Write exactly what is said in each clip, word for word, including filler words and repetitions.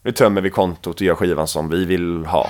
Nu tömmer vi kontot och gör skivan som vi vill ha.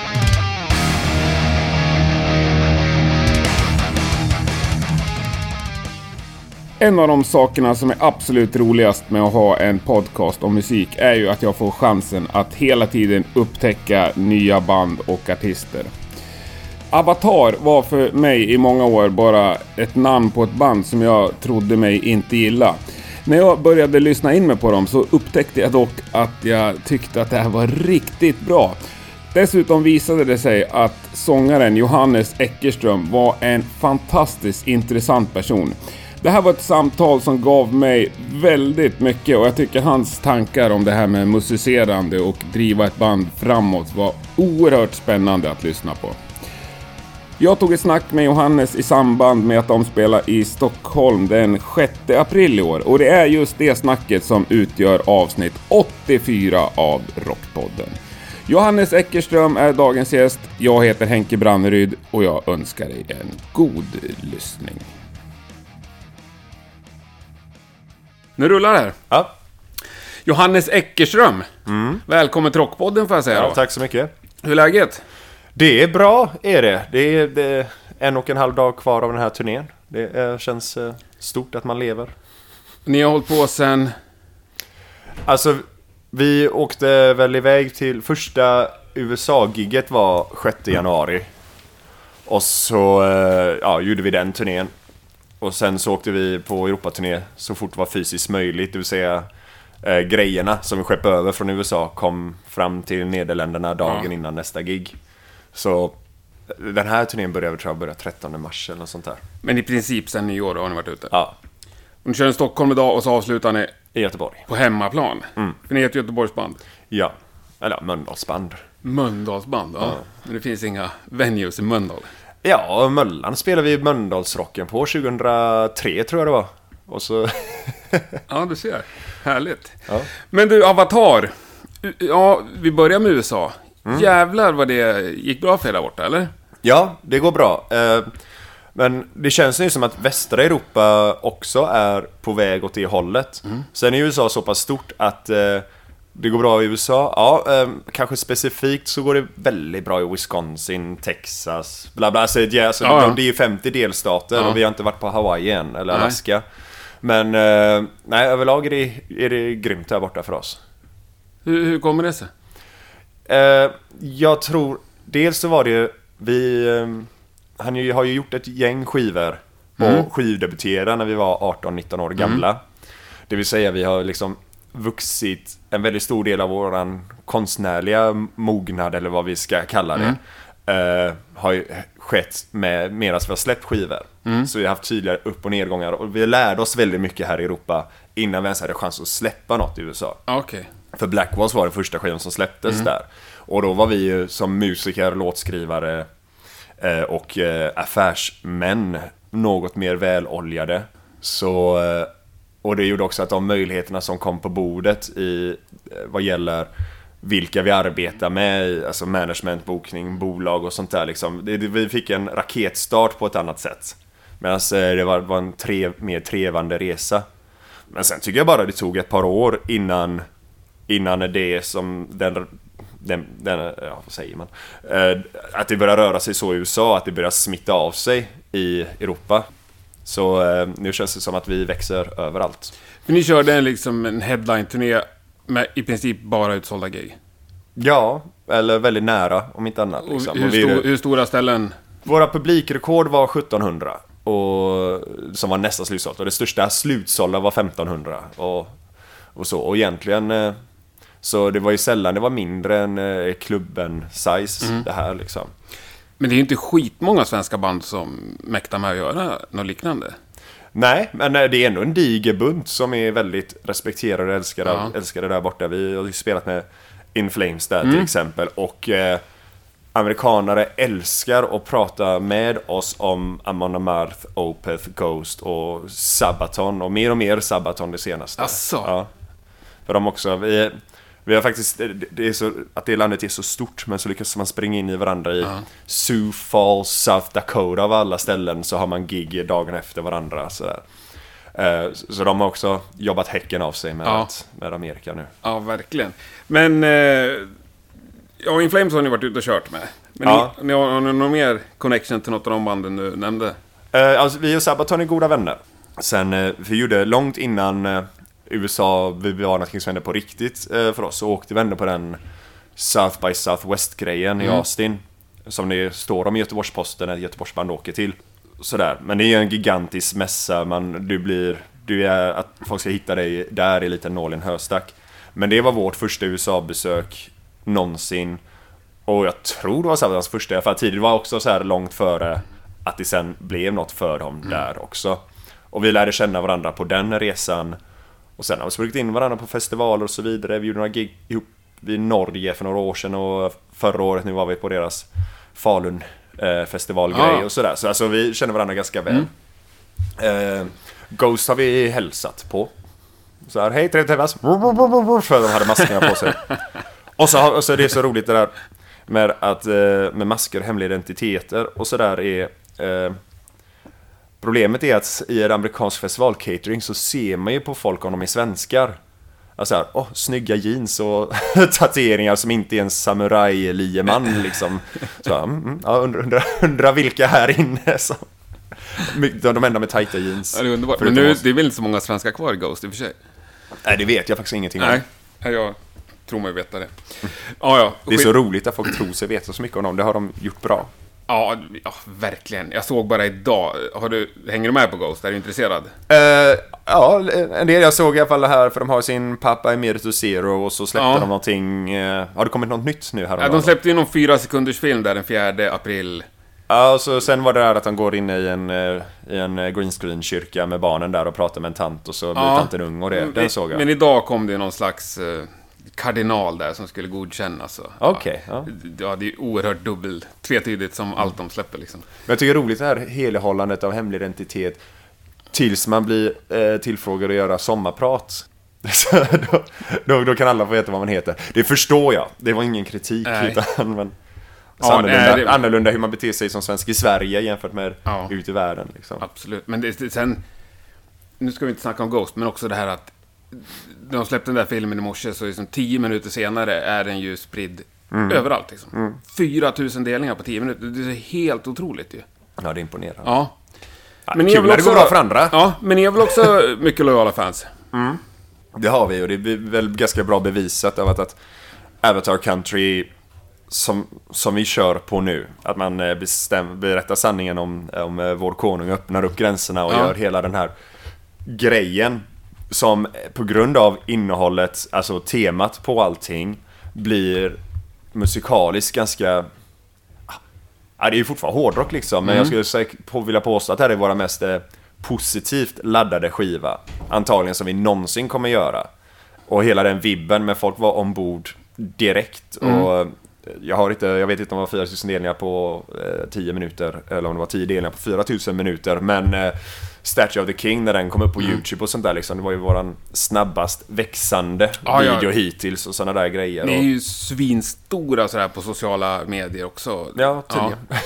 En av de sakerna som är absolut roligast med att ha en podcast om musik är ju att jag får chansen att hela tiden upptäcka nya band och artister. Avatar var för mig i många år bara ett namn på ett band som jag trodde mig inte gilla. När jag började lyssna in mig på dem så upptäckte jag dock att jag tyckte att det här var riktigt bra. Dessutom visade det sig att sångaren Johannes Eckerström var en fantastiskt intressant person. Det här var ett samtal som gav mig väldigt mycket och jag tycker hans tankar om det här med musicerande och driva ett band framåt var oerhört spännande att lyssna på. Jag tog ett snack med Johannes i samband med att de spelar i Stockholm den sjätte april i år och det är just det snacket som utgör avsnitt åttiofyra av Rockpodden. Johannes Eckerström är dagens gäst, jag heter Henke Branneryd och jag önskar dig en god lyssning. Nu rullar det här. Ja. Johannes Eckerström, mm. välkommen till Rockpodden får jag säga. Ja, då. tack så mycket. Hur är läget? Det är bra, är det. Det är, det är en och en halv dag kvar av den här turnén. Det är, känns stort att man lever. Ni har hållit på sen... Alltså, vi åkte väl iväg till första U S A-gigget var sjätte januari. Och så ja, gjorde vi den turnén. Och sen så åkte vi på Europaturné så fort det var fysiskt möjligt. Det vill säga eh, grejerna som vi skeppade över från U S A kom fram till Nederländerna dagen ja. innan nästa gig. Så den här turnén började, tror jag, började trettonde mars eller något sånt där. Men i princip sen nyår har ni varit ute? Ja. Och ni kör en Stockholm idag och så avslutar ni i Göteborg. På hemmaplan? Mm. För ni heter Göteborgsband? Ja, eller Mölndalsband. Mölndalsband, ja. ja. Men det finns inga venues i Mölndal? Ja, Möllan spelade vi i Mölndalsrocken på tjugohundratre tror jag det var. Och så... ja, du ser. Härligt. Ja. Men du, Avatar. Ja, vi börjar med U S A. Mm. Jävlar vad det gick bra för er där borta, eller? Ja, det går bra. Men det känns ju som att västra Europa också är på väg åt det hållet. Mm. Sen är U S A så pass stort att... det går bra i U S A. Ja, eh, kanske specifikt så går det väldigt bra i Wisconsin, Texas, bla bla. Så, ja, så ja, ja. Det är ju femtio delstater ja. och vi har inte varit på Hawaii än, eller Alaska. Nej. Men eh, nej, överlag är det, är det grymt här borta för oss. Hur, hur kommer det sig? Eh, jag tror, dels så var det, vi, eh, han ju, har ju gjort ett gäng skivor och mm. skivdebuterade när vi var arton nitton år gamla. Mm. Det vill säga vi har liksom vuxit en väldigt stor del av våran konstnärliga mognad eller vad vi ska kalla det mm. uh, har ju skett med medan vi har släppt skivor. Mm. Så vi har haft tydligare upp- och nedgångar och vi lärde oss väldigt mycket här i Europa innan vi ens hade chans att släppa något i U S A. Okay. För Black Walls var den första skivan som släpptes mm. där. Och då var vi ju som musiker, låtskrivare uh, och uh, affärsmän något mer väloljade. Så... Uh, Och det gjorde också att de möjligheterna som kom på bordet i vad gäller vilka vi arbetar med, alltså management, bokning, bolag och sånt där liksom. Det, det, vi fick en raketstart på ett annat sätt. Medan det var, var en tre, mer trevande resa. Men sen tycker jag bara det tog ett par år innan, innan det som den, den, den ja, vad säger man? Eh, att det började röra sig så i U S A, att det började smitta av sig i Europa. Så eh, nu känns det som att vi växer överallt. För ni körde en, liksom, en headline-turné med i princip bara utsålda gig? Ja, eller väldigt nära, om inte annat. Liksom. Hur, stor, hur stora ställen? Våra publikrekord var sjuttonhundra, och, som var nästan slutsålt. Och det största slutsålda var femtonhundra. Och, och så. Och egentligen... Eh, så det var ju sällan det var mindre än eh, klubben size, mm. det här liksom. Men det är ju inte skitmånga svenska band som mäktar med att göra något liknande. Nej, men det är ändå en diger bunt som är väldigt respekterade och älskade, ja. älskade där borta. Vi har ju spelat med In Flames där mm. till exempel. Och eh, amerikanare älskar att prata med oss om Amon Amarth, Opeth, Ghost och Sabaton. Och mer och mer Sabaton det senaste. Asså? Ja. För de också... Vi, Vi har faktiskt, det är så, att det landet är så stort, men så lyckas man springa in i varandra i uh-huh. Sioux Falls, South Dakota av alla ställen, så har man gig dagen efter varandra sådär. Eh, så de har också jobbat häcken av sig med, Ja. att, med Amerika nu. Ja, verkligen. Men, eh, ja, In Flames har ni varit ute och kört med. Men Ja. ni, ni har, har ni någon mer connection till något av de banden du nämnde? Eh, alltså, vi och Sabaton är goda vänner. Sen, eh, vi gjorde långt innan eh, U S A, vi var någonting som hände på riktigt eh, för oss, så åkte vi ändå på den South by Southwest-grejen i Austin. Som det står om i Göteborgs-Posten, när Göteborgsband åker till. Sådär. Men det är en gigantisk mässa, man, du blir, du är, att folk ska hitta dig där är lite nål i en höstack. Men det var vårt första U S A-besök någonsin. Och jag tror det var Sabatons första, för att tidigt var också så här långt före att det sen blev något för dem mm. där också. Och vi lärde känna varandra på den resan. Och sen har vi sprungit in varandra på festivaler och så vidare. Vi gjorde några gig ihop i Norge för några år sedan, och förra året nu var vi på deras Falun eh, festivalgrej Ah. och sådär. Så alltså, vi känner varandra ganska väl. Mm. Eh, Ghost har vi hälsat på. Så här, hej trevligt träffas. För de hade maskerna på sig. Och så, och så det är så roligt det där med att eh, med masker, hemliga identiteter och sådär är eh, problemet är att i en amerikansk festivalcatering så ser man ju på folk om de är svenskar. Alltså här, åh, snygga jeans och tatueringar som inte är en samuraj-lieman liksom. Så, mm, ja, undra, undra, undra vilka här inne som... De enda med tajta jeans. Ja, det är underbart. Men nu, det är väl inte så många svenskar kvar i Ghost i och för sig? Nej, det vet jag faktiskt ingenting om. Nej, jag tror mig veta det. Ja, ja. Det är så roligt att folk tror sig veta så mycket om dem. Det har de gjort bra. Ja, ja, verkligen. Jag såg bara idag. Har du, hänger du med på Ghost? Är du intresserad? Uh, ja, en del jag såg i alla fall här, för de har sin pappa Emeritus Zero och så släppte ja. de någonting. Uh, har det kommit något nytt nu här? Ja, de släppte ju någon fyra sekunders film där den fjärde april. Ja, och så sen var det där att han går in i en, uh, i en green screen kyrka med barnen där och pratar med en tant och så blir ja. tanten ung och det, den såg jag. Men idag kom det någon slags uh, kardinal där som skulle godkännas. Okej, okay, ja. ja. Det är oerhört dubbel, tvetydigt som allt de släpper liksom. Men jag tycker det är roligt det här helhållandet av hemlig identitet tills man blir eh, tillfrågad att göra sommarprat. då, då, då kan alla få veta vad man heter. Det förstår jag, det var ingen kritik utan, men ja, annorlunda, det... annorlunda hur man beter sig som svensk i Sverige jämfört med ja. ut i världen liksom. Absolut, men det, det, sen nu ska vi inte snacka om Ghost, men också det här att de släppte den där filmen i morse, så liksom tio minuter senare är den ju spridd mm. överallt liksom. Mm. fyra tusen delningar på tio minuter, det är helt otroligt ju. Ja, det är imponerande. Ja. Ja, men kul när det går bra för andra. Ja, men ni har väl också mycket lojala fans? Mm. Det har vi, och det är väl ganska bra bevisat av att, att Avatar Country som, som vi kör på nu, att man bestäm, berättar sanningen om, om vår konung, öppnar upp gränserna och ja. gör hela den här grejen som på grund av innehållet, alltså temat på allting, blir musikaliskt ganska... Ja, det är ju fortfarande hårdrock liksom, men mm. jag skulle på, vilja påstå att det här är våra mest eh, positivt laddade skiva. Antagligen som vi någonsin kommer göra. Och hela den vibben med folk var ombord direkt. Mm. Och jag, har inte, jag vet inte om det var fyra tusen delningar på eh, tio minuter, eller om det var tio delningar på fyra tusen minuter, men eh, Statue of the King, när den kom upp på mm. YouTube och sånt där liksom, det var ju våran snabbast växande ah, video ja. hittills och såna där grejer. Ni är och... ju svinstora sådär på sociala medier också. Ja, tydligen. Ja,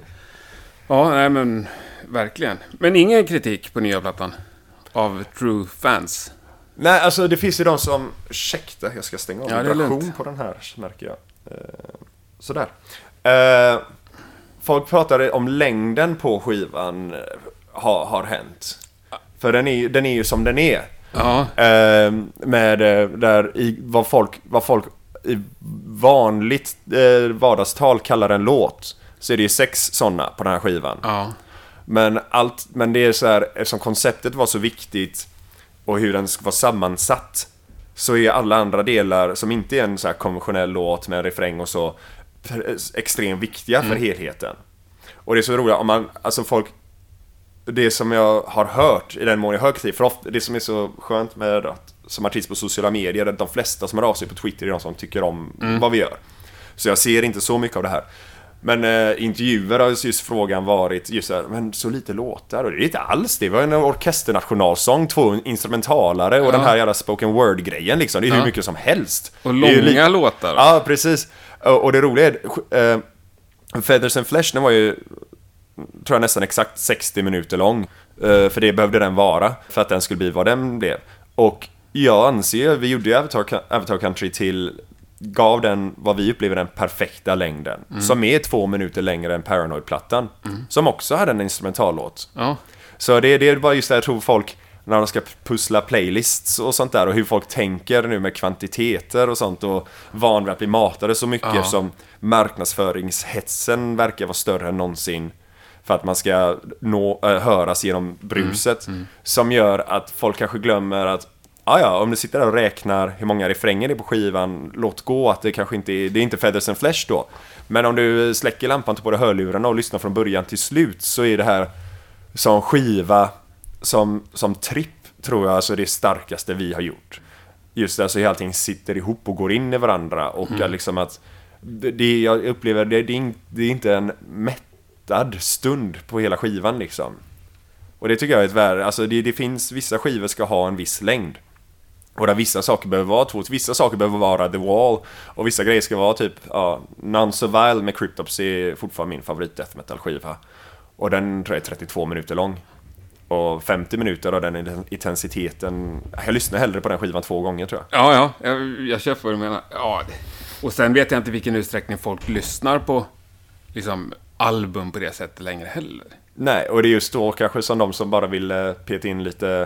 ja nej men verkligen. Men ingen kritik på nya plattan av true fans? Nej, alltså det finns ju de som... Ursäkta, jag ska stänga av ja, vibration på den här, märker jag. Uh, sådär. Uh, folk pratade om längden på skivan har, har hänt. För den är, den är ju som den är. Ja. Uh, med där i, vad, folk, vad folk i vanligt uh, vardagstal kallar en låt, så är det ju sex sådana på den här skivan. Ja. Men, allt, men det är så här, eftersom konceptet var så viktigt och hur den var sammansatt, så är alla andra delar som inte är en så här konventionell låt med en refräng och så extremt viktiga för mm. helheten. Och det är så roligt om man, alltså folk, det som jag har hört i den mån jag hör kritik, för ofta, det som är så skönt med att som artist på sociala medier, att de flesta som hör av sig på Twitter är de som tycker om mm. vad vi gör. Så jag ser inte så mycket av det här. Men eh, intervjuer har just frågan varit just så här, men så lite låtar, och det är inte alls det. Det var en orkesternationalsång, två instrumentalare och ja. den här jävla spoken word-grejen liksom. Det är ja. hur mycket som helst. Och långa li- låtar. Ja, precis. Och, och det roliga är eh, Feathers and Flesh, den var ju tror jag nästan exakt sextio minuter lång. Uh, för det behövde den vara för att den skulle bli vad den blev. Och jag anser, vi gjorde ju Avatar, Avatar Country till, gav den vad vi upplever den perfekta längden. Mm. Som är två minuter längre än Paranoid-plattan. Mm. Som också hade en instrumentallåt. Ja. Så det, det var just det jag tror folk, när de ska pussla playlists och sånt där, och hur folk tänker nu med kvantiteter och sånt, och van vid att bli matade så mycket, ja. Som marknadsföringshetsen verkar vara större än någonsin för att man ska nå, äh, höras genom bruset. Mm. Mm. Som gör att folk kanske glömmer att ah ja, om du sitter där och räknar hur många refränger det är på skivan, låt gå att det kanske inte är, det är inte Feathers and Flesh då. Men om du släcker lampan, tar på dig hörlurarna och lyssnar från början till slut, så är det här som skiva, som, som tripp, tror jag, alltså det starkaste vi har gjort. Just det, så hur allting sitter ihop och går in i varandra. Och mm. liksom att det, jag upplever det, det, är, det är inte en mättad stund på hela skivan liksom. Och det tycker jag är ett värde. Alltså det, det finns, vissa skivor ska ha en viss längd. Och där vissa saker behöver vara två, vissa saker behöver vara The Wall, och vissa grejer ska vara typ ja, None So Vile med Cryptops är fortfarande min favorit death metal skiva. Och den tror jag är trettiotvå minuter lång. Och femtio minuter av den intensiteten. Jag lyssnar hellre på den skivan två gånger, tror jag. Ja, ja, jag, jag köper vad du menar. Ja, och sen vet jag inte vilken utsträckning folk lyssnar på liksom album på det sättet längre heller. Nej, och det är just då kanske som de som bara vill eh, peta in lite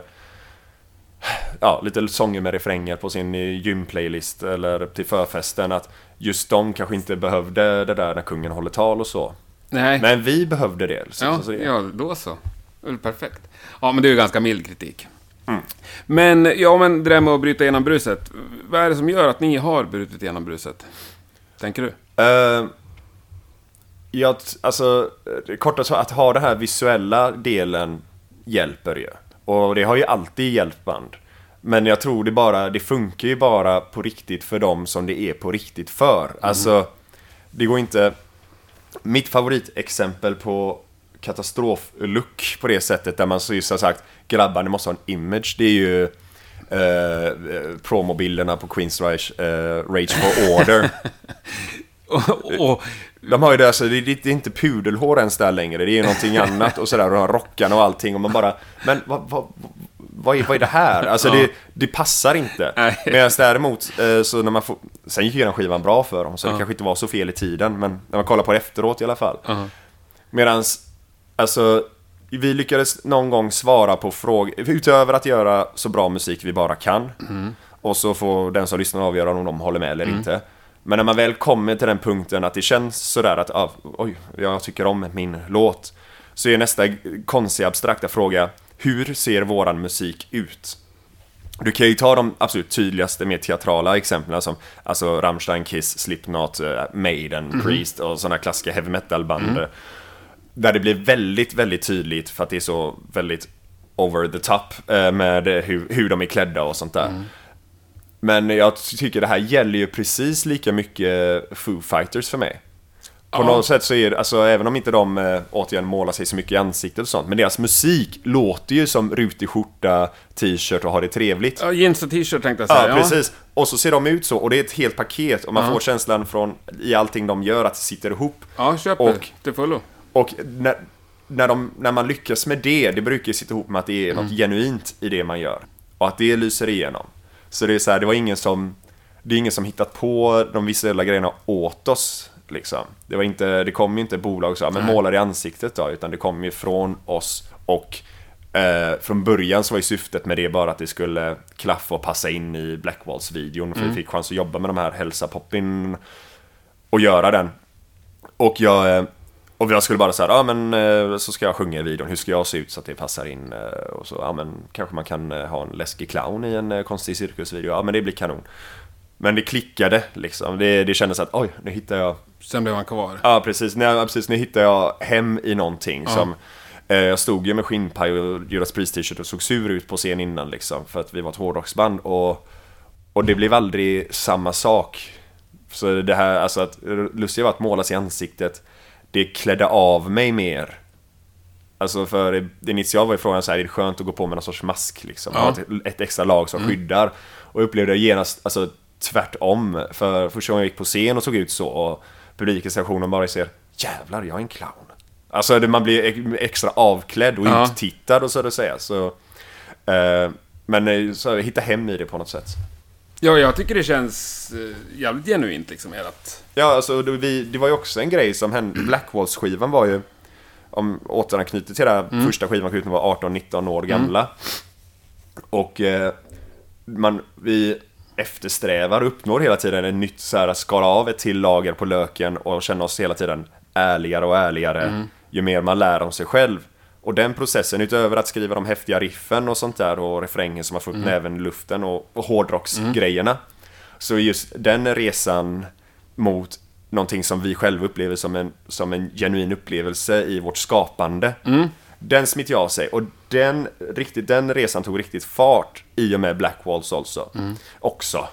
ja, lite sånger med refränger på sin gymplaylist eller till förfesten, att just de kanske inte behövde det där när kungen håller tal och så. Nej. Men vi behövde det. Så, ja, så det. Ja, då så. Perfekt. Ja, men det är ju ganska mild kritik. Mm. Men, ja, men det där med att bryta igenom bruset. Vad är det som gör att ni har brutit igenom bruset? Tänker du? Uh, jag, alltså, kort och så, att ha den här visuella delen hjälper ju. Och det har ju alltid hjälpt band. Men jag tror det bara, det funkar ju bara på riktigt för dem som det är på riktigt för. Mm. Alltså, det går inte... Mitt favoritexempel på katastroflook på det sättet, där man så just har sagt grabbarna måste ha en image, det är ju eh, promobilderna på Queensryche, eh, Rage for Order. och, och, de har ju det, alltså, det, det är inte pudelhår ens där längre, det är någonting annat och sådär, och de har rockarna och allting, och man bara, men vad, vad, vad, är, vad är det här? Alltså det, det passar inte. Medan däremot, eh, så när man får, sen gick ju den skivan bra för dem, så det kanske inte var så fel i tiden, men när man kollar på det efteråt i alla fall. Uh-huh. Medans alltså, vi lyckades någon gång svara på frågor, utöver att göra så bra musik vi bara kan. Mm. Och så får den som lyssnar avgöra om de håller med eller mm. inte. Men när man väl kommer till den punkten att det känns sådär att ah, oj, jag tycker om min låt, så är nästa konstiga abstrakta fråga: hur ser våran musik ut? Du kan ju ta de absolut tydligaste, mer teatrala exemplen som alltså Rammstein, Kiss, Slipknot, Maiden, mm. Priest och sådana klassiska heavy metal-band. Mm. Där det blir väldigt, väldigt tydligt för att det är så väldigt over the top med hur, hur de är klädda och sånt där. Mm. Men jag tycker det här gäller ju precis lika mycket Foo Fighters för mig. På ja. något sätt så är det, alltså, även om inte de återigen målar sig så mycket i ansiktet och sånt, men deras musik låter ju som rutig skjorta, t-shirt och har det trevligt. Ja, jeans och t-shirt tänkte jag säga. Ja, precis. Och så ser de ut så, och det är ett helt paket, och man ja. får känslan från i allting de gör att det sitter ihop. Ja, köper och, till fullo. Och när, när, de, när man lyckas med det, det brukar ju sitta ihop med att det är mm. något genuint i det man gör. Och att det lyser igenom. Så det är så här, det var ingen som, det är ingen som hittat på de visuella grejerna åt oss. Liksom. Det var inte, det kom ju inte bolag så, men målar i ansiktet då, utan det kom ju från oss. Och eh, från början så var ju syftet med det bara att det skulle klaffa och passa in i Blackwalls-videon. För mm. vi fick chans att jobba med de här hälsa poppin och göra den. Och jag... Och jag skulle bara säga, ja men så ska jag sjunga i videon, hur ska jag se ut så att det passar in? Och så, ja men kanske man kan ha en läskig clown i en konstig cirkusvideo, ja men det blir kanon. Men det klickade liksom, det, det kändes att oj, nu hittar jag... Sen blev man kvar. Ja precis, nu, precis, nu hittar jag hem i någonting ja. som... Eh, jag stod ju med skinnpaj och Judas Priest t-shirt och såg sur ut på scen innan liksom, för att vi var ett hårdrocksband, och, och det blev aldrig samma sak. Så det här, alltså att Lucia var att målas i ansiktet, det klädde av mig mer. Alltså för initialt var ju frågan så här, är det skönt att gå på med någon sorts mask liksom, ja. ett, ett extra lag som mm. skyddar. Och jag upplevde det genast, alltså tvärtom. För första gången jag gick på scen och såg ut så, och publikrecensionen bara ser, jävlar, jag är en clown. Alltså det, man blir extra avklädd och Ja. uttittad och så att säga. Så, eh, men så hitta hem i det på något sätt. Ja, jag tycker det känns eh, jävligt genuint liksom. Att... Ja, alltså det, vi, det var ju också en grej som hände. Blackwalls-skivan var ju, om återanknyter till det här, mm. första skivan kom ut när var arton nitton år gamla. Mm. Och eh, man, vi eftersträvar och uppnår hela tiden en nytt så här, skala av ett till lager på löken och känna oss hela tiden ärligare och ärligare mm. ju mer man lär om sig själv. Och den processen, utöver att skriva de häftiga riffen och sånt där och refrängen som har fått mm. näven i luften och, och hårdrocksgrejerna, mm. så just den resan mot någonting som vi själva upplever som en, som en genuin upplevelse i vårt skapande, mm. den smitt jag av sig. Och den, riktigt, den resan tog riktigt fart i och med Blackwalls alltså. Mm. Också.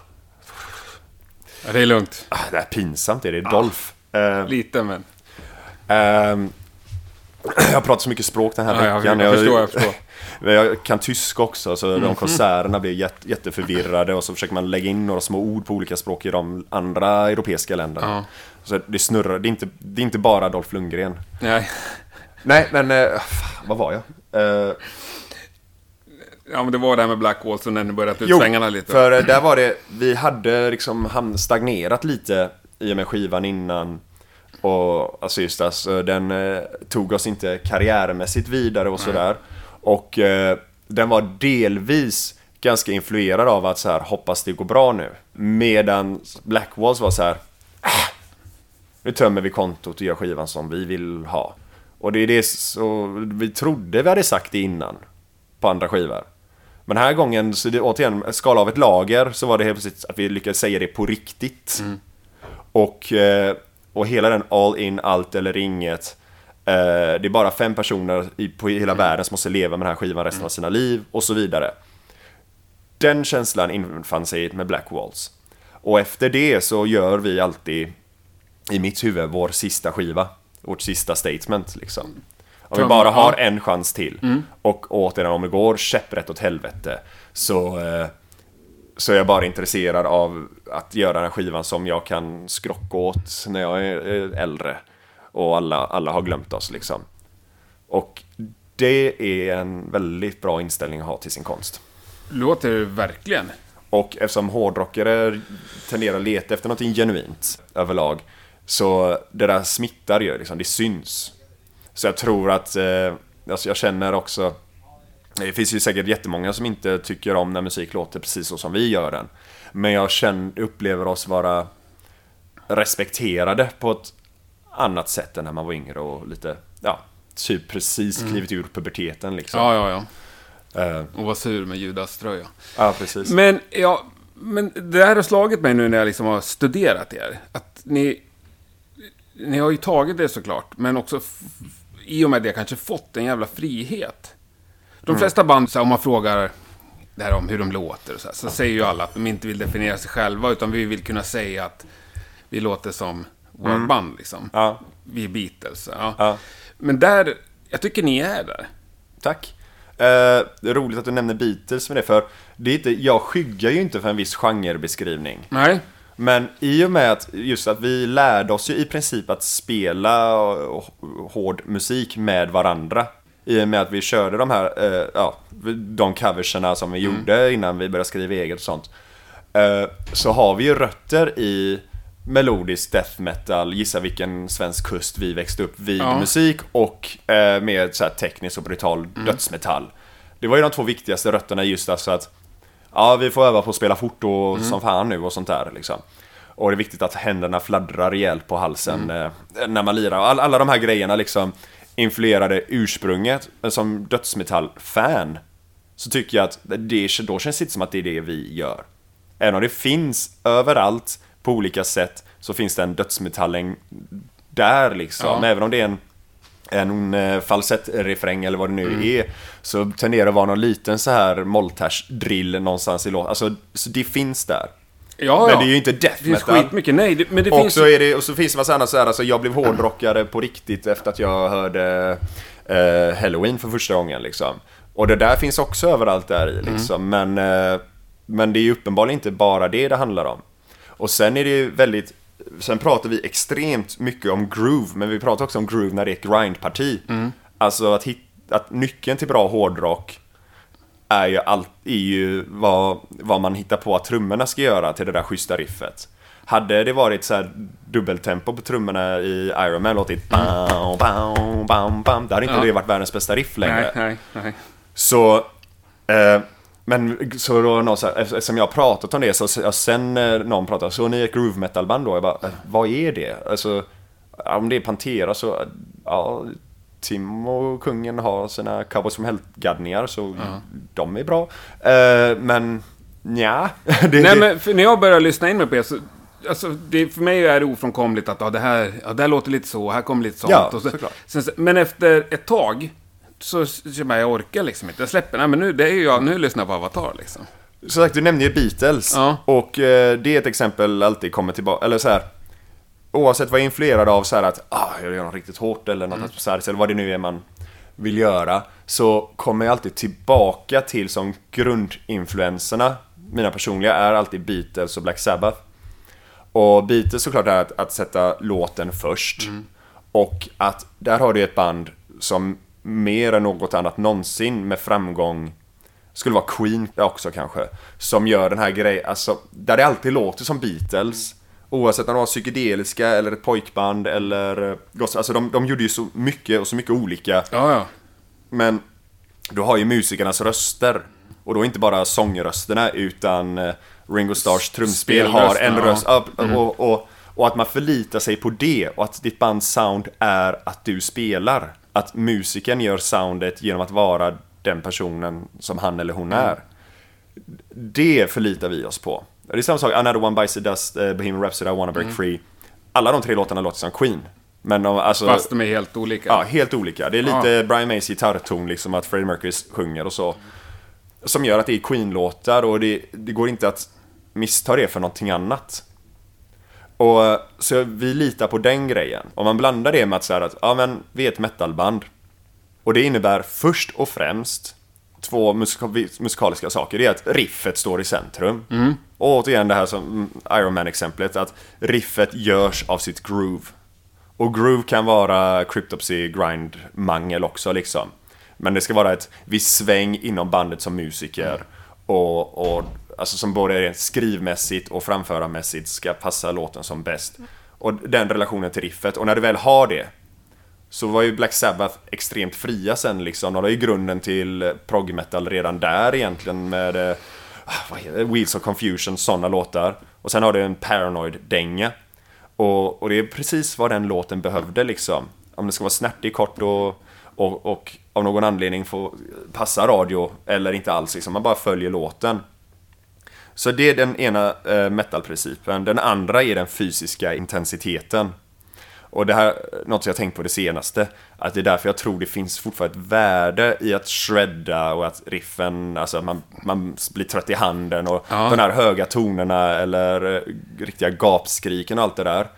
Ja, det är lugnt. Ah, det är pinsamt, det är det. Dolph. Ah, uh, lite, men... Uh, jag har pratat så mycket språk den här ja, veckan. Jag, jag, förstår, jag förstår. Jag kan tyska också, så de konserterna blir jätte, jätteförvirrade. Och så försöker man lägga in några små ord på olika språk i de andra europeiska länderna. Ja. Så det snurrar, det är inte, det är inte bara Dolph Lundgren. Nej. Nej, men uh, vad var jag? Uh, Ja, men det var det här med Blackwalls och när ni började ut svängarna lite. För uh, där var det, vi hade liksom stagnerat lite i och med skivan innan. Och alltså just alltså, den eh, tog oss inte karriärmässigt vidare och sådär. Och eh, den var delvis ganska influerad av att så här, hoppas det går bra nu. Medan Blackwalls var så här, äh, nu tömmer vi kontot och gör skivan som vi vill ha. Och det är det så vi trodde vi hade sagt det innan på andra skivor. Men den här gången, så det, återigen, skala av ett lager, så var det helt plötsligt att vi lyckades säga det på riktigt. Mm. Och... Eh, Och hela den all in, allt eller inget. eh, Det är bara fem personer i, på hela mm. världen som måste leva med den här skivan resten mm. av sina liv och så vidare. Den känslan infann sig med Blackwalls. Och efter det så gör vi alltid i mitt huvud vår sista skiva, vårt sista statement liksom. Om vi bara har en chans till mm. och återigen om det går käpprätt åt helvete, så... Eh, Så är jag bara intresserad av att göra den här skivan som jag kan skrocka åt när jag är äldre. Och alla, alla har glömt oss liksom. Och det är en väldigt bra inställning att ha till sin konst. Låter det verkligen. Och eftersom hårdrockare tenderar att leta efter något genuint överlag, så det där smittar ju liksom, det syns. Så jag tror att eh, alltså jag känner också... Det finns ju säkert jättemånga som inte tycker om när musik låter precis så som vi gör den. Men jag känner, upplever oss vara respekterade på ett annat sätt än när man var yngre och lite, ja, typ precis klivit ur puberteten liksom. Ja, ja, ja. Uh, och var sur med Judas tröja. Ja, precis. Men, ja, men det här har slagit mig nu när jag liksom har studerat er. Att ni, ni har ju tagit det såklart, men också f- i och med det kanske fått en jävla frihet. De mm. flesta band, så här, om man frågar där om hur de låter och så, här, så säger ju alla att de inte vill definiera sig själva, utan vi vill kunna säga att vi låter som vårt mm. band liksom. Ja. Vi är Beatles. Ja. Ja. Men där, jag tycker ni är där. Tack. Uh, det är roligt att du nämner Beatles med det, för det är inte, jag skyggar ju inte för en viss genrebeskrivning. Nej. Men i och med att just att vi lärde oss ju i princip att spela hård musik med varandra. I och med att vi körde de här uh, ja, de coverserna som vi mm. gjorde innan vi började skriva eget och sånt. Uh, så har vi ju rötter i melodisk death metal, gissa vilken svensk kust vi växte upp vid, ja. musik och eh, med så här teknisk och brutal mm. dödsmetall. Det var ju de två viktigaste rötterna, just alltså att ja, vi får öva på att spela fort och mm. som fan nu och sånt där liksom. Och det är viktigt att händerna fladdrar rejält på halsen mm. eh, när man lirar. All, alla de här grejerna liksom influerade ursprunget. Men som dödsmetall-fan så tycker jag att det, då känns det inte som att det är det vi gör. Även om det finns överallt på olika sätt, så finns det en dödsmetallen där liksom. Ja. Men även om det är en, en uh, falsettrefräng eller vad det nu mm. är, så tenderar det att vara någon liten så här molltärsdrill någonstans i låten. Alltså, så det finns där. Ja, men ja. det är ju inte death metal. Det finns skitmycket, nej. Det, men det och, finns... så är det, och så finns det massa annat så här, alltså jag blev hårdrockare på riktigt efter att jag hörde uh, Halloween för första gången liksom. Och det där finns också överallt där i liksom. Mm. Men, uh, men det är ju uppenbarligen inte bara det det handlar om. Och sen är det ju väldigt sen pratar vi extremt mycket om groove, men vi pratar också om groove när det är ett grindparti. Mm. Alltså att, hit, att nyckeln till bra hårdrock är ju, allt, är ju vad, vad man hittar på att trummorna ska göra till det där schyssta riffet. Hade det varit så här dubbeltempo på trummorna i Iron Man, låtit bam, bam, bam, bam, det hade inte ja. det varit världens bästa riff längre. Nej, nej, nej. Så, eh, men så då någon så här, eftersom jag har pratat om det, så jag, sen eh, någon pratar, så ni är ett groove metal band då? Jag bara, vad är det? Alltså, om det är Pantera så, ja, Tim och kungen har sina Cowboys from Hell-gaddningar, så uh-huh. de är bra. Eh, men, nja. det, Nej, men för när jag börjar lyssna in på det, så alltså, det, för mig är det ofrånkomligt att ja, det, här, ja, det här låter lite så, här kommer lite sånt. Ja, och så, sen, men efter ett tag så känner jag, jag orkar liksom inte. Jag släpper, nej men nu, det är ju jag, nu lyssnar jag på Avatar liksom. Så sagt, du nämnde ju Beatles. Ja. Och eh, det är ett exempel alltid kommer tillbaka, eller så här, oavsett vad jag är influerad av, så här att ah, jag gör något riktigt hårt eller något mm. så här, eller vad det nu är man vill göra, så kommer jag alltid tillbaka till som grundinfluenserna, mina personliga, är alltid Beatles och Black Sabbath. Och Beatles såklart är att, att sätta låten först. Mm. Och att där har du ett band som mer än något annat någonsin med framgång, skulle vara Queen också kanske, som gör den här grejen, alltså, där det alltid låter som Beatles, oavsett om de var psykedeliska eller ett pojkband eller, alltså de, de gjorde ju så mycket och så mycket olika. Ja, ja. Men du har ju musikernas röster, och då inte bara sångrösterna, utan Ringo Starrs trumspel har en röst, ja. mm. och, och, och att man förlitar sig på det, och att ditt bands sound är att du spelar, att musiken gör soundet genom att vara den personen som han eller hon är. Mm. Det förlitar vi oss på. Det är samma sak, Another One Bites the Dust, uh, Bohemian Rhapsody, I Wanna Break mm. Free. Alla de tre låtarna låter som Queen. Men de, alltså, fast de är helt olika. Ja, helt olika. Det är lite ja. Brian Mays gitarrton, liksom, att Freddie Mercury sjunger och så, som gör att det är Queen-låtar, och det, det går inte att missta det för någonting annat. Och så vi litar på den grejen. Om man blandar det med att säga att ja, men vi är ett metalband, och det innebär först och främst två musika- musikaliska saker. Det är att riffet står i centrum. Mm. Och återigen det här som Iron Man-exemplet, att riffet görs av sitt groove. Och groove kan vara Cryptopsy grind-mangel också liksom. Men det ska vara ett viss sväng inom bandet som musiker. Mm. Och, och alltså som både skrivmässigt och framförarmässigt ska passa låten som bäst. Och den relationen till riffet. Och när du väl har det, så var ju Black Sabbath extremt fria sen liksom. De har ju grunden till prog metal redan där egentligen, med eh, vad heter det? Wheels of Confusion, sådana låtar. Och sen har du en Paranoid-dänga. Och, och det är precis vad den låten behövde liksom. Om det ska vara snärtig, kort och, och, och av någon anledning få passa radio eller inte alls liksom. Man bara följer låten. Så det är den ena eh, metal-principen. Den andra är den fysiska intensiteten. Och det här är något jag tänkt på det senaste, att det är därför jag tror det finns fortfarande ett värde i att shredda, och att riffen, alltså man, man blir trött i handen, och ja. de här höga tonerna eller riktiga gapskriken och allt det där.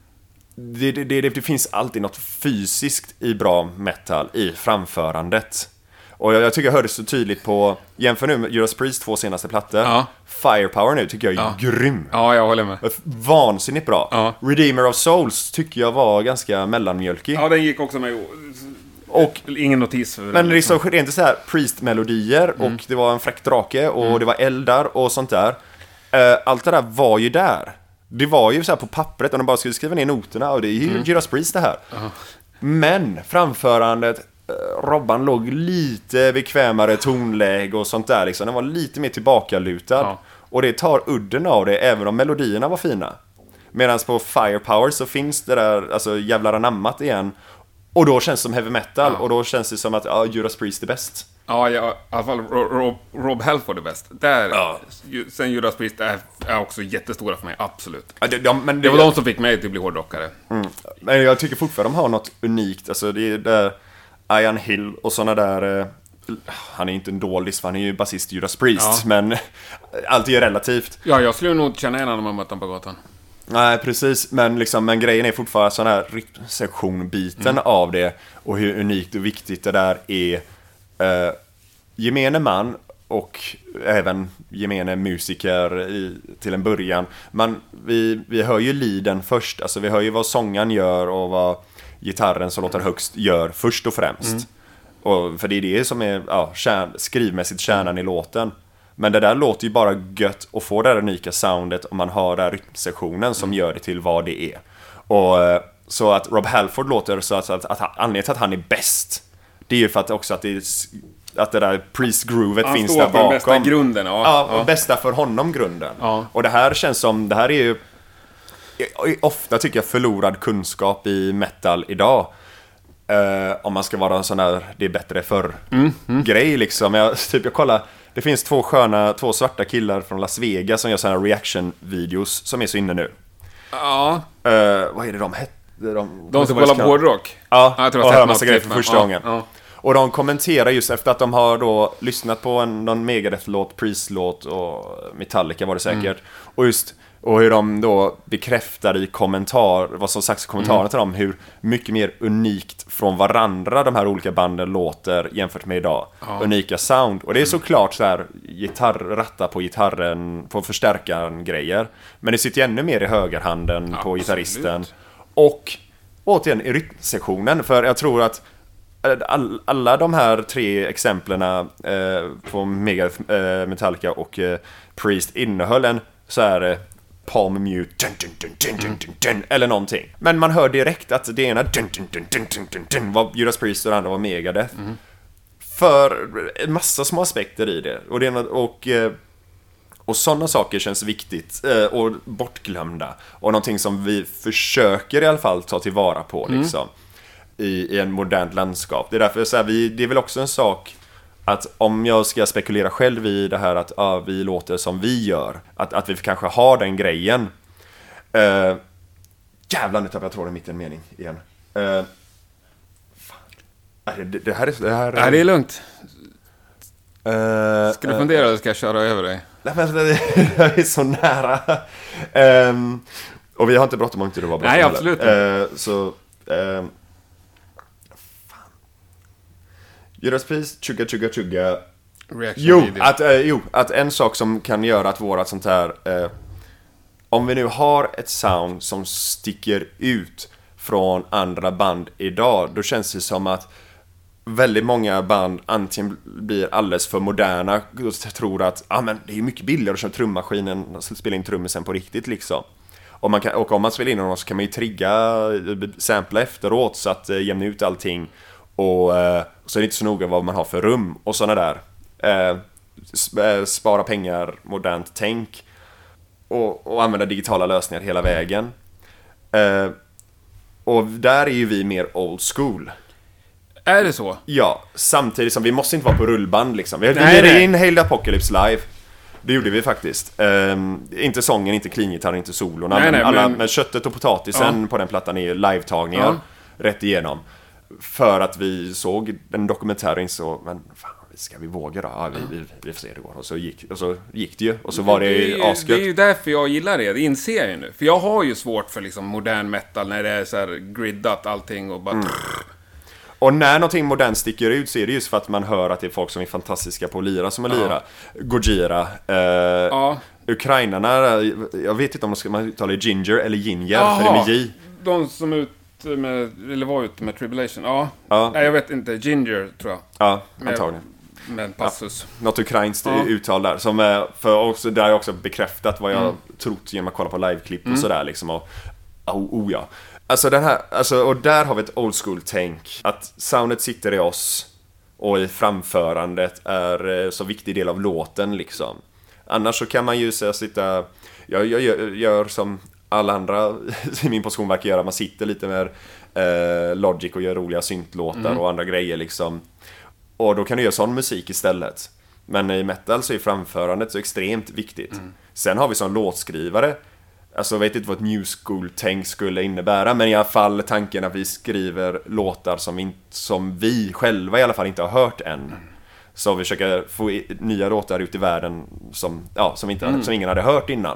Det, det, det, det finns alltid något fysiskt i bra metal i framförandet. Och jag, jag tycker jag hörde så tydligt på, jämför nu med Judas Priest två senaste plattor. Ja. Firepower nu tycker jag är ja. grym. Ja, jag håller med. Vansinnigt bra. Ja. Redeemer of Souls tycker jag var ganska mellanmjölkig. Ja, den gick också med. Och ingen notis för men liksom, det är inte så här Priest-melodier mm. och det var en fräck drake och mm. det var eldar och sånt där. Allt det där var ju där. Det var ju så här på pappret, och de bara skulle skriva ner noterna, och det är ju mm. Judas Priest det här. Uh-huh. Men framförandet, Robban låg lite bekvämare tonläge och sånt där liksom. Den var lite mer tillbakalutad. Ja. Och det tar udden av det, även om melodierna var fina. Medan på Firepower så finns det där, alltså jävlar anammat igen. Och då känns det som heavy metal. Ja. Och då känns det som att ja, Judas Priest är bäst. Ja, ja, i alla fall Rob, Rob Halford är bäst. Där, ja. Sen Judas Priest är, är också jättestora för mig, absolut. Ja, det, ja, men det, det var de som fick mig till att bli hårdrockare. Mm. Men jag tycker fortfarande de har något unikt. Alltså det är där Ian Hill och såna där, eh, han är inte en doldis för han är ju basist Judas Priest, ja. Men allt är ju relativt. Ja, jag skulle nog känna igen honom om man mötte honom på gatan. Nej, precis, men, liksom, men grejen är fortfarande sån här rytmsektion-biten mm. av det, och hur unikt och viktigt det där är. eh, Gemene man och även gemene musiker i, till en början. Man, vi, vi hör ju leaden först, alltså vi hör ju vad sångaren gör och vad gitarren som låter högst gör först och främst. Mm. Och, för det är det som är ja, kärn, skrivmässigt kärnan i låten. Men det där låter ju bara gött att få det här unika soundet om man har den här rytmsektionen som mm. gör det till vad det är. Och så att Rob Halford låter så att, att, att anledningen till att han är bäst, det är ju för att också att det är, att det där Priest-groovet han finns där bakom. Han står för bästa grunden. Ja, ja, ja. Bästa för honom grunden. Ja. Och det här känns som, det här är ju ofta tycker jag förlorad kunskap i metal idag. Uh, om man ska vara en sån där det är bättre för mm, mm. grej liksom. Jag, typ, jag kollar, det finns två sköna, två svarta killar från Las Vegas som gör såna här reaction-videos som är så inne nu. Ja. Uh, vad är det de hette? De, de som kollar på hårdrock. Ja, ja, jag tror och hör massa grejer för första ja, gången. Ja. Och de kommenterar just efter att de har då lyssnat på en, någon Megadeth-låt, Priest-låt och Metallica var det säkert. Mm. Och just och hur de då bekräftar i kommentar, vad som sagts i kommentarerna mm. till dem, hur mycket mer unikt från varandra de här olika banden låter jämfört med idag. Ja. Unika sound. Och det är såklart så här gitarratta på gitarren, på förstärkaren grejer. Men det sitter ännu mer i högerhanden ja, på gitarristen. Och återigen i rytmsektionen, för jag tror att all, alla de här tre exemplen eh, på Megadeth, eh, Metallica och eh, Priest innehöll en så här palm mute dun, dun, dun, dun, dun, dun, dun, eller någonting. Men man hör direkt att det ena dun, dun, dun, dun, dun, dun, dun, var Judas Priest och det andra var Megadeth. Mm. För en massa små aspekter i det. Och, det, och, och sådana saker känns viktigt och bortglömda. Och någonting som vi försöker i alla fall ta tillvara på liksom, mm. i, i en modernt landskap. Det är därför så här, vi, det är väl också en sak att om jag ska spekulera själv i det här att ja, vi låter som vi gör, att, att vi kanske har den grejen. Uh, jävlar, nu tappar jag tråden mitt i en mening igen. Uh, fan. Det, det här är... Det, här är... Nej, det är lugnt. Uh, ska du fundera uh, eller ska jag köra över dig? Nej, men det, det är så nära. Um, och vi har inte bråttom om inte du var bråttom. Nej, absolut uh, Så... Uh, Judas Priest, chugga, chugga, chugga. Jo att, eh, jo, att en sak som kan göra att vårat sånt här... Eh, om vi nu har ett sound som sticker ut från andra band idag, då känns det som att väldigt många band antingen blir alldeles för moderna och tror att ah, men det är mycket billigare att köra trummaskinen och spela in trummisen på riktigt liksom. Och, man kan, och om man spelar in någon så kan man ju trigga, sampla efteråt så att eh, jämna ut allting. Och eh, så är det inte så noga vad man har för rum och sådana där. Eh, spara pengar, modernt tänk. Och, och använda digitala lösningar hela vägen. Eh, och där är ju vi mer old school. Är det så? Ja, samtidigt som vi måste inte vara på rullband liksom. Vi hade in Hail the Apocalypse live. Det gjorde vi faktiskt. Eh, inte sången, inte clean-gitarr, inte solorna. Nej, men, nej, alla, men... men köttet och potatisen ja. På den plattan är live-tagningar. Ja. Rätt igenom. För att vi såg en dokumentär så men fan, ska vi våga då? Ja, vi, vi, vi får se hur det går. Och så gick, och så gick det ju. Och så var det, det asgött. Det är ju därför jag gillar det, det inser jag ju nu. För jag har ju svårt för liksom modern metal när det är så här griddat allting och bara... Mm. Och när någonting modernt sticker ut så är det just för att man hör att det är folk som är fantastiska på att lira som att lira. Ja. Gojira. Eh, ja. Ukrainarna, jag vet inte om de ska man uttala Ginger eller Ginger, Jaha, för det är med J. De som ut med, eller var ute med Tribulation. Ja. ja. Nej, jag vet inte. Ginger, tror jag. Ja, antagligen. Med, med en passus. Ja, något ukrainskt ja. uttal där. Som är, för också, där har jag också bekräftat vad jag mm. trott genom att kolla på liveklipp mm. och sådär. Liksom, och, oh, oh ja. Alltså, den här, alltså, och där har vi ett old school-tänk. Att soundet sitter i oss. Och i framförandet är så viktig del av låten, liksom. Annars så kan man ju så sitta... Jag, jag gör, gör som... alla andra i min position verkar göra. Man sitter lite mer eh, Logic och gör roliga syntlåtar mm. och andra grejer liksom. Och då kan du göra sån musik istället. Men i metal så är framförandet så extremt viktigt. Mm. Sen har vi som låtskrivare, alltså jag vet inte vad ett new school-tänk skulle innebära, men i alla fall tanken att vi skriver låtar som vi, som vi själva i alla fall inte har hört än. Mm. Så vi försöker få i, nya låtar ut i världen som, ja, som, inte, mm. som ingen hade hört innan.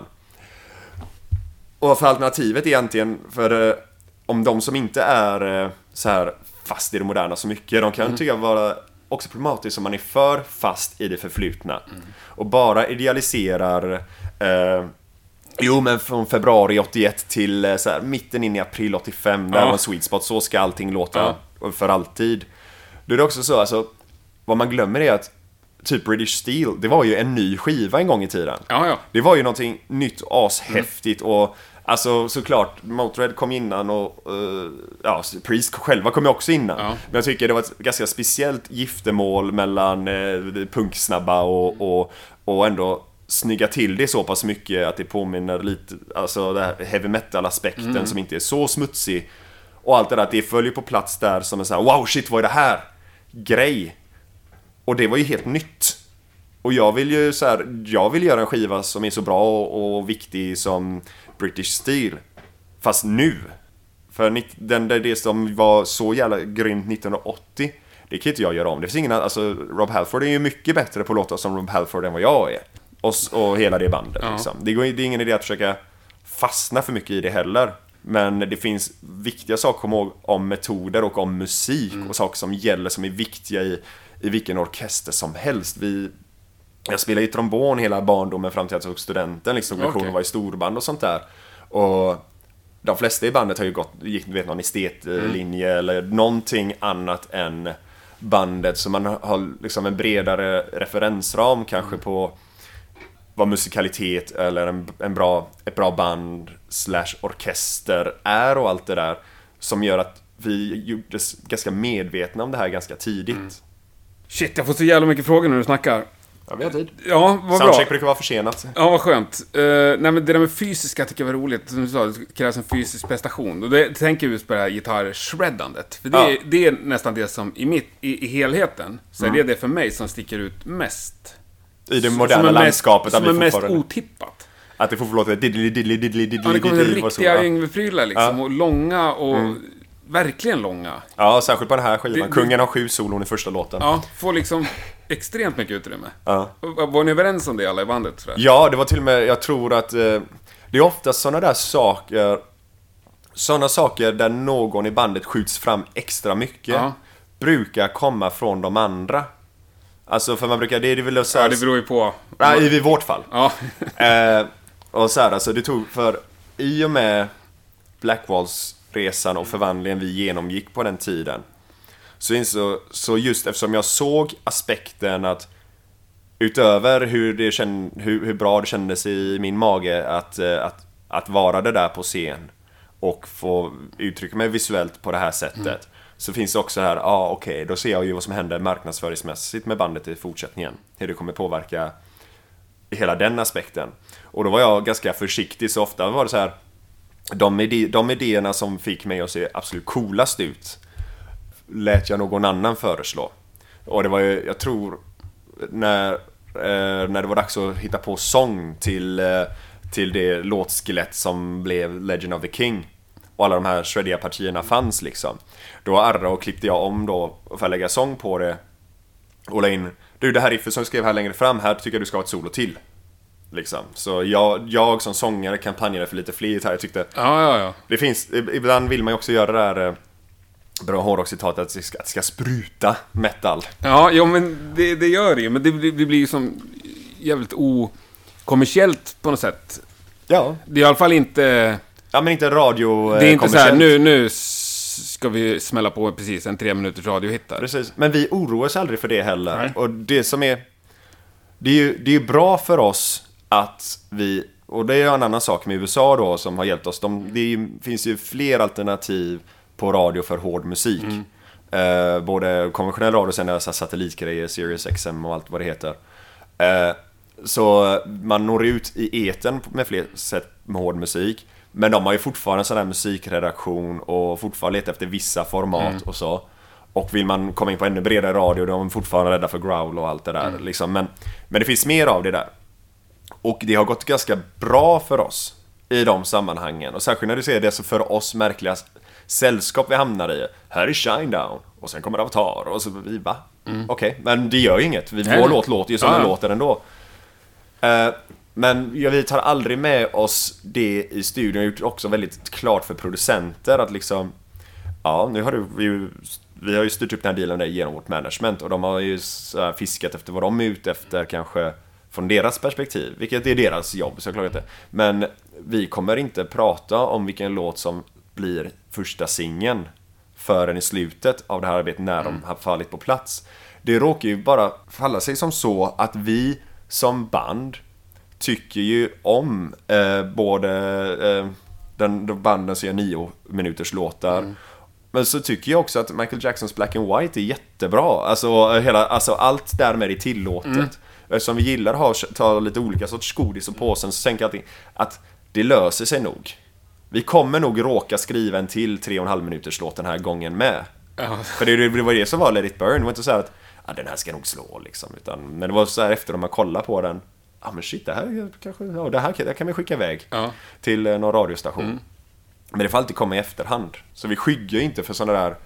Och för alternativet egentligen, för eh, om de som inte är eh, så här fast i det moderna så mycket, de kan mm. tycka vara också problematiskt om man är för fast i det förflutna. Mm. Och bara idealiserar eh, jo men från februari åttioett till eh, så här, mitten in i april åttiofem, där ja. var en sweet spot, så ska allting låta ja. för alltid. Då är det också så, alltså, vad man glömmer är att typ British Steel, det var ju en ny skiva en gång i tiden. Ja, ja. Det var ju någonting nytt, ashäftigt mm. och alltså såklart, Motörhead kom innan och uh, ja, Priest själva kom ju också innan. Ja. Men jag tycker det var ett ganska speciellt giftermål mellan uh, punksnabba och, och, och ändå snygga till det så pass mycket att det påminner lite, alltså det här heavy metal-aspekten mm. som inte är så smutsig. Och allt det där, att det följer på plats där som en sån här, wow shit, vad är det här? Grej. Och det var ju helt nytt. Och jag vill ju så här, jag vill göra en skiva som är så bra och, och viktig som British Steel. Fast nu. För den där det som var så jävla grymt nittonhundraåttio, det kan inte jag göra om. Det finns ingen, alltså Rob Halford är ju mycket bättre på att låta som Rob Halford än vad jag är. Och, och hela det bandet ja. liksom. det, går, det är ingen idé att försöka fastna för mycket i det heller. Men det finns viktiga saker att komma ihåg om metoder och om musik mm. och saker som gäller, som är viktiga i, i vilken orkester som helst. Vi, jag spelade i trombon hela barndomen fram till att jag tog studenten, liksom, okay. var i storband och sånt där. Och de flesta i bandet har ju gått, gick, vet, någon estetlinje mm. eller någonting annat än bandet, så man har liksom en bredare referensram kanske mm. på vad musikalitet eller en, en bra, ett bra band slash orkester är och allt det där, som gör att vi gjordes ganska medvetna om det här ganska tidigt. Mm. Shit, jag får så jävla mycket frågor när du snackar. Ja, vi har tid. Ja, vad bra. Soundcheck brukar vara försenat. Ja, vad skönt. Uh, nej, men det där med fysiska tycker jag var roligt. Som du sa, det krävs en fysisk prestation. Och det tänker just på det här gitarrshreddandet. För det, ja. är, det är nästan det som i, mitt, i, i helheten, så mm. är det det för mig som sticker ut mest. I det moderna landskapet. Som är mest otippat. Att det får förlåta diddly diddly diddly diddly. Ja, det kommer riktiga yngveprylar liksom. Ja. Och långa och... Mm. Verkligen långa. Ja, särskilt på den här skivan. Det, Kungen har sju solon i första låten. Ja, får liksom extremt mycket utrymme. Ja. Var ni överens om det alla i bandet, tror jag? Ja, det var till och med, jag tror att eh, det är ofta sådana där saker, sådana saker där någon i bandet skjuts fram extra mycket, ja. brukar komma från de andra. Alltså, för man brukar, det är det väl så här, ja, det beror ju på. Nej, i vårt fall. Ja. eh, och så här, alltså, det tog, för i och med Blackwalls resan och förvandlingen vi genomgick på den tiden, så, så, så just eftersom jag såg aspekten att utöver hur, det känd, hur, hur bra det kändes i min mage att, att, att vara det där på scen och få uttrycka mig visuellt på det här sättet, mm. så finns det också här, ja ah, okej, okay, då ser jag ju vad som händer marknadsföringsmässigt med bandet i fortsättningen, hur det kommer påverka hela den aspekten. Och då var jag ganska försiktig, så ofta var det så här, De, ide- de idéerna som fick mig att se absolut coolast ut lät jag någon annan föreslå. Och det var ju, jag tror när, eh, när det var dags att hitta på sång till, eh, till det låtskelett som blev Legend of the King och alla de här shreddiga partierna fanns liksom, då arra och klippte jag om då för att lägga sång på det och la in, du, det här riffet som jag skrev här längre fram, här tycker jag du ska ha ett solo till. Liksom. Så jag, jag som sångare kampanjade för lite flit här. Jag tyckte ja, ja, ja. Det finns, ibland vill man ju också göra det där eh, bra hårdrockscitat att det ska, att det ska spruta metal. Ja, ja men det, det gör det ju. Men det, det blir ju som jävligt okommersiellt på något sätt. Ja. Det är i alla fall inte... Ja, men inte radio. Det är inte så här, nu, nu ska vi smälla på precis en tre minuters radiohittar. Precis, men vi oroar oss aldrig för det heller. Nej. Och det som är... Det är ju det är bra för oss att vi, och det är en annan sak med U S A då som har hjälpt oss, de, det är, finns ju fler alternativ på radio för hård musik, mm. eh, både konventionell radio och sen är det satellitgrejer, Sirius X M och allt vad det heter, eh, så man når ut i eten med fler sätt med hård musik, men de har ju fortfarande en sån här musikredaktion och fortfarande letar efter vissa format mm. och så. Och vill man komma in på ännu bredare radio, då är de fortfarande rädda för growl och allt det där mm. liksom. men, men det finns mer av det där. Och det har gått ganska bra för oss i de sammanhangen. Och särskilt när du ser det så för oss märkliga sällskap vi hamnar i. Här är Shinedown. Och sen kommer Avatar. Och så vi va? Mm. Okej, okay. Men det gör ju inget. Vi, vår låt låter ju som ja. den låter ändå. Uh, men ja, vi tar aldrig med oss det i studion. Jag har gjort också väldigt klart för producenter att liksom... Ja, nu har du ju vi har ju styrt upp den här dealen där genom vårt management, och de har ju så här fiskat efter vad de är ute efter, kanske från deras perspektiv, vilket är deras jobb, såklart inte. Men vi kommer inte prata om vilken låt som blir första singeln förrän i slutet av det här arbetet, när de har fallit på plats. Det råkar ju bara falla sig som så att vi som band tycker ju om eh, både eh, den, de banden som gör nio minuters låtar. Mm. Men så tycker jag också att Michael Jacksons Black and White är jättebra. Alltså, hela, alltså allt därmed är tillåtet. Mm. Som vi gillar ha, ta lite olika sorts godis och påsen, så tänker jag att det löser sig nog. Vi kommer nog råka skriva en till tre och en halv minuters låt den här gången med. Uh. För det, det var det som var Let It Burn. Det var inte så här att ah, den här ska nog slå liksom, utan, men det var så här efter att man kollar på den, ja ah, men shit, det här kanske, ja, det här, det här kan vi skicka iväg uh. till eh, någon radiostation. Mm. Men det får alltid komma i efterhand. Så vi skyggar inte för sådana där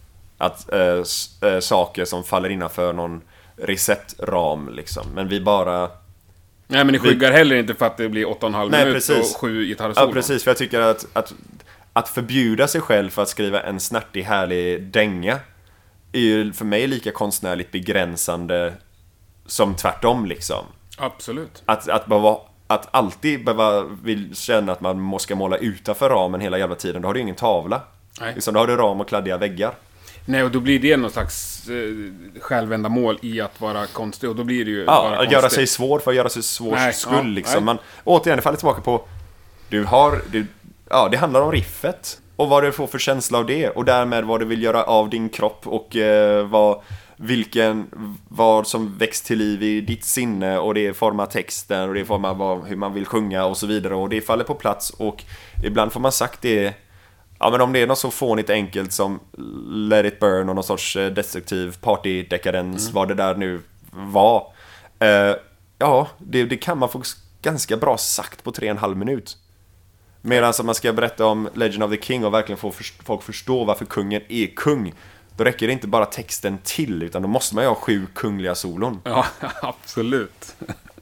att, äh, s- äh, saker som faller innanför någon receptram liksom. Men vi bara... Nej, men ni skyggar vi... heller inte för att det blir åtta och en halv Nej, minut precis. och sju gitarrsolon. Ja, precis. För jag tycker att, att, att förbjuda sig själv för att skriva en snärtig, härlig dänga är ju för mig lika konstnärligt begränsande som tvärtom liksom. Absolut. Att, att, behöva, att alltid behöva vill känna att man måste måla utanför ramen hela jävla tiden. Då har du ingen tavla. Nej. Liksom, då har du ram och kladdiga väggar. Nej, och då blir det någon slags eh, självändamål i att vara konstig. Och då blir det ju ja, bara att konstigt. göra sig svår för att göra sig svår nej, skull ja, liksom. Nej. Man, återigen, det faller tillbaka på du har, du, ja, det handlar om riffet och vad du får för känsla av det, och därmed vad du vill göra av din kropp, och eh, vad, vilken, vad som växt till liv i ditt sinne, och det formar texten, och det formar vad, hur man vill sjunga och så vidare, och det faller på plats. Och ibland får man sagt det. Ja, men om det är något så fånigt enkelt som Let It Burn och någon sorts destruktiv partydekadens, mm. vad det där nu var. Eh, ja, det, det kan man få ganska bra sagt på tre och en halv minut. Medan som man ska berätta om Legend of the King och verkligen få för, folk förstå varför kungen är kung, då räcker det inte bara texten till, utan då måste man ju ha sju kungliga solon. Ja, absolut.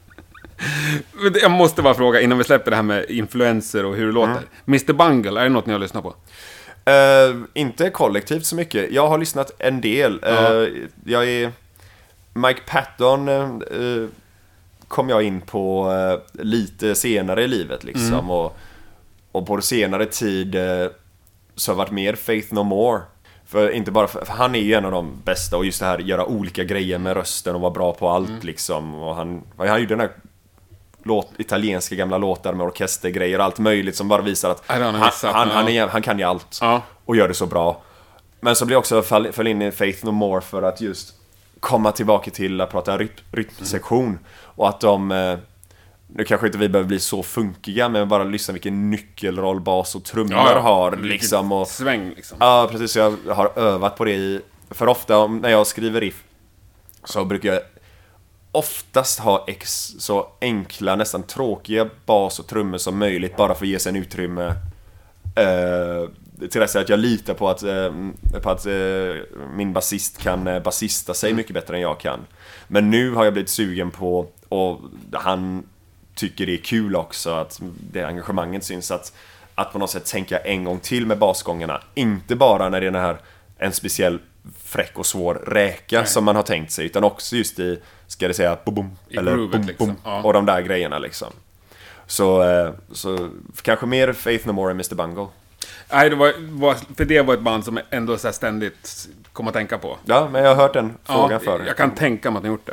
Jag måste bara fråga innan vi släpper det här med influenser och hur det låter. Mm. mister Bungle, är det något ni har lyssnat på? Uh, inte kollektivt så mycket. Jag har lyssnat en del. Uh, uh. Jag är Mike Patton uh, kom jag in på uh, lite senare i livet liksom, mm. och, och på senare tid uh, så har det varit mer Faith No More. För inte bara för, för han är ju en av de bästa, och just det här göra olika grejer med rösten och vara bra på allt mm. liksom, och han han gjorde den här låt, italienska gamla låtar med orkestergrejer och allt möjligt som bara visar att han, missat, han, ja. han, är, han kan ju allt ja. och gör det så bra. Men så blir jag också fall, fall in i Faith No More för att just komma tillbaka till att prata rytm, rytmsektion mm. och att de nu kanske inte vi behöver bli så funkiga, men bara lyssna vilken nyckelroll bas och trummor ja, ja. har liksom, och sväng liksom. Ja, precis, jag har övat på det i, för ofta när jag skriver riff så brukar jag oftast ha ex, så enkla, nästan tråkiga bas och trummor som möjligt, bara för att ge sig en utrymme eh, till dess att jag litar på att, eh, på att eh, min basist kan eh, basista sig mycket bättre än jag kan. Men nu har jag blivit sugen på, och han tycker det är kul också, att det engagemanget syns, att, att på något sätt tänka en gång till med basgångarna, inte bara när det är den här en speciell fräck och svår räka Nej. som man har tänkt sig, utan också just i, ska det säga, bom, bom, eller bom, liksom. bom, ja. och de där grejerna liksom. Så, så kanske mer Faith No More än mister Bungle. Nej, det var, var, för det var ett band som ändå så här ständigt kom att tänka på. Ja, men jag har hört den frågan ja, förr. Jag kan tänka mig att ni gjort det.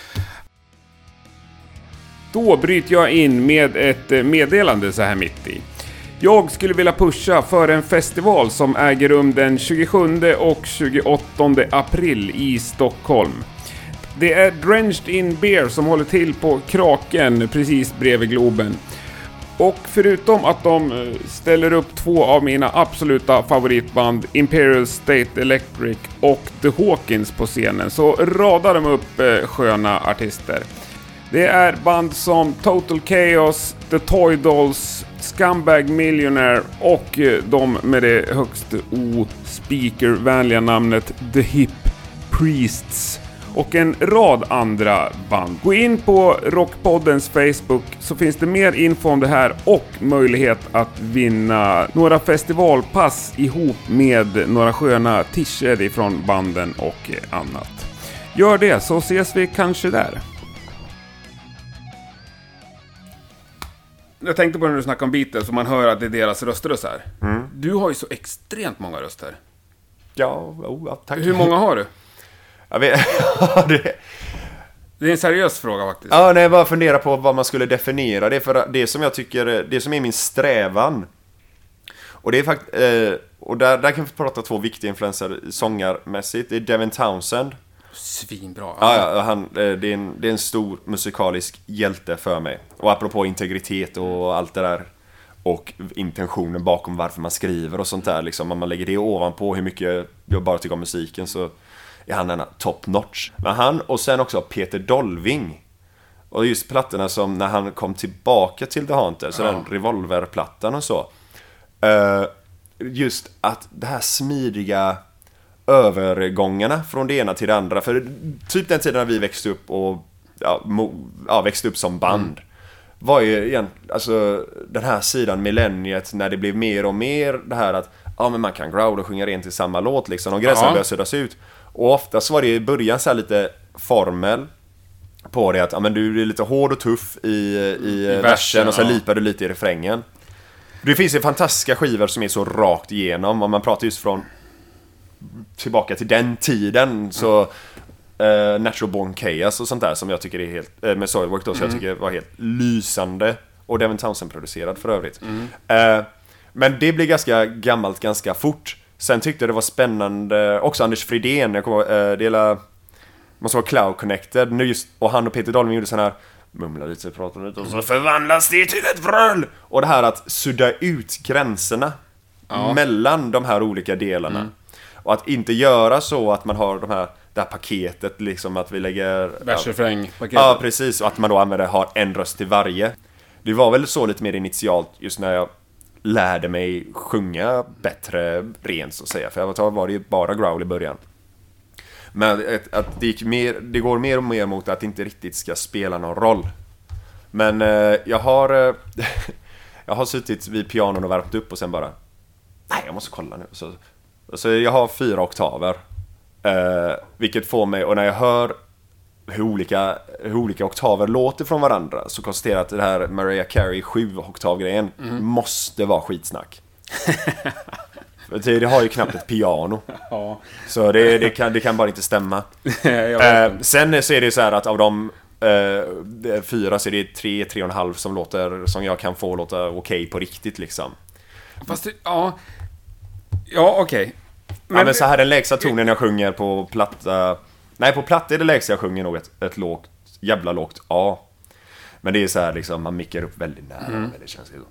Då bryter jag in med ett meddelande så här mitt i. Jag skulle vilja pusha för en festival som äger rum den tjugosjunde och tjugoåttonde april i Stockholm. Det är Drenched in Beer som håller till på Kraken precis bredvid Globen. Och förutom att de ställer upp två av mina absoluta favoritband, Imperial State Electric och The Hawkins på scenen, så radar de upp sköna artister. Det är band som Total Chaos, The Toy Dolls, Scumbag Millionaire och de med det högst o-speaker-vänliga namnet The Hip Priests. och en rad andra band. Gå in på Rockpoddens Facebook så finns det mer info om det här och möjlighet att vinna några festivalpass ihop med några sköna t-shirts ifrån banden och annat. Gör det så ses vi kanske där. Jag tänkte på när du snackade om Beatles och man hör att det är deras röster och så här. Mm. Du har ju så extremt många röster. Ja, oh, tack. Hur många har du? Jag vet, det... det är en seriös fråga faktiskt. Ja, nej, jag bara funderar på vad man skulle definiera det för det som jag tycker, det som är min strävan. Och det är faktiskt, eh, och där, där kan vi prata två viktiga influenser sångarmässigt. Det är Devin Townsend. Svinbra. Ja, ja han, det, är en, det är en stor musikalisk hjälte för mig. Och apropå integritet och allt det där. Och intentionen bakom varför man skriver och sånt där. Liksom, om man lägger det ovanpå hur mycket jag bara tycker om musiken så är han en top notch. Men han och sen också Peter Dolving. Och just plattorna som när han kom tillbaka till The Haunted. Så ja. Den revolverplattan och så. Uh, just att det här smidiga övergångarna från det ena till det andra. För typ den tiden när vi växte upp och ja, mo, ja, växte upp som band mm. var ju igen, alltså den här sidan millenniet när det blev mer och mer det här att ja, men man kan growl och sjunga rent i samma låt liksom, och gränsen börjar suddas ut. Och oftast var det i början så här lite formel på det att ja, men du är lite hård och tuff i, i, I versen, versen och så ja. Lipar du lite i refrängen. Det finns ju fantastiska skivor som är så rakt igenom. Om man pratar just från tillbaka till den tiden så uh, Natural Born Chaos och sånt där som jag tycker är helt uh, med Soilwork då, mm. så jag tycker var helt lysande och Devin Townsend producerad för övrigt. Mm. Uh, men det blir ganska gammalt ganska fort. Sen tyckte jag det var spännande också Anders Fridén, jag kommer uh, dela måste vara Cloud Connected nu just, och han och Peter Dolving gjorde sån här mumla lite, prata lite och så förvandlas det till ett vröl. Och det här att sudda ut gränserna ja. Mellan de här olika delarna. Mm. Och att inte göra så att man har de här, det här paketet liksom att vi lägger versrefräng-paketet. Ja, precis. Och att man då använder, har en röst till varje. Det var väl så lite mer initialt just när jag lärde mig sjunga bättre rent så att säga. För jag var det ju bara growl i början. Men att, att det, gick mer, det går mer och mer mot att det inte riktigt ska spela någon roll. Men eh, jag har eh, jag har suttit vid pianon och värmt upp och sen bara nej, jag måste kolla nu. Så, så jag har fyra oktaver. Eh, vilket får mig, och när jag hör hur olika, hur olika oktaver låter från varandra så konstaterar jag att det här Mariah Carey sju oktavgrejen mm. måste vara skitsnack. Det har ju knappt ett piano. Ja. Så det, det, kan, det kan bara inte stämma. eh, Sen så är det så här att av de eh, fyra så är det tre, tre och en halv som låter, som jag kan få låta okej okay på riktigt liksom. Fast det, ja Ja okej okay. Men, ja, men så här den lägsta tonen jag sjunger på platta. Nej, på platta är det lägsta jag sjunger nog ett, ett lågt, jävla lågt A. Men det är så här liksom, man mickar upp väldigt nära. Mm. Men det känns ju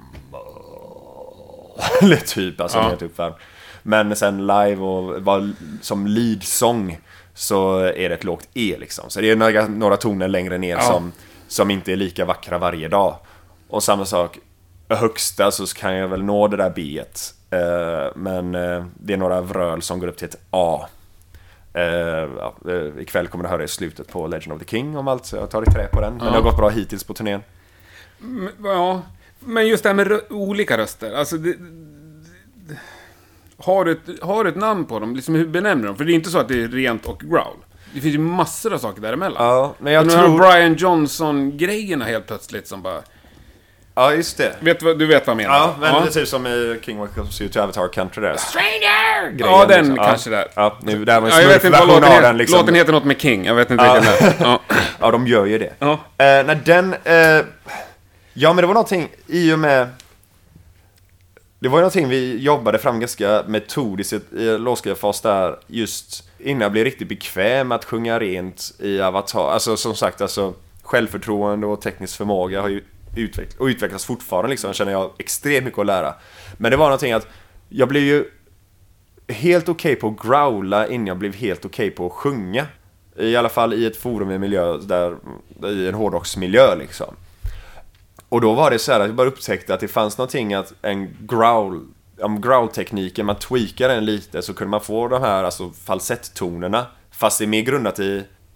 eller typ, alltså ja. Helt uppvärmd. Men sen live och var, som lead-sång så är det ett lågt E liksom. Så det är några, några toner längre ner ja. som, som inte är lika vackra varje dag. Och samma sak, högsta så kan jag väl nå det där B-et. Uh, men uh, det är några vröl som går upp till ett A. Uh, ja, uh, ikväll kommer du höra i slutet på Legend of the King om allt, så jag tar i trä på den. Men ja. Det har gått bra hittills på turnén. M- ja, men just det här med rö- olika röster, alltså det, det, har, du ett, har du ett namn på dem? Liksom, hur benämner de? För det är inte så att det är rent och growl. Det finns ju massor av saker däremellan. Ja, men jag och tror... Brian Johnson-grejerna helt plötsligt som bara... Ja, just det. Vet, du vet vad jag menar? Ja, men ja. Det är typ som i King of to Avatar Country där. Stranger! Ja, den liksom. Kanske ja. där. Ja, nu, där var en ja, jag vet inte vad låten heter. Den, liksom. Låten heter något med King. Jag vet inte ja. vilken det är. Ja. Ja, de gör ju det. Ja. Uh, när den... Uh, ja, men det var någonting i och med... Det var ju någonting vi jobbade fram ganska metodiskt i låtskrivfas där just innan jag blev riktigt bekväm att sjunga rent i Avatar. Alltså som sagt, alltså självförtroende och teknisk förmåga har ju utvecklas och utvecklas fortfarande liksom. Jag känner jag har extremt mycket att lära. Men det var någonting att jag blev ju helt okej okay på att growla innan jag blev helt okej okay på att sjunga. I alla fall i ett forum i en miljö där, i en hårdrocksmiljö liksom. Och då var det så här att jag bara upptäckte att det fanns någonting att en growl, om growl-tekniken, man tweakar den lite så kunde man få de här alltså falsetttonerna, fast det är mer grundat i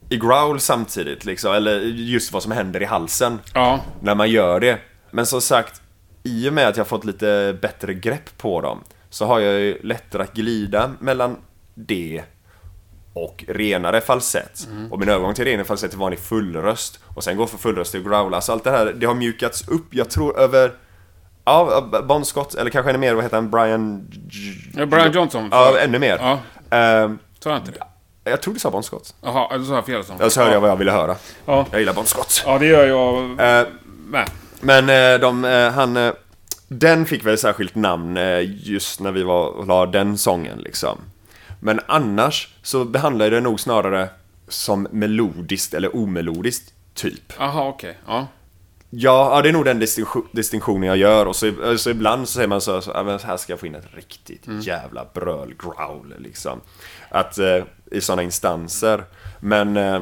i growl samtidigt liksom, eller just vad som händer i halsen Ja. när man gör det. Men som sagt, i och med att jag fått lite bättre grepp på dem så har jag ju lättare att glida mellan det och renare falsett. Mm. Och min övergång till renare falsett är vanlig fullröst och sen går för fullröst till growl. Alltså allt det här, det har mjukats upp, jag tror över ja, Bon Scott, eller kanske ännu mer, vad heter han? Brian... Ja, Brian Johnson. Ja, ännu mer. Ja. Um, sa jag inte det? Jag tror du sa Bon Scott. Jaha, eller så har jag fel som. Jag så hörde ja. jag vad jag ville höra. Ja. Jag gillar Bon Scott. Ja, det gör jag uh, med. Men uh, de, uh, han... Uh, den fick väl särskilt namn uh, just när vi var och la den sången liksom. Men annars så behandlar det nog snarare som melodiskt eller omelodiskt typ. Jaha, okej. Okay. Ja. Ja, ja, det är nog den distinktio- distinktionen jag gör. Och så, så ibland så säger man så, så ja, här ska jag få in ett riktigt mm. jävla bröl, growl liksom. Att eh, i sådana instanser. Men eh,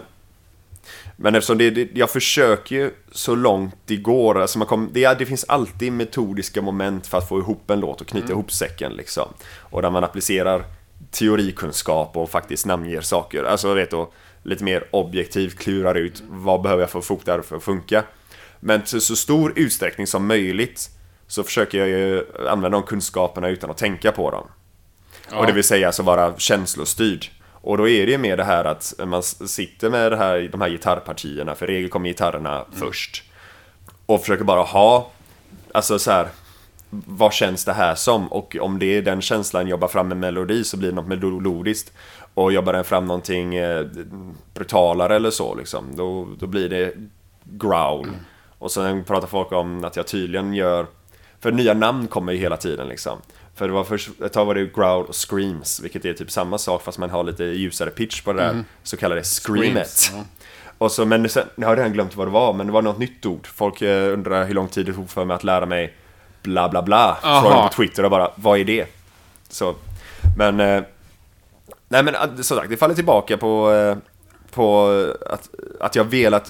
Men eftersom det, det, jag försöker ju så långt det går. Alltså man kom, det, det finns alltid metodiska moment för att få ihop en låt och knyta mm. ihop säcken liksom. Och där man applicerar teorikunskap och faktiskt namnger saker. Alltså vet du, lite mer objektivt klurar ut vad behöver jag för att få där för att funka. Men till så stor utsträckning som möjligt så försöker jag ju använda de kunskaperna utan att tänka på dem. Ja. Och det vill säga alltså vara känslostyrd. Och då är det ju mer det här att man sitter med det här, de här gitarrpartierna, för regel kommer gitarrerna mm. först. Och försöker bara ha, alltså så här, vad känns det här som? Och om det är den känslan jobbar fram en melodi så blir det något melodiskt. Och jobbar den fram någonting eh, brutalare eller så liksom, då, då blir det growl. Mm. Och sen pratar folk om att jag tydligen gör, för nya namn kommer ju hela tiden liksom. För det var först, ett tag var det growl och screams, vilket är typ samma sak fast man har lite ljusare pitch på det där, mm. så kallade screamet. Ja. Och så, men sen, jag har redan glömt vad det var, men det var något nytt ord. Folk eh, undrar hur lång tid det tog för mig att lära mig bla bla bla. Från på Twitter och bara, vad är det? Så, men eh, nej men som sagt, det faller tillbaka på, eh, på att, att jag velat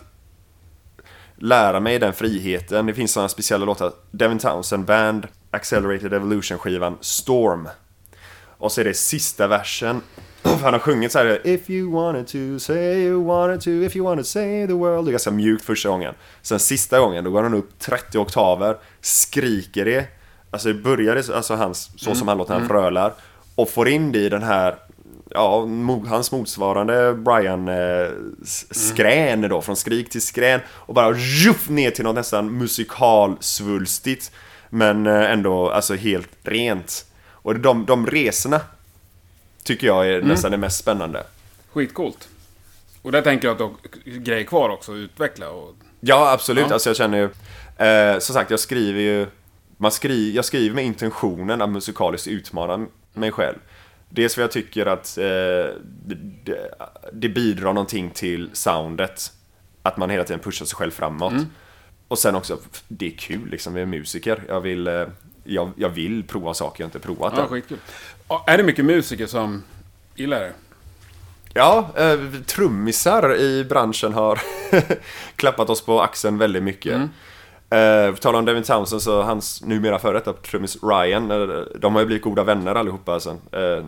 lära mig den friheten. Det finns sådana speciella låtar. Devin Townsend Band, Accelerated Evolution-skivan Storm. Och så är det sista versen. Han har sjungit så här: If you wanted to, say you wanted to, if you wanted to say the world. Det är ganska mjukt första gången. Sen sista gången, då går han upp trettio oktaver, skriker det. Alltså det börjar det, alltså hans, så mm. som han låter han frölar. Och får in det i den här, ja, hans motsvarande Brian eh, skrän då, från skrik till skrän, och bara juff ner till något nästan musikalsvulstigt, men eh, ändå alltså helt rent. Och de, de resorna tycker jag är mm. nästan det mest spännande. Skitcoolt. Och där tänker jag att du har grejer kvar också att utveckla och... Ja, absolut. Ja. Alltså jag känner ju eh, som sagt, jag skriver ju man skriver, jag skriver med intentionen att musikaliskt utmana mig själv. Dels för jag tycker att eh, det, det bidrar någonting till soundet, att man hela tiden pushar sig själv framåt. Mm. Och sen också, det är kul liksom, vi är musiker. Jag vill, eh, jag, jag vill prova saker jag inte provat ja, än. Skitkul. Är det mycket musiker som gillar det? Ja, eh, trummisar i branschen har klappat oss på axeln väldigt mycket. Mm. Eh, för tala om Devin Townsend, så hans numera före detta trummis Ryan, eh, de har ju blivit goda vänner allihopa sen.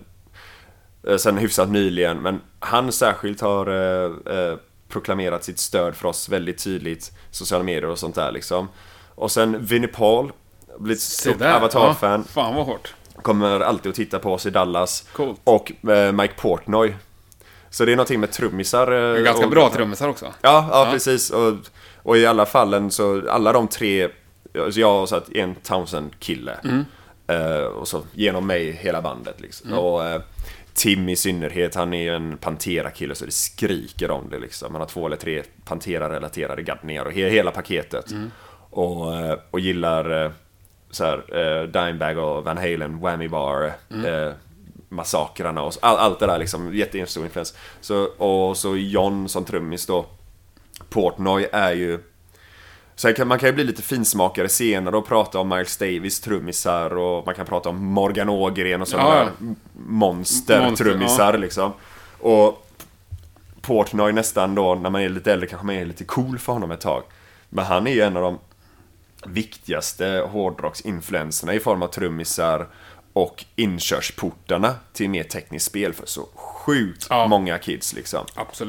Eh, sen hyfsat nyligen, men han särskilt har eh, eh, proklamerat sitt stöd för oss väldigt tydligt, sociala medier och sånt där liksom. Och sen Vinnie Paul, blivit stort Avatar-fan. Ja, fan vad hårt. Kommer alltid att titta på oss i Dallas. Coolt. Och eh, Mike Portnoy. Så det är någonting med trummisar. Eh, det är ganska och, bra trummisar också. Ja, ja, ja. precis. Och, och i alla fallen så, alla de tre, alltså jag har satt en Townsend-kille. Mm. Eh, och så genom mig hela bandet liksom. Mm. Och eh, Tim i synnerhet, han är ju en Pantera-kille så det skriker om det liksom. Han har två eller tre Pantera-relaterade gaddningar och he- hela paketet. Mm. Och, och gillar eh, så här, eh, Dimebag och Van Halen, Whammy Bar, mm. eh, massakrarna och all, allt det där liksom, jättestor influens. Så, och så John som trummis då, Portnoy är ju, så kan, man kan ju bli lite finsmakare senare och prata om Miles Davis trummisar, och man kan prata om Morgan Ågren och sådana ja. där monster, monster trummisar ja. liksom. Och Portnoy nästan då, när man är lite äldre kanske man är lite cool för honom ett tag. Men han är ju en av de viktigaste hårdrocksinfluenserna i form av trummisar och inkörsportarna till mer tekniskt spel för så sjukt ja. många kids liksom. Absolut.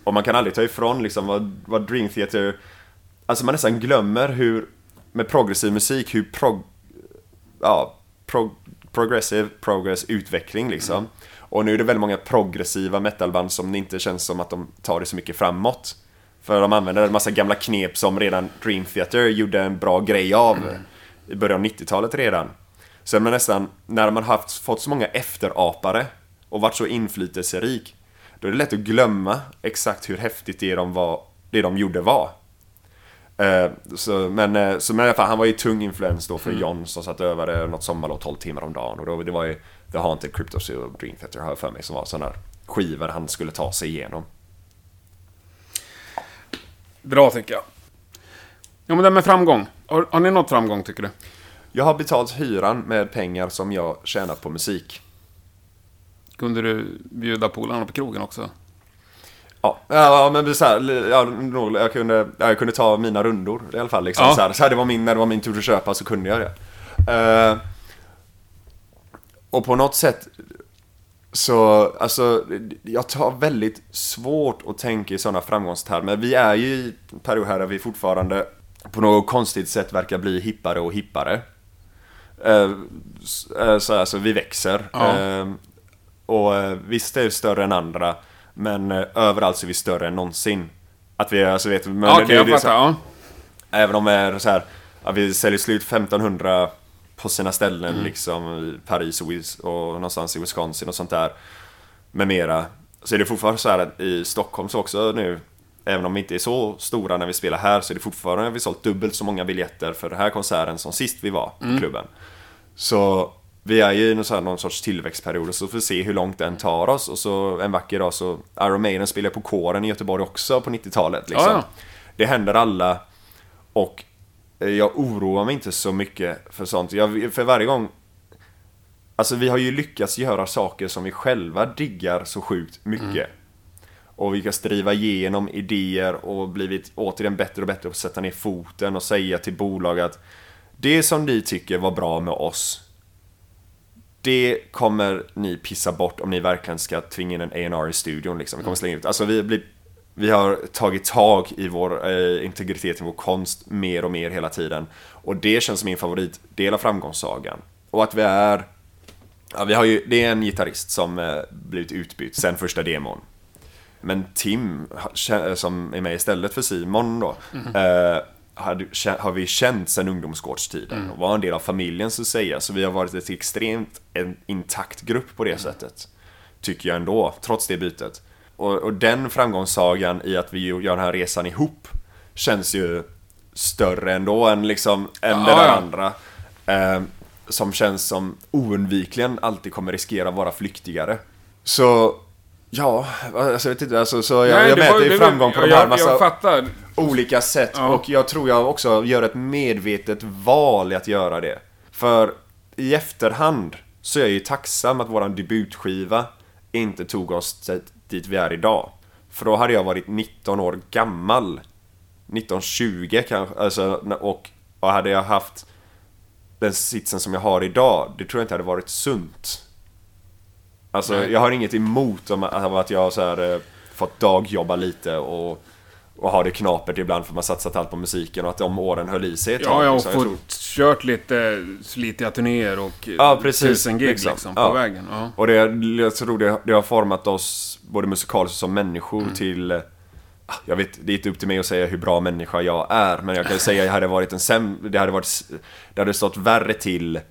Och man kan aldrig ta ifrån liksom vad, vad Dream Theater... Alltså man nästan glömmer hur, med progressiv musik, hur prog... Ja, prog, progressive progress utveckling liksom. Mm. Och nu är det väldigt många progressiva metalband som det inte känns som att de tar det så mycket framåt. För de använder en massa gamla knep som redan Dream Theater gjorde en bra grej av mm. i början av nittiotalet redan. Så man nästan, när man har haft, fått så många efterapare och varit så inflytelserik, då är det lätt att glömma exakt hur häftigt det de, var, det de gjorde var. Uh, så, men, uh, så, men i alla fall, han var ju tung influens då för mm. John som satt över det något sommarlov tolv timmar om dagen. Och då, det var ju The Haunted Cryptos och Dream Theater, har jag för mig, som var sådana skivor han skulle ta sig igenom. Bra tycker jag. Ja, men det med framgång. Har, har ni nått framgång tycker du? Jag har betalt hyran med pengar som jag tjänat på musik. Kunde du bjuda polarna på krogen också? Ja, ja men så här, ja, jag, kunde, jag kunde ta mina rundor i alla fall. Liksom, ja. så här, så här, det var min, när det var min tur att köpa så kunde jag det. Uh, och på något sätt så, alltså, jag tar väldigt svårt att tänka i sådana framgångstermer. Vi är ju i en period här där vi fortfarande på något konstigt sätt verkar bli hippare och hippare. Uh, så alltså, vi växer. Ja. Uh, och uh, visst är det större än andra. Men uh, överallt så är vi större än någonsin. Att vi, alltså vet men okay, det, det, det, fattar, ja. Även om vi är så här, att vi säljer slut femtonhundra på sina ställen mm. liksom i Paris och, och någonstans i Wisconsin och sånt där med mera. Så är det fortfarande så här att i Stockholm så också nu, även om vi inte är så stora när vi spelar här, så är det fortfarande att vi sålt dubbelt så många biljetter för den här konserten som sist vi var på mm. klubben. Så vi är ju i någon, så här, någon sorts tillväxtperiod, och så får vi se hur långt den tar oss. Och så en vacker dag så Iron Maiden spelar på Kåren i Göteborg också på nittiotalet liksom. Ja, ja. Det händer alla. Och jag oroar mig inte så mycket för sånt. Jag, för varje gång, alltså vi har ju lyckats göra saker som vi själva diggar så sjukt mycket. Mm. Och vi kan driva igenom idéer och blivit återigen bättre och bättre på att sätta ner foten och säga till bolag att det som ni tycker var bra med oss, det kommer ni pissa bort om ni verkligen ska tvinga in en A and R i studion liksom. Vi kommer slänga ut. Alltså vi blir, vi har tagit tag i vår eh, integritet i vår konst mer och mer hela tiden. Och det känns som min favoritdel av framgångssagan. Och att vi är, ja, vi har ju, det är en gitarrist som eh, blivit utbytt sen första demon. Men Tim som är med istället för Simon då, mm. eh, hade, har vi känt sedan ungdomsgårdstiden mm. och var en del av familjen så att säga. Så vi har varit ett extremt en intakt grupp på det mm. sättet, tycker jag ändå, trots det bytet. Och, och den framgångssagan i att vi gör den här resan ihop känns ju större ändå än, liksom, än ah, det där ja. andra eh, som känns som oundvikligen alltid kommer riskera att vara flyktigare. Så ja, alltså, jag vet inte, alltså, så jag, Nej, jag mäter ju framgång på de här massa jag fattar. olika sätt. Ja. Och jag tror jag också gör ett medvetet val i att göra det. För i efterhand så är jag ju tacksam att våran debutskiva inte tog oss dit vi är idag. För då hade jag varit nitton år gammal, nitton tjugo kanske, alltså, och, och hade jag haft den sitsen som jag har idag, det tror jag inte hade varit sunt. Alltså, Nej. jag har inget emot om att jag så här, fått dagjobba lite och, och ha det knapert ibland för man satsat allt på musiken och att de åren höll i sig ett ja, tag. Ja, och liksom. fått tror... kört lite slitiga turnéer och ja, precis, tusen gig liksom, liksom på ja. vägen. Ja. Och det, jag tror det, det har format oss både musikaliskt som människor mm. till... Jag vet, det är inte upp till mig att säga hur bra människa jag är, men jag kan ju säga att jag hade varit en säm, det hade varit det hade stått värre till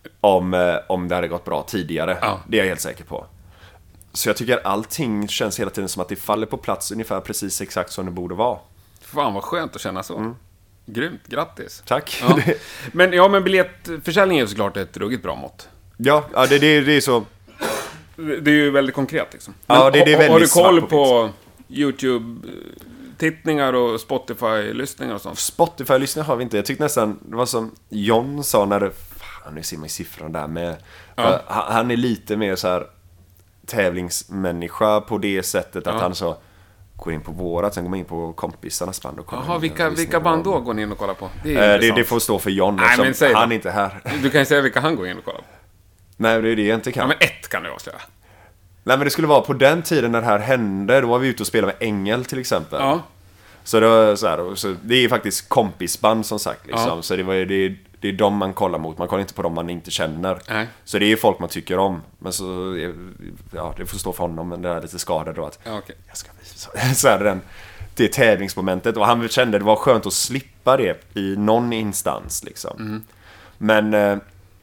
om, om det hade gått bra tidigare. Ja. Det är jag helt säker på. Så jag tycker att allting känns hela tiden som att det faller på plats ungefär precis exakt som det borde vara. Fan vad skönt att känna så. Mm. Grymt, grattis. Tack. Ja. Men ja, men biljettförsäljning är såklart ett ruggigt bra mått. Ja, ja det, det, det är så. Det är ju väldigt konkret liksom. Men ja, det, det är väldigt har du koll på, på YouTube-tittningar och Spotify-lyssningar och sånt? Spotify-lyssningar har vi inte. Jag tyckte nästan, det var som John sa när det... Fan, nu ser man ju siffran där med... Ja. Han är lite mer så här tävlingsmänniska på det sättet att ja. han så går in på vårat, sen går man in på kompisarnas band och kollar. Jaha, vilka, vilka band då går ni in och kollar på? Det, är eh, det, det får stå för John. Nej, men säg han är inte här. Du kan ju säga vilka han går in och kollar på. Nej, det är det jag inte kan. Ja, men ett kan du avslöja. Nej, men det skulle vara på den tiden när det här hände. Då var vi ute och spelade med Engel till exempel. Ja. Så det var så här, så det är faktiskt kompisband som sagt liksom. Ja. Så det, var, det, det är de man kollar mot. Man kollar inte på dem man inte känner. Nej. Så det är folk man tycker om. Men så, ja, det får stå för honom. Men det är lite skadad då att Ja, okay. jag ska visa. Så är det den, det tävlingsmomentet. Och han kände det var skönt att slippa det i någon instans liksom. Mm. Men eh,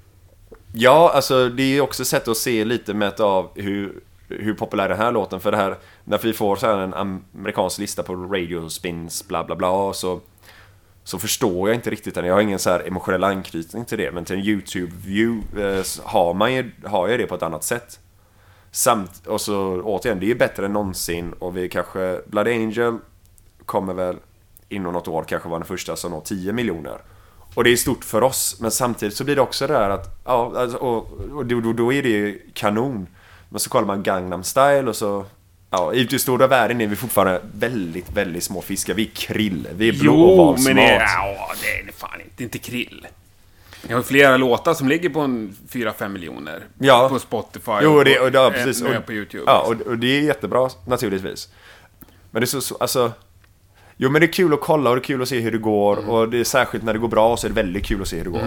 ja, alltså det är också ett sätt att se lite mäta av hur, hur populär den här låten. För det här, när vi får så här en amerikansk lista på radio spins bla bla bla, så så förstår jag inte riktigt den. Jag har ingen så här emotionell anknytning till det. Men till en YouTube-view eh, har man ju, har jag det på ett annat sätt. Samt, och så återigen, det är ju bättre än någonsin. Och vi kanske, Blood Angel kommer väl inom något år kanske vara den första som når tio miljoner. Och det är stort för oss. Men samtidigt så blir det också det här att, ja, alltså, och, och då, då är det ju kanon. Men så kollar man Gangnam Style och så, ja, i den stora världen är vi fortfarande väldigt, väldigt små fiskar. Vi är krill, vi är blåvalsmat. Jo, men det är, ja, det är fan inte, inte krill. Jag har flera låtar som ligger på en fyra fem miljoner. Ja. På Spotify. Jo, och det, och, och, ja, precis. Och, Och, på YouTube. ja, och, och det är jättebra naturligtvis. Men det är så, så alltså, jo, men det är kul att kolla och det är kul att se hur det går. Mm. Och det är särskilt när det går bra så är det väldigt kul att se hur det går.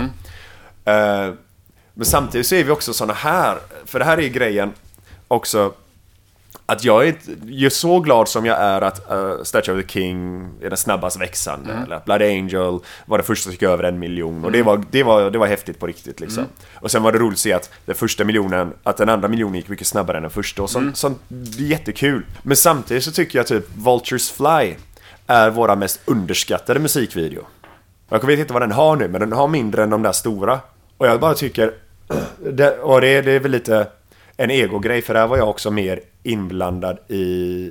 Mm. Uh, men samtidigt så är vi också såna här. För det här är grejen också, att jag är ju så glad som jag är att uh, Statue of the King är den snabbast växande. Mm. Eller att Blood Angel var det första som gick över en miljon. Mm. Och det var, det, var, det var häftigt på riktigt liksom. Mm. Och sen var det roligt att se att den första miljonen, att den andra miljonen gick mycket snabbare än den första. Och så, mm. så, det är jättekul. Men samtidigt så tycker jag typ Vultures Fly är våra mest underskattade musikvideo. Jag vet inte vad den har nu, men den har mindre än de där stora. Och jag bara tycker, det, och det, det är väl lite en ego-grej, för där var jag också mer inblandad i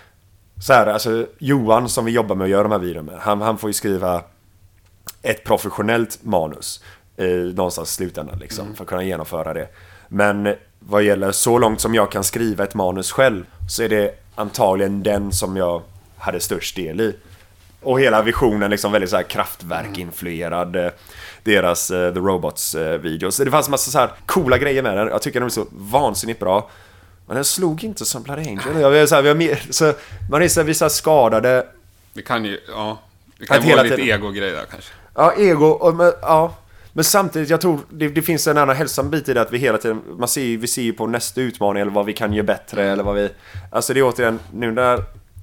så här, alltså Johan som vi jobbar med att göra de här videorna med, han, han får ju skriva ett professionellt manus eh, någonstans i slutändan liksom, mm. för att kunna genomföra det. Men vad gäller så långt som jag kan skriva ett manus själv, så är det antagligen den som jag hade störst del i. Och hela visionen liksom väldigt så här kraftverk-influerad, mm. deras uh, The Robots uh, videos. Det fanns en massa så här coola grejer med den. Jag tycker den är så vansinnigt bra. Men den slog inte som Blood Angel. Jag vill, så här, vi har mer, så, man är så här, vi så här skadade. Det kan ju, ja. Det kan vara lite ego-grej där kanske. Ja, ego. Och, men, ja. Men samtidigt, jag tror det, det finns en annan hälsam bit i det, att vi hela tiden, man ser, vi ser på nästa utmaning eller vad vi kan göra bättre, eller vad vi, alltså det är återigen, nu när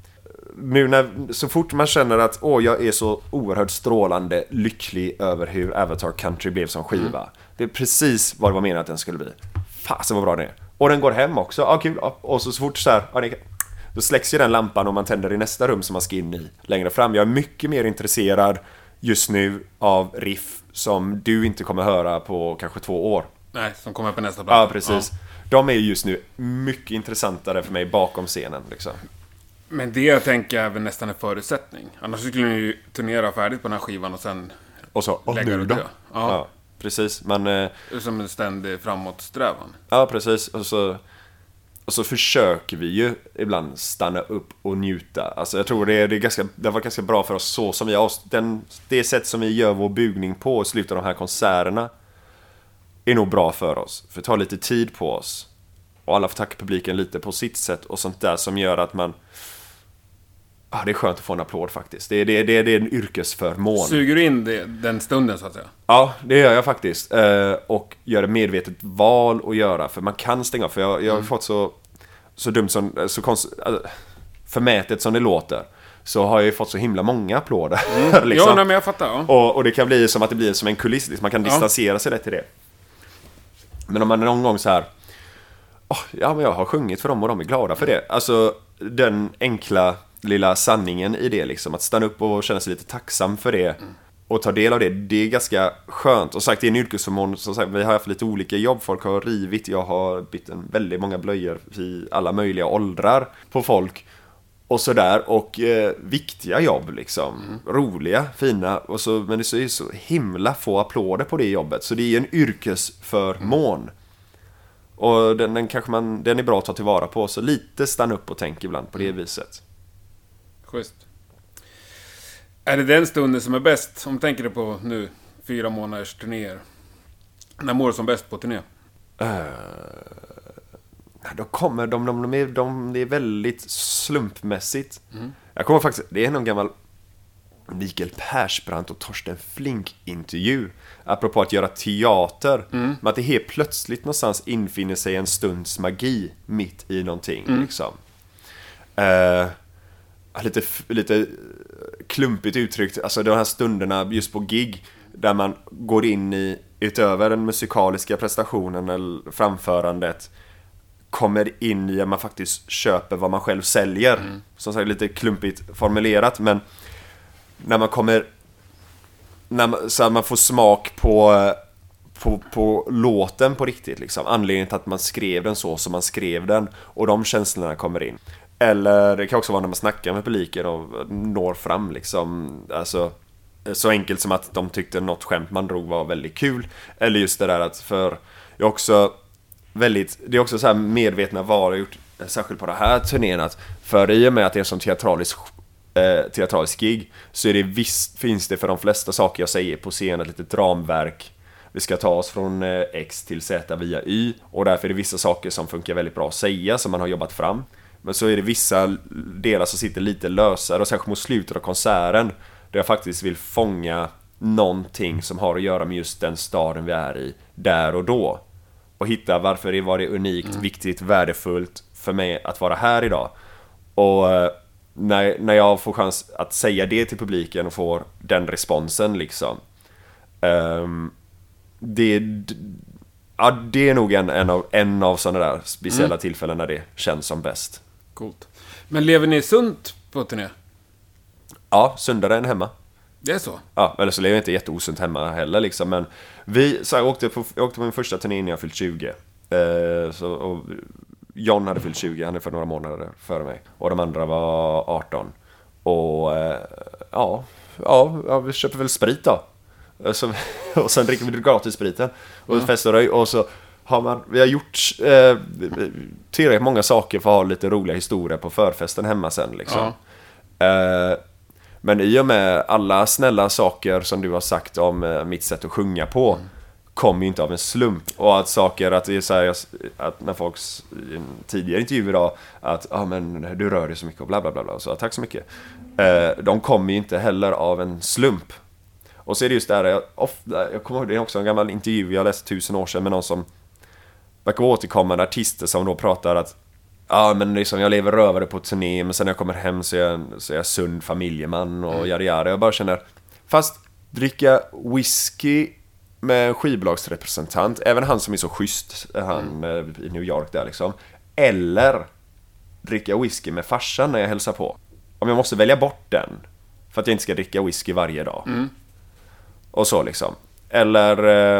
nu när, så fort man känner att åh, jag är så oerhört strålande lycklig över hur Avatar Country blev som skiva. Mm. Det är precis vad det var menat att den skulle bli. Fasen vad bra det är. Och den går hem också, ja kul. Och så, så fort så här, ja, det, då släcks ju den lampan och man tänder i nästa rum som man ska in i längre fram. Jag är mycket mer intresserad just nu av riff som du inte kommer höra på kanske två år. Nej, som kommer på nästa plan. Ja, precis. Ja. De är just nu mycket intressantare för mig bakom scenen liksom. Men det jag tänker är väl nästan en förutsättning. Annars skulle ni ju turnera färdigt på den här skivan och sen och så, och lägga nu det då? Ja. ja, precis. Men, eh, som en ständig framåtsträvan. Ja, precis. Och så, och så försöker vi ju ibland stanna upp och njuta. Alltså jag tror det, är, det, är ganska, det har varit ganska bra för oss så som vi oss. Den, det sätt som vi gör vår bugning på och slutar de här konserterna är nog bra för oss. För det tar lite tid på oss. Och alla får tacka publiken lite på sitt sätt och sånt där som gör att man... Ah, det är skönt att få en applåd faktiskt. Det är, det, det, det är en yrkesförmån. Suger du in det, den stunden så att säga? Ja, det gör jag faktiskt. Eh, och gör ett medvetet val att göra. För man kan stänga av. För jag, jag har mm. fått så, så dumt som... Så konst, alltså, förmätet som det låter. Så har jag ju fått så himla många applåder. Mm. liksom. Ja, nej, men jag fattar. Ja. Och, och det kan bli som att det blir som en kuliss. Liksom. Man kan distansera ja. sig lätt till det. Men om man någon gång så här... Oh, ja, men jag har sjungit för dem och de är glada för det. Alltså, den enkla... lilla sanningen i det liksom, att stanna upp och känna sig lite tacksam för det mm. och ta del av det, det är ganska skönt. Och sagt, det är en yrkesförmån, som sagt, vi har haft lite olika jobb, folk har rivit, jag har bytt en väldigt många blöjor i alla möjliga åldrar på folk och sådär, och eh, viktiga jobb liksom, mm. roliga, fina, och så, men det är ju så himla få applåder på det jobbet, så det är en yrkesförmån. Mm. Och den, den kanske man, den är bra att ta tillvara på, så lite stanna upp och tänk ibland på det viset. Just. Är det den stunden som är bäst? Om du tänker på nu, fyra månaders turnéer. När mår du som bäst på turné? Uh, De kommer, de, de, de, är, de, det är väldigt slumpmässigt. Mm. Jag kommer faktiskt, det är någon gammal Mikael Persbrandt och Torsten Flink-intervju. Apropå att göra teater. Mm. Men att det helt plötsligt någonstans infinner sig en stunds magi mitt i någonting. Mm. Liksom. Uh, lite, lite klumpigt uttryckt. Alltså de här stunderna just på gig. Där man går in i, utöver den musikaliska prestationen eller framförandet, kommer in i att man faktiskt köper vad man själv säljer. Mm. Som sagt, lite klumpigt formulerat, men när man kommer när man, så att man får smak på, på, på låten på riktigt liksom. Anledningen till att man skrev den så som man skrev den, och de känslorna kommer in. Eller det kan också vara när man snackar med publiken och når fram liksom. Alltså, så enkelt som att de tyckte något skämt man drog var väldigt kul. Eller just det där att för jag också väldigt, det är också så här medvetna val jag gjort, särskilt på det här turnén, att för i och med att det är en sån teatralisk eh, teatralisk gig, så är det visst, finns det för de flesta saker jag säger på scen ett litet ramverk. Vi ska ta oss från eh, X till Z via Y, och därför är det vissa saker som funkar väldigt bra att säga, som man har jobbat fram. Men så är det vissa delar som sitter lite lösare, och särskilt mot slutet av konserten där jag faktiskt vill fånga någonting som har att göra med just den staden vi är i där och då. Och hitta varför det var det unikt, mm. viktigt, värdefullt för mig att vara här idag. Och eh, när, när jag får chans att säga det till publiken och får den responsen liksom. Um, det, ja, det är nog en, en av, en av sådana där speciella mm. tillfällen när det känns som bäst. Coolt. Men lever ni sunt på turné? Ja, sundare än hemma. Det är så? Ja, eller så lever jag inte jätteosunt hemma heller liksom. Men vi, så jag, åkte på, jag åkte på min första turné när jag fyllt tjugo. eh, så, och John hade fyllt tjugo, han är för några månader före mig. Och de andra var arton. Och eh, ja, ja, vi köper väl sprit då. Så, och sen dricker vi gratis spriten. Och mm. festar och, och så har man, vi har gjort eh, tillräckligt många saker för att ha lite roliga historier på förfesten hemma sen liksom. Ja. Eh, Men i och med alla snälla saker som du har sagt om eh, mitt sätt att sjunga på mm. kommer ju inte av en slump. Och att saker, att det är så här, att när folk i en tidigare intervju idag att ja ah, men du rör dig så mycket och bla bla bla, bla. Så tack så mycket. Eh, de kommer ju inte heller av en slump. Och så är det just där, jag, ofta, jag kommer ihåg, det är också en gammal intervju jag läste tusen år sedan med någon som verkar återkommande artister som då pratar att ja, men liksom jag lever rövare på turné, men sen när jag kommer hem så är jag, så är jag sund familjeman och mm. jada jada. Jag bara känner, fast dricka whisky med en skivbolagsrepresentant, även han som är så schysst, han mm. i New York där liksom, eller dricka whisky med farsan när jag hälsar på. Om jag måste välja bort den för att jag inte ska dricka whisky varje dag. Mm. Och så liksom. Eller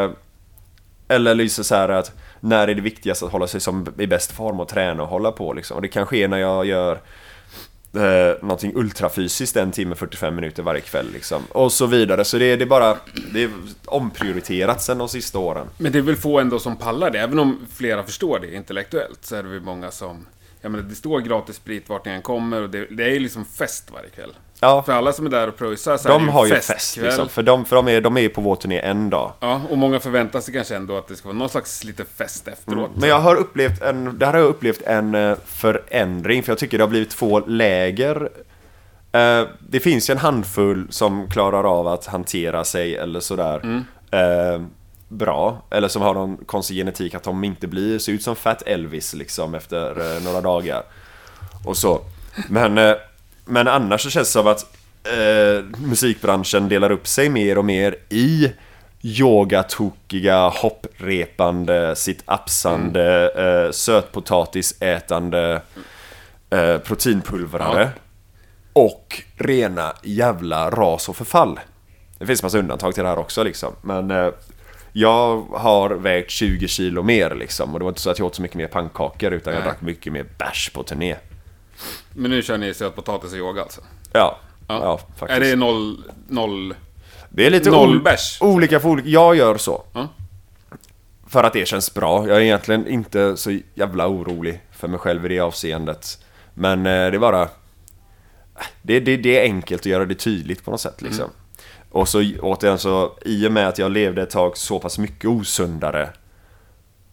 eller liksom så här att när är det viktigast att hålla sig som i bäst form och träna och hålla på liksom. Och det kan ske när jag gör eh, någonting ultrafysiskt en timme fyrtiofem minuter varje kväll liksom. Och så vidare. Så det är, det är bara det är omprioriterat sen de sista åren. Men det är väl få ändå som pallar det. Även om flera förstår det intellektuellt, så är det väl många som, jag menar, det står gratis sprit vart ni än kommer, och det, det är ju liksom fest varje kväll. Ja. För alla som är där och pröjsar så de är det har ju fest, fest liksom. För, de, för de, är, de är på vår turné en dag. Ja, och många förväntar sig kanske ändå att det ska vara någon slags lite fest efteråt. Mm. Men jag har upplevt en, det här har jag upplevt en förändring. För jag tycker det har blivit två läger. Det finns ju en handfull som klarar av att hantera sig eller sådär mm. bra. Eller som har någon konstig genetik att de inte blir, ser ut som Fat Elvis liksom efter några dagar. Och så. Men... Men annars så känns det som att eh, musikbranschen delar upp sig mer och mer i yogatokiga, hopprepande, sitt-upsande, mm. eh, sötpotatisätande eh, proteinpulverare ja. Och rena jävla ras och förfall. Det finns massa undantag till det här också liksom. Men eh, jag har vägt tjugo kilo mer liksom. Och det var inte så att jag åt så mycket mer pannkakor, utan jag drack mycket mer bärs på turné. Men nu kör ni sötpotatis och yoga alltså? Ja, ja. ja faktiskt. Är det noll, noll, det är lite noll bärs? Olika för olika. Jag gör så. Mm. För att det känns bra. Jag är egentligen inte så jävla orolig för mig själv i det avseendet. Men eh, det är bara... Det, det, det är enkelt att göra det tydligt på något sätt liksom. Mm. Och så återigen så, i och med att jag levde ett tag så pass mycket osundare,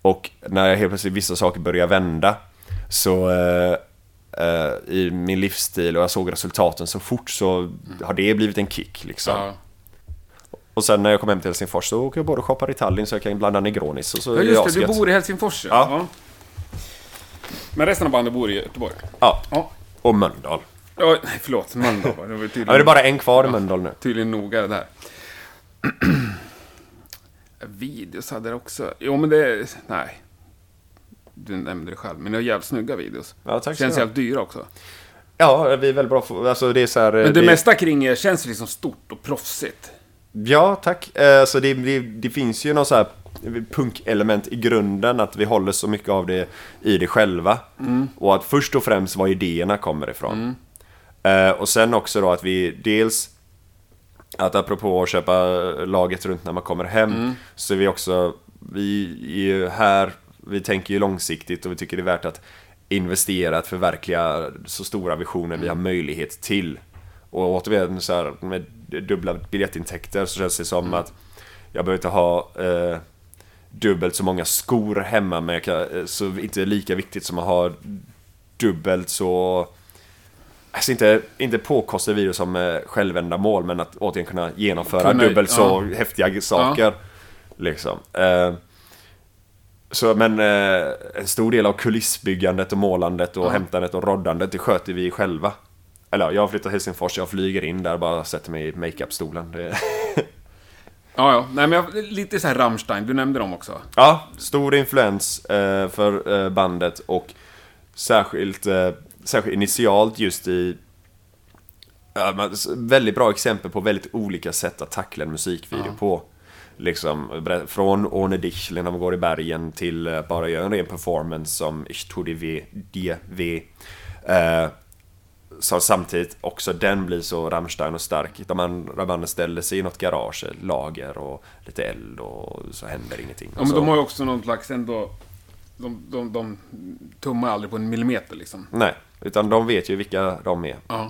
Och när helt plötsligt vissa saker börjar vända, så eh, eh, i min livsstil, och jag såg resultaten så fort, så mm. har det blivit en kick liksom. Ja. Och sen när jag kom hem till Helsingfors så åker jag bara och shoppar i Tallinn så jag kan blanda Negronis. Och så ja just det, du bor i Helsingfors. Ja. Ja. Men resten av bandet bor i Göteborg? Ja, ja. Och Mölndal. Ja, nej förlåt, Mölndal. Det, var tydligen... ja, det är bara en kvar i Mölndal nu. Tydligen noga det där. Videos hade det också. Jo men det, nej. Du nämnde det själv, men det är jävligt snygga videos. Ja, tack. Känns jävligt dyra också. Ja, vi är väldigt bra för, alltså det är så här, men det vi... mesta kring er känns liksom stort och proffsigt. Ja, tack. Eh, så det, det, det finns ju någon så här punkelement i grunden, att vi håller så mycket av det i det själva. Mm. Och att först och främst var idéerna kommer ifrån. Mm. Eh, och sen också då att vi dels, att apropå att köpa laget runt när man kommer hem, mm. så är vi också, vi är ju här, vi tänker ju långsiktigt och vi tycker det är värt att investera, att förverkliga så stora visioner mm. vi har möjlighet till. Och återigen så här, med dubbla biljettintäkter så känns det som mm. att jag behöver inte ha eh, dubbelt så många skor hemma, men jag kan, så inte lika viktigt som att ha dubbelt så, alltså inte, inte påkostade videor som eh, självändamål, men att återigen kunna genomföra kunna, dubbelt ja. så häftiga saker ja. liksom. Eh, så, men eh, en stor del av kulissbyggandet och målandet och ja. hämtandet och roddandet, det sköter vi själva. Eller jag flyttar till Helsingfors, jag flyger in där, bara sätter mig i make-up-stolen. Det... ja, ja. Nej, men jag, lite så här Rammstein, du nämnde dem också. Ja, stor influens eh, för eh, bandet, och särskilt, eh, särskilt initialt just i eh, väldigt bra exempel på väldigt olika sätt att tackla en musikvideo ja. på. Liksom, från Orne Dichlen när man går i bergen till eh, bara göra en ren performance som Ich tog D V. Eh, Så samtidigt också den blir så Rammstein och stark. De andra banden ställer sig i något garage, lager och lite eld, och så händer ingenting. Ja, men de har ju också någon slags ändå, de, de, de tummar aldrig på en millimeter liksom. Nej, utan de vet ju vilka de är. Ja.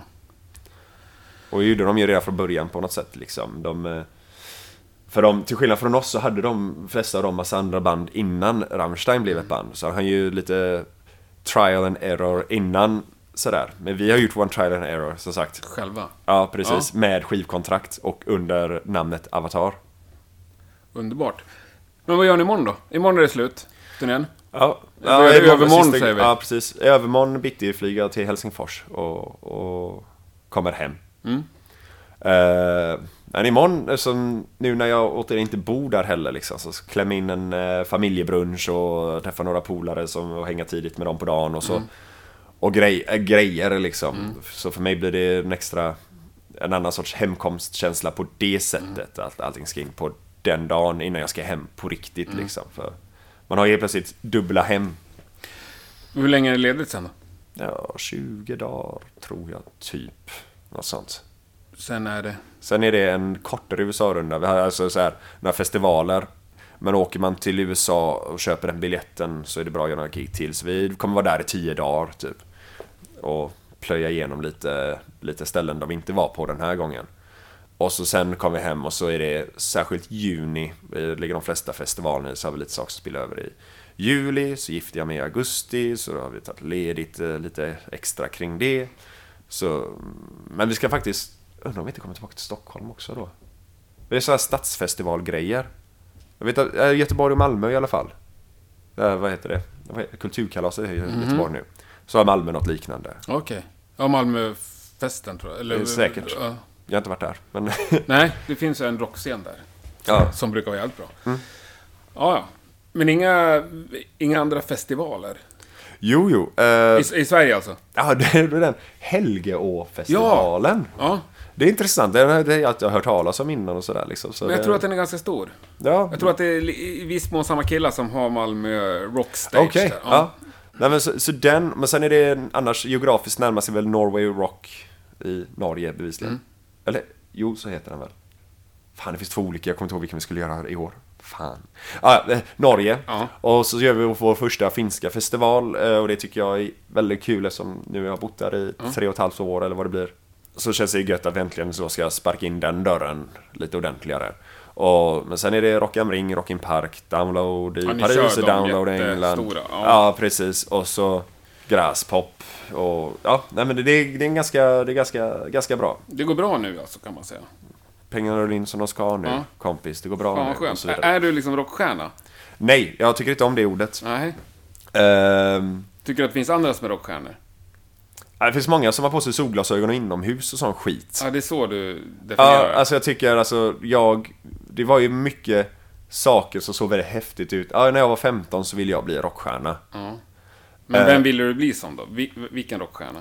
Och gjorde de ju redan från början på något sätt liksom. De, för de, till skillnad från oss så hade de flesta av dem massa andra band innan Rammstein blev ett band. Så han ju lite trial and error innan sådär. Men vi har gjort one trial and error, som sagt. Själva? Ja, precis. Ja. Med skivkontrakt och under namnet Avatar. Underbart. Men vad gör ni imorgon då? Imorgon är det slut, turnén. Ja, ja i övermorgon säger vi. Ja, precis. I övermorgon bitti flyger jag till Helsingfors och, och kommer hem. Mm. Uh, men imorgon, som nu när jag återigen inte bor där heller liksom, så klämmer in en uh, familjebrunch och träffa några polare som, och hänga tidigt med dem på dagen och så. Mm. Och grej, äh, grejer liksom. Mm. Så för mig blir det en extra, en annan sorts hemkomstkänsla på det sättet. Mm. Att allting ska in på den dagen innan jag ska hem på riktigt mm. liksom. För man har ju plötsligt dubbla hem. Hur länge är det ledigt sen då? Ja, tjugo dagar tror jag typ. Något sånt. Sen är det? Sen är det en kortare U S A-runda. Vi har alltså så här, några festivaler. Men åker man till U S A och köper den biljetten så är det bra att göra några gig till. Så vi kommer vara där i tio dagar typ. Och plöja igenom lite, lite ställen där vi inte var på den här gången. Och så sen kommer vi hem och så är det särskilt juni. Det ligger de flesta festivalerna, så har vi lite saker att spela över i juli. Så gifter jag mig i augusti, så då har vi tagit ledigt lite extra kring det. Så, men vi ska faktiskt, undrar om vi inte kommer tillbaka till Stockholm också då. Det är så här stadsfestivalgrejer. Jag vet att Göteborg och Malmö i alla fall. Äh, vad heter det? Kulturkalaset är i mm-hmm. Göteborg nu. Så har Malmö något liknande. Okej. Okay. Ja, Malmöfesten tror jag. Eller, säkert. Ja. Jag har inte varit där. Men nej, det finns en rockscen där. Ja. Som brukar vara jävligt bra. Mm. Ja, ja. Men inga, inga andra festivaler? Jo, jo. Uh, I, I Sverige alltså? Ja, det är den Helgeå-festivalen. Ja. Ja. Det är intressant. Det är det att jag har hört talas om innan och sådär. Liksom. Så men jag det... tror att den är ganska stor. Ja. Jag tror att det är i viss mån samma killar som har Malmö Rockstage. Okej, okay. ja. ja. Nej, men så, så den, men sen är det annars geografiskt närmast sig väl Norway Rock i Norge bevisligen. Mm. Eller, jo, så heter den väl. Fan, det finns två olika. Jag kommer inte ihåg vilken vi skulle göra i år. Fan. Ah, eh, Norge. Ja. Och så gör vi vår första finska festival. Eh, och det tycker jag är väldigt kul eftersom nu jag har bott där i mm. tre och ett halvt år eller vad det blir. Så känns det gött att äntligen så ska jag sparka in den dörren lite ordentligare. Och, men sen är det Rock am Ring, Rock in Park, Download i Ja, ni Paris kör och de Download i England. jättestora, ja. Ja, precis. Och så Gräspop. Och ja, nej, men det, det, är, det är en ganska, det är ganska, ganska bra. Det går bra nu alltså, kan man säga. Pengarna rullar in som de ska nu, Ja. kompis. Det går bra Fan nu. vad skönt. och så vidare. Är du liksom rockstjärna? Nej, jag tycker inte om det ordet. Nej. Ehm, Tycker du att det finns andra som är rockstjärnor? det finns många som har på sig solglasögon och inomhus och sån skit. Ja, det är så du definierar Ja, det. alltså jag tycker, alltså jag... Det var ju mycket saker som såg väldigt häftigt ut. Ja, när jag var femton så ville jag bli rockstjärna. Ja. Men Eh. vem ville du bli som då? Vi, vilken rockstjärna?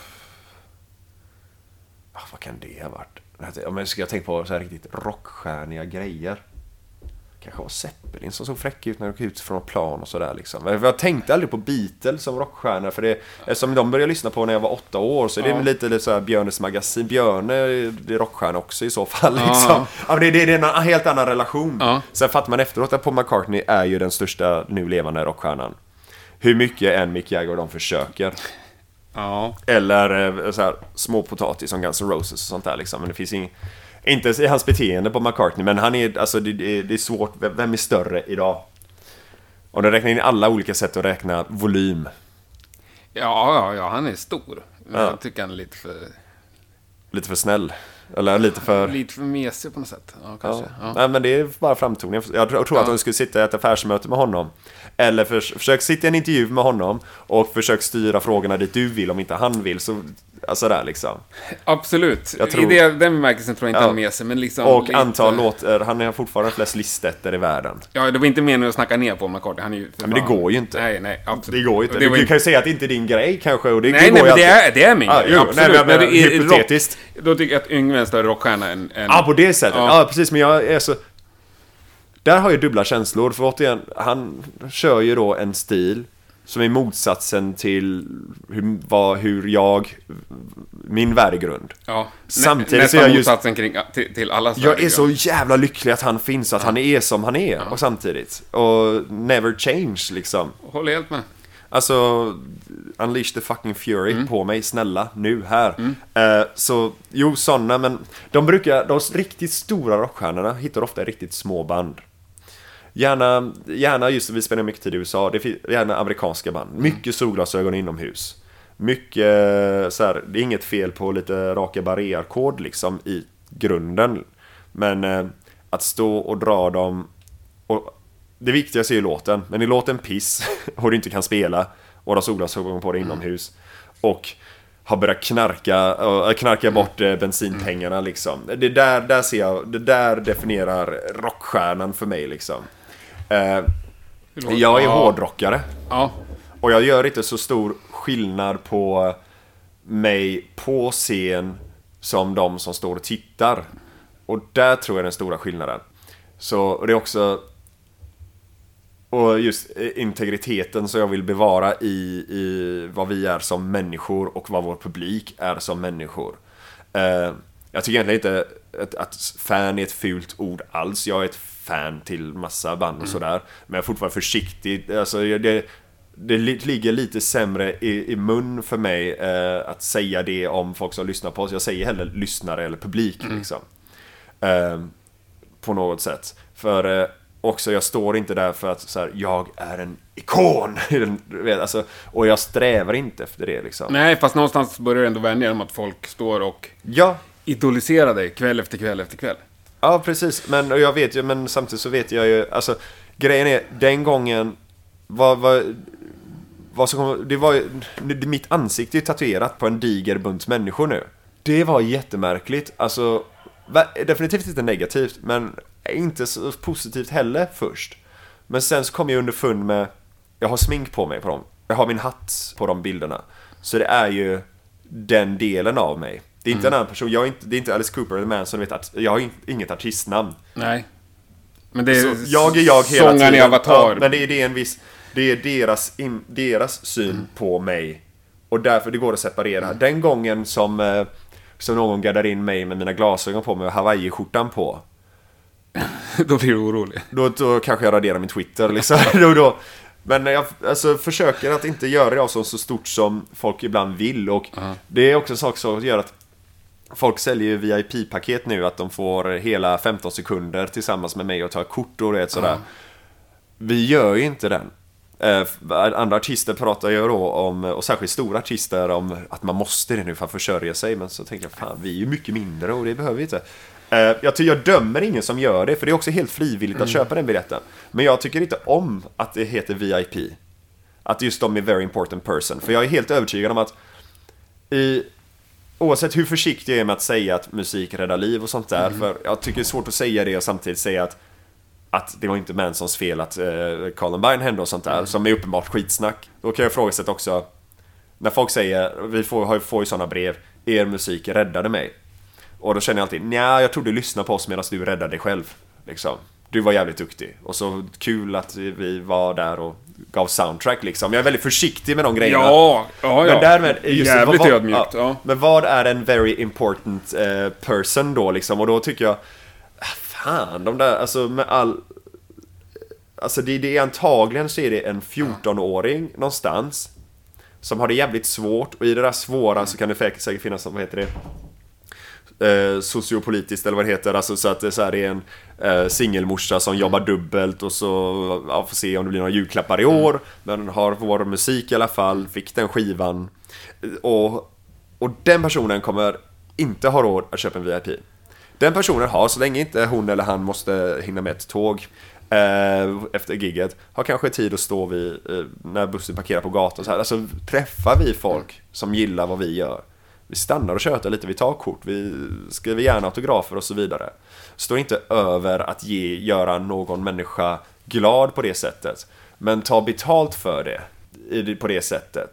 Ah, vad kan det ha varit? Ja, men ska jag tänka på så här riktigt rockstjärniga grejer? Kanske var Zeppelin som såg fräck ut när de gick ut från plan och sådär liksom. Men jag tänkte aldrig på Beatles som rockstjärna, för det, eftersom de började lyssna på när jag var åtta år, så är det Ja. lite, lite så här Björnes magasin. Björne är rockstjärna också i så fall liksom. Ja. Ja, men det, det, det är en helt annan relation. Ja. Sen fattar man efteråt att Paul McCartney är ju den största nu levande rockstjärnan. Hur mycket än Mick Jagger de försöker. Ja. Eller eh, så här, små potatis som Guns N' Roses och sånt där liksom. Men det finns ing, inte i hans beteende på McCartney, men han är, alltså det, det, det är svårt. Vem är större idag? Om du räknar in alla olika sätt att räkna volym. Ja, ja, ja, han är stor. Men Ja. jag tycker han är lite för, Lite för snäll. Eller lite för... lite för mesig på något sätt. Ja, kanske. Ja. Ja. Nej, men det är bara framtoning. Jag tror, jag tror att Ja. de skulle sitta i ett affärsmöte med honom. Eller för, försök sitta i en intervju med honom och försök styra frågorna dit du vill, om inte han vill. Så, alltså där liksom. Absolut. Jag tror- I det, den bemärkelsen tror jag inte Ja. han med sig. Men liksom Och lite... antal låtar, han har fortfarande flest listetter i världen. Ja, det var inte meningen att snacka ner på McCartney. Han är ju... för Men det fan- går ju inte. Nej, nej, absolut. Det går ju inte. Och det Du var du inte- kan ju säga att det inte är din grej kanske. Och det, Nej, det går nej, ju men det alltid. är, det är min Ah, grej. jo, Absolut. nej, men jag menar, det är hypotetiskt. rock- Då tycker jag att Yngve är en större rockstjärna än... än... Ja, på det sättet. Ja. Ja. precis. Men jag är så... Där har jag dubbla känslor. För återigen, han kör ju då en stil som är motsatsen till hur, vad, hur jag... Min värdegrund. Ja. Samtidigt Nä, så är nästan jag just- motsatsen kring, till, till allas Jag är värdegrund. så jävla lycklig att han finns, att han är som han är. Och samtidigt. Och never change liksom. Håller helt med. Alltså, unleash the fucking fury Mm. på mig, snälla, nu, här. Eh, så, jo, sådana, men de brukar, de riktigt stora rockstjärnorna hittar ofta riktigt små band. Gärna, gärna just vi spelar mycket tid i U S A, det är gärna amerikanska band. Mycket solglasögon inomhus. Mycket, så här, det är inget fel på lite raka barré-ackord liksom i grunden. Men eh, att stå och dra dem, och det viktigaste är ju låten, men i låten piss och du inte kan spela och har solglasögon på dig inomhus och har börjat knarka äh, knarka bort äh, bensinpengarna liksom. Det där, där ser jag, det där definierar rockstjärnan för mig liksom. Eh, jag är Ja. hårdrockare Ja. och jag gör inte så stor skillnad på mig på scen som de som står och tittar. Och där tror jag den stora skillnaden. Så och det är också, och just integriteten som jag vill bevara i, i vad vi är som människor och vad vår publik är som människor. Eh, jag tycker egentligen inte att, att fan är ett fult ord alls. Jag är ett fan till massa band och sådär. Men jag är fortfarande försiktig. Alltså, det, det ligger lite sämre i, i mun för mig eh, att säga det om folk som lyssnar på oss. Jag säger hellre lyssnare eller publik liksom. Eh, på något sätt. För... Eh, också, jag står inte där för att så här, jag är en ikon. Alltså, och jag strävar inte efter det liksom. Nej, fast någonstans börjar det ändå vänja om att folk står och Ja, idoliserar dig kväll efter kväll efter kväll. ja precis. Men och jag vet ju, men samtidigt så vet jag ju, alltså grejen är den gången vad vad vad som kom, det var ju, mitt ansikte är tatuerat på en diger bunt människor nu. Det var jättemärkligt. Alltså definitivt inte negativt, men inte så positivt heller först. Men sen så kom jag underfund med, jag har smink på mig på dem. Jag har min hatt på de bilderna. Så det är ju den delen av mig. Det är inte mm. en annan person. Jag är inte, det är inte Alice Cooper eller Manson, vet att jag har inget artistnamn. Nej. Men det är så jag är jag hela sångaren tiden. i Avatar. Ja, men det är, det är en viss, det är deras, in, deras syn mm. på mig. Och därför det går att separera. Mm. Den gången som, eh, som någon gaddar in mig med mina glasögon på mig och Hawaii-skjortan på. Då blir du orolig. Då, då kanske jag raderar min Twitter liksom. då, då. Men jag alltså, försöker att inte göra det av så, så stort som folk ibland vill. Och uh-huh. det är också en sak som gör att folk säljer ju V I P-paket nu, att de får hela femton sekunder tillsammans med mig och tar kort och det sådär. Mm. Vi gör ju inte den. Eh, andra artister pratar ju då om, och särskilt stora artister, om att man måste det nu för att försörja sig. Men så tänker jag, fan, vi är ju mycket mindre och det behöver vi inte. eh, Jag tycker, jag dömer ingen som gör det, för det är också helt frivilligt mm. att köpa den biljetten. Men jag tycker inte om att det heter V I P, att just de är very important person. För jag är helt övertygad om att i, oavsett hur försiktig jag är med att säga att musik räddar liv och sånt där, mm. för jag tycker det är svårt att säga det och samtidigt säga att att det var inte Mansons fel att uh, Columbine hände och sånt där, mm. som är uppenbart skitsnack. Då kan jag ifrågasätta också, när folk säger, vi får, får ju sådana brev, er musik räddade mig. Och då känner jag alltid, nja, jag tror du lyssnar på oss medan du räddade dig själv. Liksom. Du var jävligt duktig. Och så kul att vi var där och gav soundtrack liksom. Jag är väldigt försiktig med de grejerna. Ja, ja, ja. Men därmed, just jävligt vad, ödmjukt, ja. ja. Men vad är en very important uh, person då liksom? Och då tycker jag, fan, de där, alltså med all... Alltså det, det är antagligen så är det en fjorton-åring någonstans som har det jävligt svårt, och i det där svåra så kan det säkert finnas, vad heter det, eh, sociopolitiskt eller vad det heter, alltså så att det, så här, det är en eh, singelmorsa som jobbar dubbelt och så ja, får se om det blir några julklappar i år, men har vår musik i alla fall, fick den skivan, och, och den personen kommer inte ha råd att köpa en V I P. Den personen har, så länge inte hon eller han måste hinna med ett tåg eh, efter gigget, har kanske tid att stå vid, eh, när bussen parkerar på gatan så här. Alltså träffar vi folk som gillar vad vi gör, vi stannar och tjötar lite, vi tar kort, vi skriver gärna autografer och så vidare. Står inte över att ge, göra någon människa glad på det sättet, men ta betalt för det på det sättet,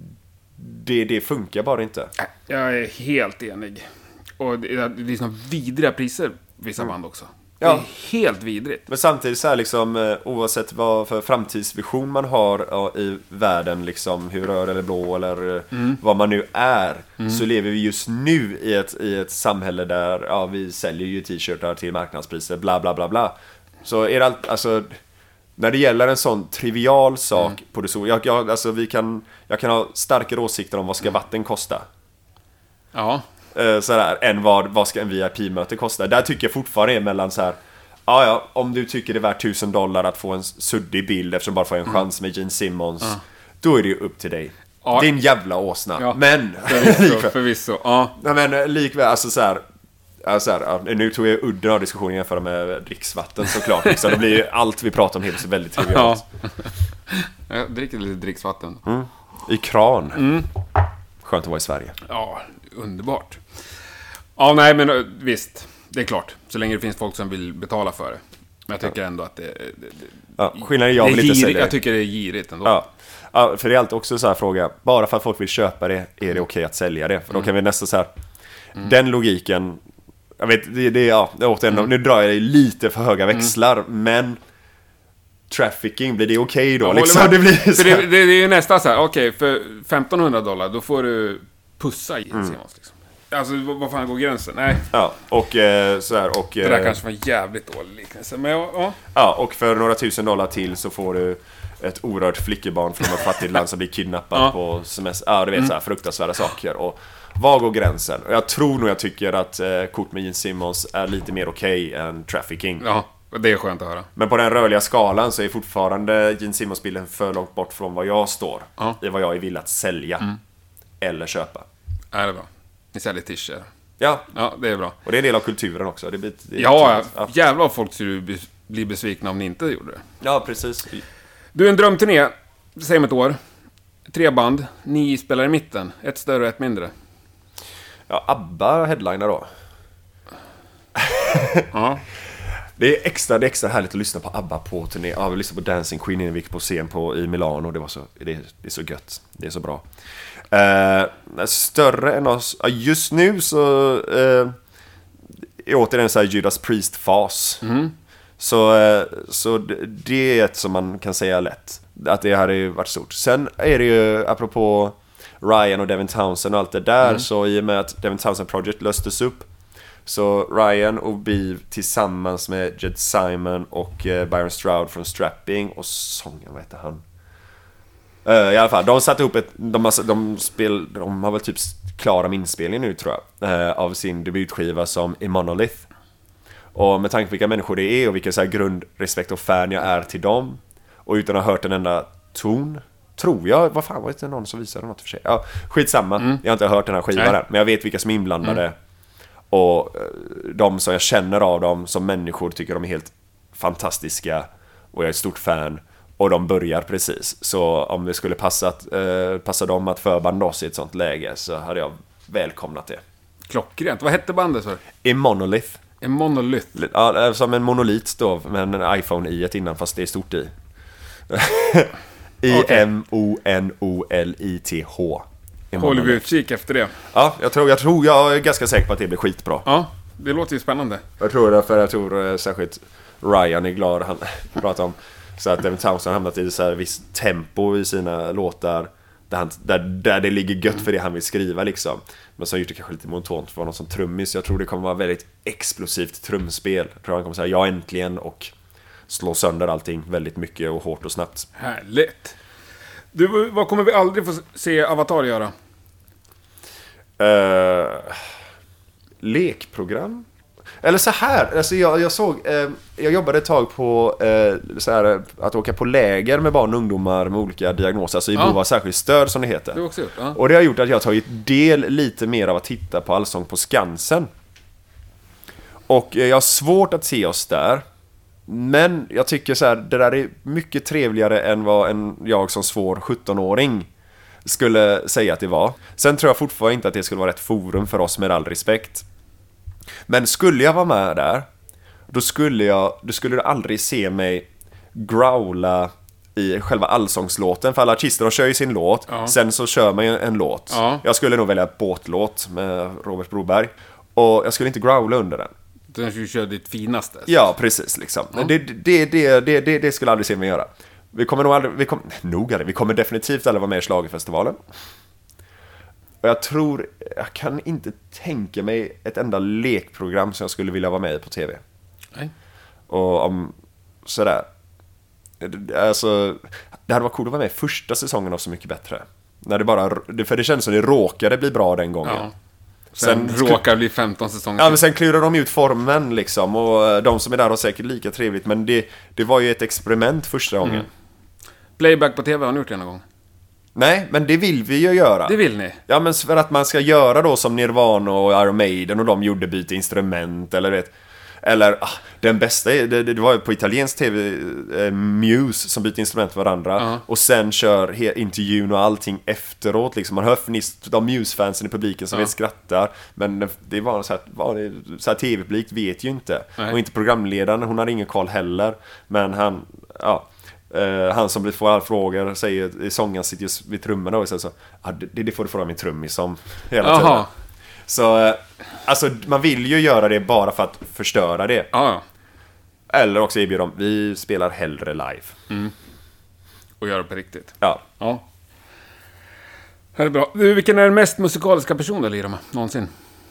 det, det funkar bara inte. Jag är helt enig. Och det är, det är såna vidriga priser vissa mm. band också. Det ja. är helt vidrigt. Men samtidigt så här liksom, oavsett vad för framtidsvision man har i världen liksom, hur röd eller blå eller mm. vad man nu är, mm. så lever vi just nu i ett, i ett samhälle där ja, vi säljer ju t-shirtar till marknadspriser, bla bla bla bla. Så är det allt, alltså, när det gäller en sån trivial sak mm. på det så, jag, jag, alltså, vi kan, jag kan ha starkare åsikter om vad ska vatten kosta. Ja. Sådär, än vad, vad ska en V I P-möte kosta. Där tycker jag fortfarande är mellan så här. Ja, ja, om du tycker det är värt tusen dollar att få en suddig bild eftersom bara få en mm. chans med Gene Simmons, mm. då är det ju upp till dig. Ja. Din jävla åsna. Ja. Men förvisso, förvisso. Ja. Men likväl, alltså så här, alltså här, nu tog jag udden av diskussionen jämfört med dricksvatten såklart. Så det blir ju allt vi pratar om helt så väldigt trivialt. Ja. Jag dricker lite dricksvatten. Mm. I kran. Mm. Skönt att vara i Sverige. Ja, underbart. Ja, nej, men visst. Det är klart. Så länge det finns folk som vill betala för det. Men jag tycker ja. ändå att det... det, det ja, skillnaden jag vill inte sälja. Jag tycker det är girigt ändå. Ja. Ja, för det är alltid också så här fråga. Bara för att folk vill köpa det, är det okej okay att sälja det? För då kan vi nästan så här... Mm. Den logiken... Jag vet, det, det, ja, det återigen, mm. nu drar jag lite för höga växlar, mm. men... Trafficking, blir det okej okay då? Liksom, det, blir så för det, det, det är ju nästan så här, okej, okay, för femtonhundra dollar, då får du pussa i mm. Simons, liksom. Alltså, vad fan går gränsen? Nej. Ja, och eh, så här, och... Det där eh, kanske var en jävligt dålig liknelse, men ja, ja. Ja, och för några tusen dollar till så får du ett orört flickebarn från ett fattigt land som blir kidnappad ja. på semester. Ja, du vet, mm. så här fruktansvärda saker. Och var går gränsen? Och jag tror nog jag tycker att eh, kort med Gene Simmons är lite mer okej okay än trafficking. Ja. Det är skönt att höra. Men på den rörliga skalan så är fortfarande Gene Simmons-bilden för långt bort från vad jag står. Ja. I vad jag är villig att sälja. Mm. Eller köpa. Ja, det är bra. Ni säljer t-shirt. Ja. Ja, det är bra. Och det är en del av kulturen också. Det blir, det är ja, ja, jävlar folk skulle bli besvikna om ni inte gjorde det. Ja, precis. Du, en drömturné. Säg om ett år. Tre band. Ni spelar i mitten. Ett större och ett mindre. Ja, ABBA headliner då. Ja. Det är extra, det är extra härligt att lyssna på ABBA på turné. Ja, vi lyssnade på Dancing Queen innan vi gick på scen på, i Milano. Det, var så, det, det är så gött. Det är så bra. Uh, större än oss. Ja, just nu så uh, är återigen så här Judas Priest-fas. Mm. Så, uh, så det är ett som man kan säga lätt. Att det här har varit stort. Sen är det ju, apropå Ryan och Devin Townsend och allt det där. Mm. Så i och med att Devin Townsend Project löstes upp, så Ryan och Beav tillsammans med Jed Simon och eh, Byron Stroud från Strapping och sången, vad heter han? Uh, I alla fall, de satte ihop ett... De har, de spel, de har väl typ klara med inspelning nu, tror jag. Uh, av sin debutskiva som i Monolith. Och med tanke på vilka människor det är och vilken så här grundrespekt och fan jag är till dem. Och utan att ha hört en enda ton, tror jag, vad fan var det någon som visade något för sig? Ja, skitsamma, mm. jag har inte hört den här skivan än, men jag vet vilka som är inblandade. Mm. Och de som jag känner av dem som människor tycker de är helt fantastiska. Och jag är ett stort fan. Och de börjar precis. Så om det skulle passa, att, eh, passa dem att förbanda oss i ett sånt läge, så hade jag välkomnat det. Klockrent. Vad hette bandet så? I Monolith. En monolith? Ja, som en monolit då, med en iPhone i ett innan, fast det är stort i. I M O N O L I T H. Håller vi utkik efter det? Ja, jag tror, jag tror, jag är ganska säker på att det blir skitbra. Ja, det låter ju spännande. Jag tror det, för jag tror särskilt Ryan är glad. Han pratar om så att Devin Townsend har hamnat i så här visst tempo i sina låtar där, han, där, där det ligger gött för det han vill skriva liksom. Men så har gjort det kanske lite monotont för någon som trummis. Jag tror det kommer vara väldigt explosivt trumspel. Jag tror han kommer säga ja äntligen och slå sönder allting väldigt mycket och hårt och snabbt. Härligt. Du, vad kommer vi aldrig få se Avatar göra? Uh, lekprogram? Eller så här, alltså jag, jag såg, eh, jag jobbade ett tag på eh, så här, att åka på läger med barn och ungdomar med olika diagnoser, alltså i behov av särskilt stöd som det heter. Det också gjort, ja. Och det har gjort att jag har tagit del lite mer av att titta på Allsång på Skansen. Och eh, jag har svårt att se oss där. Men jag tycker så här, det där är mycket trevligare än vad en, jag som svår sjuttonåring skulle säga att det var. Sen tror jag fortfarande inte att det skulle vara rätt forum för oss, med all respekt. Men skulle jag vara med där, då skulle jag, då skulle du aldrig se mig growla i själva allsångslåten. För alla artister, de kör ju sin låt, ja. Sen så kör man ju en låt, ja. Jag skulle nog välja båtlåt med Robert Broberg. Och jag skulle inte growla under den. Du kör ditt finaste. Ja, precis liksom. Ja. Det, det, det, det, det, det skulle aldrig se mig göra. Vi kommer nog aldrig, vi kommer, nog aldrig, vi kommer definitivt aldrig vara med i Schlagerfestivalen. Och jag tror, jag kan inte tänka mig ett enda lekprogram som jag skulle vilja vara med i på tv. Nej. Och om sådär, alltså, det hade varit coolt att vara med i första säsongen av Så mycket bättre. När det bara, för det känns som det råkade bli bra den gången. Ja. Sen, sen råkar bli femton säsonger. Ja, men sen klurar de ut formen liksom. Och de som är där har säkert lika trevligt. Men det, det var ju ett experiment första gången. Mm. Playback på tv har ni gjort en gång? Nej, men det vill vi ju göra. Det vill ni? Ja, men för att man ska göra då som Nirvana och Iron Maiden och de gjorde, byta instrument eller vet. Eller ah, den bästa, det, det var ju på italiensk tv eh, Muse som byter instrument för varandra. Uh-huh. Och sen kör he- intervjun och allting efteråt liksom. Man hör förnist de Muse-fansen i publiken som uh-huh. vet skrattar. Men det var så här, var det, så här tv-publik vet ju inte. Uh-huh. Och inte programledaren, hon hade ingen koll heller. Men han, ja Uh, han som får alla frågor säger, sångaren sitter just vid trummorna och säger så, ah, det, det får du fråga min trummis om hela tiden. Aha. Så uh, alltså man vill ju göra det bara för att förstöra det. Aha. Eller också erbjuder de, vi spelar hellre live. Mm. Och gör det på riktigt. Ja. Ja. Det är bra. Du, vilken är den mest musikaliska personen du lirar med någonsin?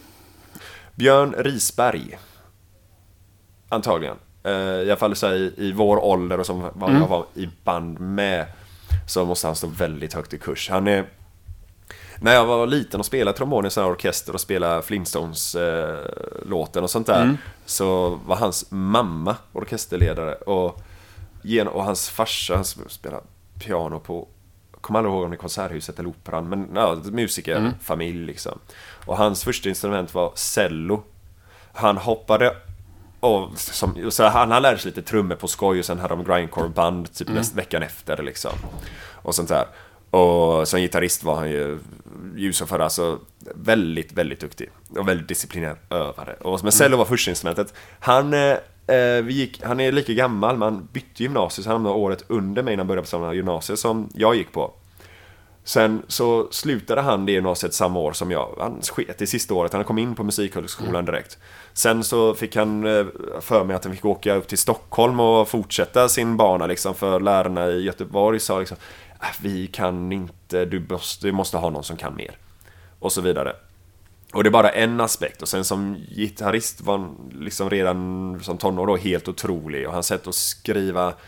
Björn Risberg. Antagligen. Uh, I alla fall så här, i, i vår ålder och som var, mm. var i band med, så måste han stå väldigt högt i kurs. Han är, när jag var liten och spelade trombon i sån här orkester och spelade Flintstones uh, låten och sånt där, mm. så var hans mamma orkesterledare och, och hans farsa, han spelade piano på, jag kommer aldrig ihåg om det är Konserthuset eller Operan, men ja, musiker, mm. familj liksom. Och hans första instrument var cello. Han hoppade och som, så han, han lärde sig lite trummor på skoj och sen hade de grindcore-band typ mm. näst, veckan efter liksom. Och sånt där. Och som gitarrist var han ju Jusuf för alltså väldigt, väldigt duktig och väldigt disciplinerad övare. Och men cello var första instrumentet. Han, eh, vi gick, han är lika gammal, man bytte gymnasiet så han var året under mig när han började på samma gymnasiet som jag gick på. Sen så slutade han det gymnasiet samma år som jag. Han sket i sista året. Han kom in på musikhögskolan direkt. Sen så fick han för mig att han fick åka upp till Stockholm och fortsätta sin bana liksom, för lärarna i Göteborg sa liksom, vi kan inte, du måste, du måste ha någon som kan mer. Och så vidare. Och det är bara en aspekt. Och sen som gitarrist var han liksom redan som tonår då helt otrolig. Och hans sätt att skriva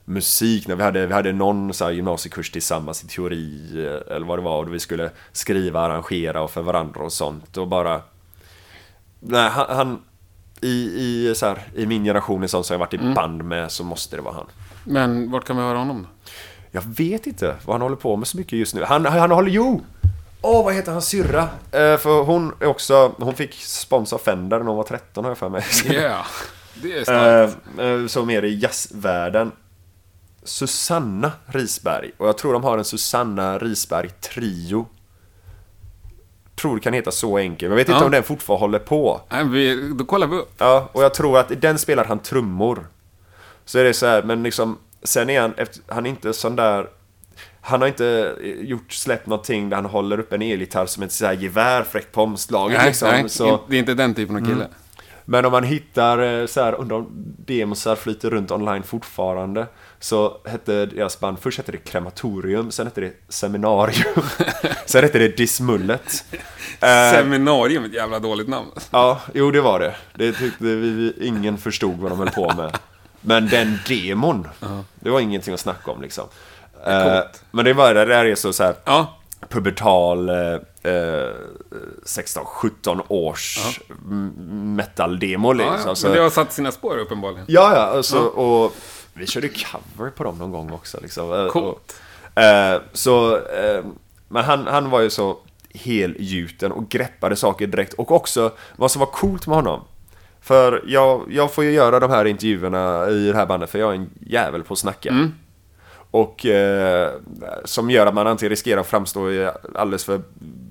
musik när vi hade, vi hade någon så här gymnasiekurs tillsammans i teori eller vad det var, och vi skulle skriva, arrangera och för varandra och sånt, och bara nej, han, han i, i, så här, i min generation sånt som jag varit i mm. band med, så måste det vara han. Men vart kan vi höra honom då? Jag vet inte vad han håller på med så mycket just nu. Han, han håller, jo! Åh, oh, vad heter hans syrra? Eh, för hon är också, hon fick sponsra Fender när hon var tretton, har jag för mig. Ja, yeah, det är starkt. Eh, eh, så mer i jazzvärlden. Susanna Risberg. Och jag tror de har en Susanna Risberg trio. Tror det kan heta så enkelt. Jag vet inte ja. om den fortfarande håller på. Nej, vi, då kollar vi upp. Ja, och jag tror att i den spelar han trummor. Så är det så här, men liksom sen är han, efter, han är inte sån där, han har inte gjort släppt någonting där han håller upp en elgitarr som ett så här gevär fräckt på omslaget. Nej, liksom. nej så, det är inte den typen av kille. Mm. Men om man hittar så här, undrar om demosar flyter runt online fortfarande, så hette deras band, först hette det Krematorium, sen hette det Seminarium, sen hette det Dismullet. Seminarium, ett jävla dåligt namn. Ja, jo det var det. Det tyckte vi, vi ingen förstod vad de höll på med. Men den demon, uh-huh. det var ingenting att snacka om liksom. Uh, men det var det där är så, så här uh. pubertal uh, sexton sjutton års uh-huh. metal-demo liksom. Uh-huh. Så, men det har satt sina spår uppenbarligen. Ja, ja, alltså, uh-huh. och vi körde cover på dem någon gång också liksom. Coolt. Och, uh, så, uh, men han, han var ju så helgjuten och greppade saker direkt. Och också, vad som var coolt med honom, för jag, jag får ju göra de här intervjuerna i det här bandet, för jag är en jävel på att snacka. Mm. Och eh, som gör att man antingen riskerar att framstå i alldeles för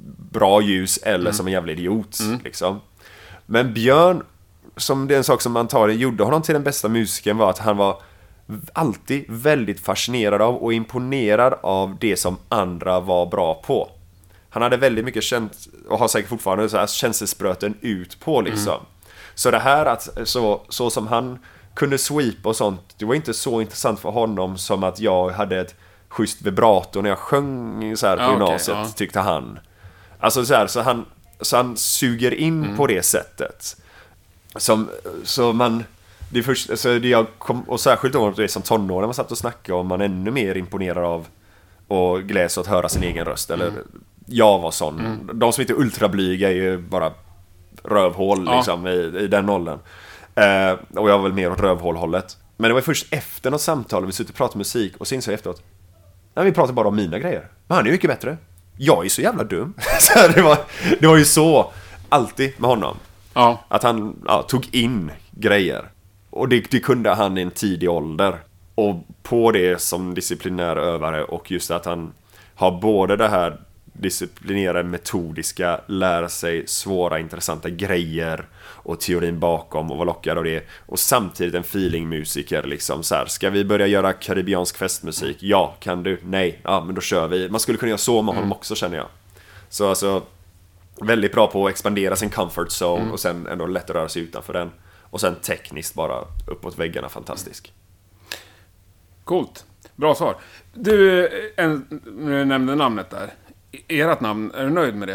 bra ljus eller mm. som en jävla idiot mm. liksom. Men Björn, som det är en sak som antagligen gjorde honom till den bästa musikern, var att han var alltid väldigt fascinerad av och imponerad av det som andra var bra på. Han hade väldigt mycket känt, och har säkert fortfarande så här känselspröten ut på liksom. Mm. Så det här att så, så som han kunde sweepa och sånt, det var inte så intressant för honom som att jag hade ett schysst vibrato när jag sjöng så här på ja, gymnasiet, okay, ja. tyckte han. Alltså så här, så han, så han suger in mm. på det sättet. Som, så man, det först, så det jag kom, och särskilt då det som tonåring man satt och snackade om, man ännu mer imponerad av och gläds att höra sin egen röst. Eller mm. jag var sån. Mm. De som inte är ultrablyga är ju bara rövhål ja. liksom, i, i den åldern. Uh, och jag var väl mer åt rövhålhållet. Men det var först efter något samtal, vi suttit och pratade musik, och sen så efteråt, nej, vi pratade bara om mina grejer. Men han är ju mycket bättre. Jag är så jävla dum. Så det, var, det var ju så alltid med honom. Ja. Att han ja, tog in grejer. Och det, det kunde han i en tidig ålder. Och på det som disciplinär övare, och just att han har både det här disciplinerade, metodiska, lära sig svåra, intressanta grejer och teorin bakom och vara lockad av det, och samtidigt en feelingmusiker liksom så här, ska vi börja göra karibiansk festmusik? Ja, kan du? Nej. Ja, men då kör vi. Man skulle kunna göra så med honom mm. också, känner jag. Så alltså väldigt bra på att expandera sin comfort zone mm. och sen ändå lätt att röra sig utanför den, och sen tekniskt bara uppåt väggarna fantastisk. Coolt. Bra svar. Du, en, nu nämnde namnet där. Ert namn, är du nöjd med det?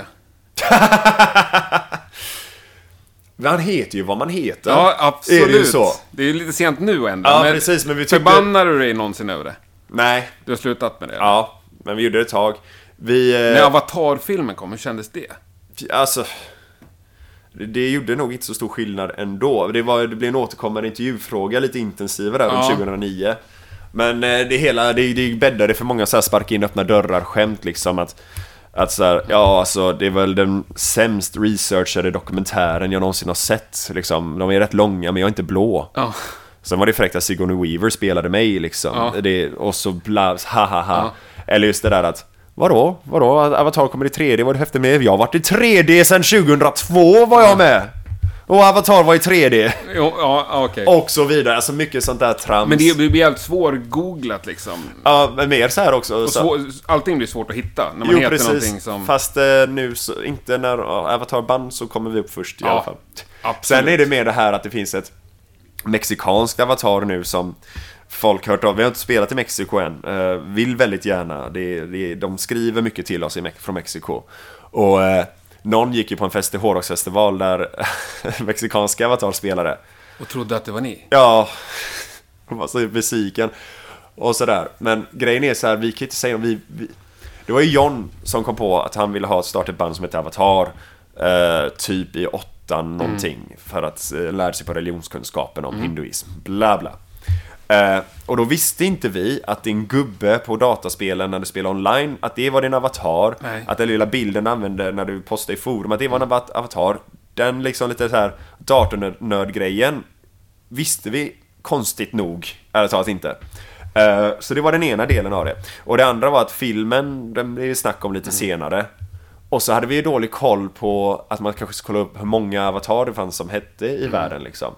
Han heter ju vad man heter. Ja, absolut. Är det, ju så? Det är lite sent nu ändå. Ja, men precis. Men vi tyckte... Förbannar du dig någonsin över det? Nej. Du har slutat med det? Eller? Ja, men vi gjorde det ett tag. Vi, eh... När Avatar-filmen kom, hur kändes det? Alltså... Det, det gjorde nog inte så stor skillnad ändå. Det, var, det blev en återkommande intervjufråga, lite intensivare där, ja. tjugohundranio. Men det hela, det, det bäddade för många så här sparka in öppna dörrar skämt liksom, att att så här, ja alltså det är väl den sämst researchade dokumentären jag någonsin har sett liksom. De är rätt långa, men jag är inte blå. Ja. Sen var det fräckt att Sigourney Weaver spelade mig liksom. Ja. Det, och så blavs, ha ha ha. Ja. Eller just det där att vadå? Vadå? Avatar kommer i tre D, var det häftigt med? Jag har varit i tre D sedan tjugohundratvå var jag med. Och Avatar var i tre D. Jo, ja, okej. Okay. Och så vidare, alltså mycket sånt där trams. Men det blir helt svårgooglat liksom. Ja, men mer så här också. Och svår, allting blir svårt att hitta när man jo, heter precis. Någonting som... Fast eh, nu, så, inte när ja, Avatar band så kommer vi upp först i ja, alla fall. Absolut. Sen är det mer det här att det finns ett mexikanskt Avatar nu som folk hört av. Vi har inte spelat i Mexiko än. Eh, vill väldigt gärna. Det, det, de skriver mycket till oss i, från Mexiko. Och... Eh, någon gick ju på en fest i Hårdrocksfestival där mexikanska Avatar spelade. Och trodde att det var ni? Ja, jag var så besviken. Och sådär. Men grejen är så här, vi kan inte säga om vi, vi... Det var ju John som kom på att han ville ha starta ett band som heter Avatar. Eh, typ i åttan någonting. Mm. För att eh, lära sig på religionskunskapen om mm. hinduism. Bla bla. Eh, och då visste inte vi att din gubbe på dataspelen när du spelar online, att det var din avatar. Nej. Att den lilla bilden du använde när du postade i forum, att det var en avatar. Den liksom lite så här datornörd-grejen visste vi konstigt nog, ärligt talat inte. Uh, så det var den ena delen av det. Och det andra var att filmen, den blev vi snack om lite mm. senare. Och så hade vi ju dålig koll på att man kanske skulle kolla upp hur många avatar det fanns som hette i mm. världen liksom.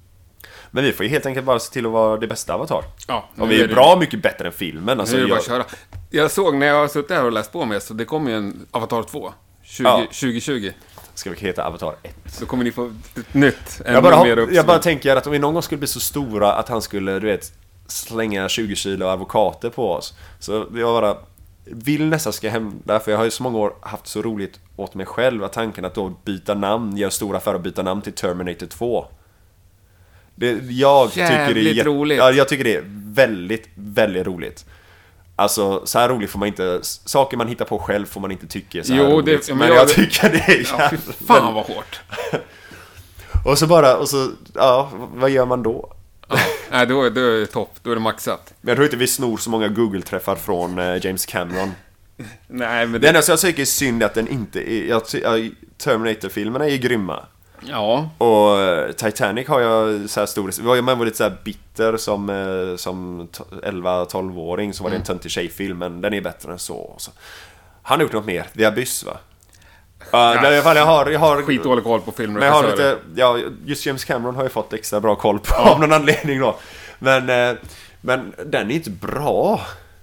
Men vi får ju helt enkelt bara se till att vara det bästa avatar. Ja, och vi är, är bra det. mycket bättre än filmen. Alltså, jag... Jag... Köra. jag såg när jag har suttit här och läst på med, så det kommer ju en Avatar två tjugo, ja. tjugo tjugo. Ska vi heta Avatar ett. Då kommer ni få ett nytt. Jag bara, mer jag bara tänker att om vi någon gång skulle bli så stora att han skulle, du vet, slänga tjugo kilo advokater på oss. Så jag bara vill nästan ska hända, för jag har ju så många år haft så roligt åt mig själv att tanken att då byta namn, göra stora för att byta namn till Terminator två. Det, jag tycker det är roligt. Ja, jag tycker det är väldigt, väldigt roligt. Alltså, så här roligt får man inte... Saker man hittar på själv får man inte tycka så här jo, roligt. Det, men, men jag, jag tycker det är ja, fan vad hårt. Och så bara, och så, ja, vad gör man då? Ja, nej, då, då är det topp, då är det maxat. Men jag tror inte vi snor så många Google-träffar från eh, James Cameron. Nej, men det... det enda jag tycker är synd att den inte är... Jag, jag, Terminator-filmerna är ju grymma. Ja. Och Titanic har jag så här stor... Jag var lite så här bitter som, som elva-tolv-åring, så var det en töntig tjejfilm, men den är bättre än så. så. Han har gjort något mer. The Abyss, va? Ja, uh, i alla fall jag har... Jag har skitdålig koll på filmer. Men jag har lite... Ja, just James Cameron har ju fått extra bra koll på ja. av någon anledning då. Men, men den är inte bra.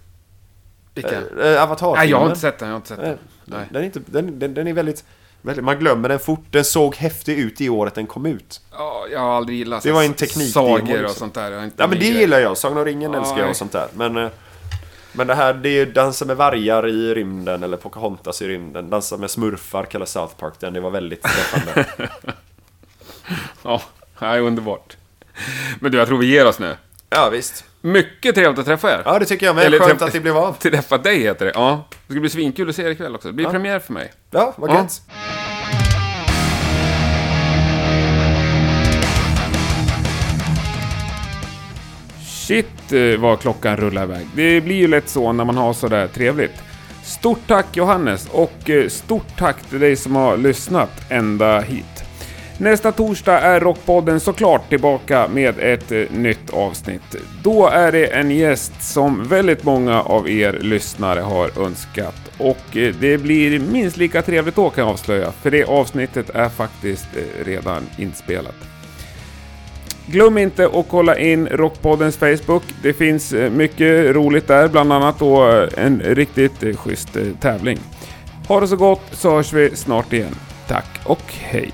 Vilken? Äh, Avatar. Nej, jag har inte sett den. Jag har inte sett den. Nej. Den, är inte, den, den, den är väldigt... Man glömmer den fort. Den såg häftig ut i året den kom ut. Ja, jag har aldrig gillat det var en teknik sagor och sånt där. Jag inte ja, men det gillar jag. Sagan om ringen ja, älskar jag och sånt där. Men, men det här, det är ju Dansa med vargar i rymden, eller Pocahontas i rymden. Dansa med smurfar kallar South Park den. Det var väldigt träffande. Ja, det är underbart. Men du, jag tror vi ger oss nu. Ja, visst. Mycket trevligt att träffa er. Ja, det tycker jag med. Eller skönt att det blev av. Träffa dig heter det. Ja. Det ska bli svinkul att se er ikväll också. Det blir ja. premiär för mig. Ja, vad ja. gött. Shit vad klockan rullar iväg. Det blir ju lätt så när man har så där trevligt. Stort tack Johannes, och stort tack till dig som har lyssnat ända hit. Nästa torsdag är Rockpodden såklart tillbaka med ett eh, nytt avsnitt. Då är det en gäst som väldigt många av er lyssnare har önskat. Och eh, det blir minst lika trevligt då, kan jag avslöja. För det avsnittet är faktiskt eh, redan inspelat. Glöm inte att kolla in Rockpoddens Facebook. Det finns eh, mycket roligt där. Bland annat då eh, en riktigt eh, schysst eh, tävling. Ha det så gott, så hörs vi snart igen. Tack och hej.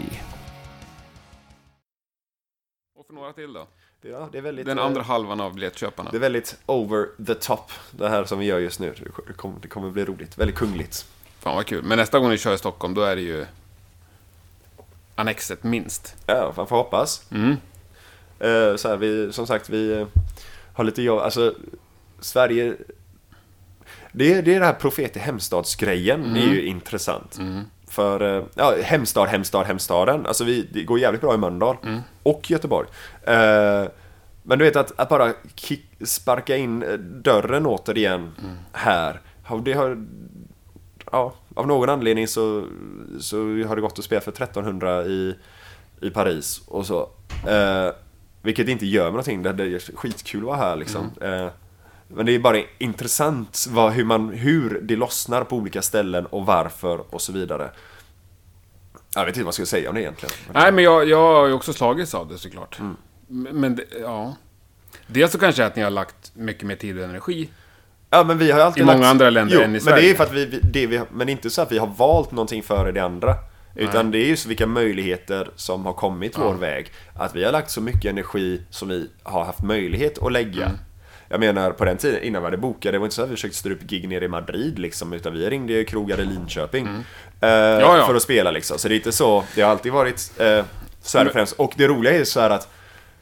Några till då? Ja, det är väldigt, den andra halvan av biljettköparna. Det är väldigt over the top, det här som vi gör just nu. Det kommer, det kommer bli roligt, väldigt kungligt. Fan vad kul, men nästa gång ni kör i Stockholm, då är det ju annexet minst. Ja, man får hoppas. Mm. uh, så här, vi, som sagt, vi uh, har lite jobb, alltså Sverige, det är det, är det här Profet i hemstadsgrejen mm. är ju intressant. Mm. För, ja, hemstad, hemstad, hemstaden. Alltså vi, det går jävligt bra i Mölndal mm. och Göteborg. Eh, men du vet att, att bara kick, sparka in dörren återigen mm. här. Det har, ja, av någon anledning så, så har det gått att spela för trettonhundra i, i Paris och så. Eh, vilket inte gör med någonting. Det, det är skitkul att vara här liksom. Mm. Eh, Men det är bara intressant vad, hur, man, hur det lossnar på olika ställen och varför och så vidare. Jag vet inte vad jag ska säga om det egentligen. Nej, men jag, jag har ju också slagits av det såklart. Mm. Men det, ja. Dels så kanske att ni har lagt mycket mer tid och energi. Ja, men vi har alltid i lagt... många andra länder jo, än i Sverige. Men det är för att vi, det vi, men inte så att vi har valt någonting före det andra. Utan Nej. det är ju så vilka möjligheter som har kommit ja. vår väg. Att vi har lagt så mycket energi som vi har haft möjlighet att lägga. Mm. Jag menar på den tiden innan vi hade bokat, det var inte så att vi försökte styra upp gig nere i Madrid liksom, utan vi ringde ju krogar i Linköping mm. eh, ja, ja. för att spela liksom. Så det är inte så, det har alltid varit eh, så här främst. Och det roliga är så här att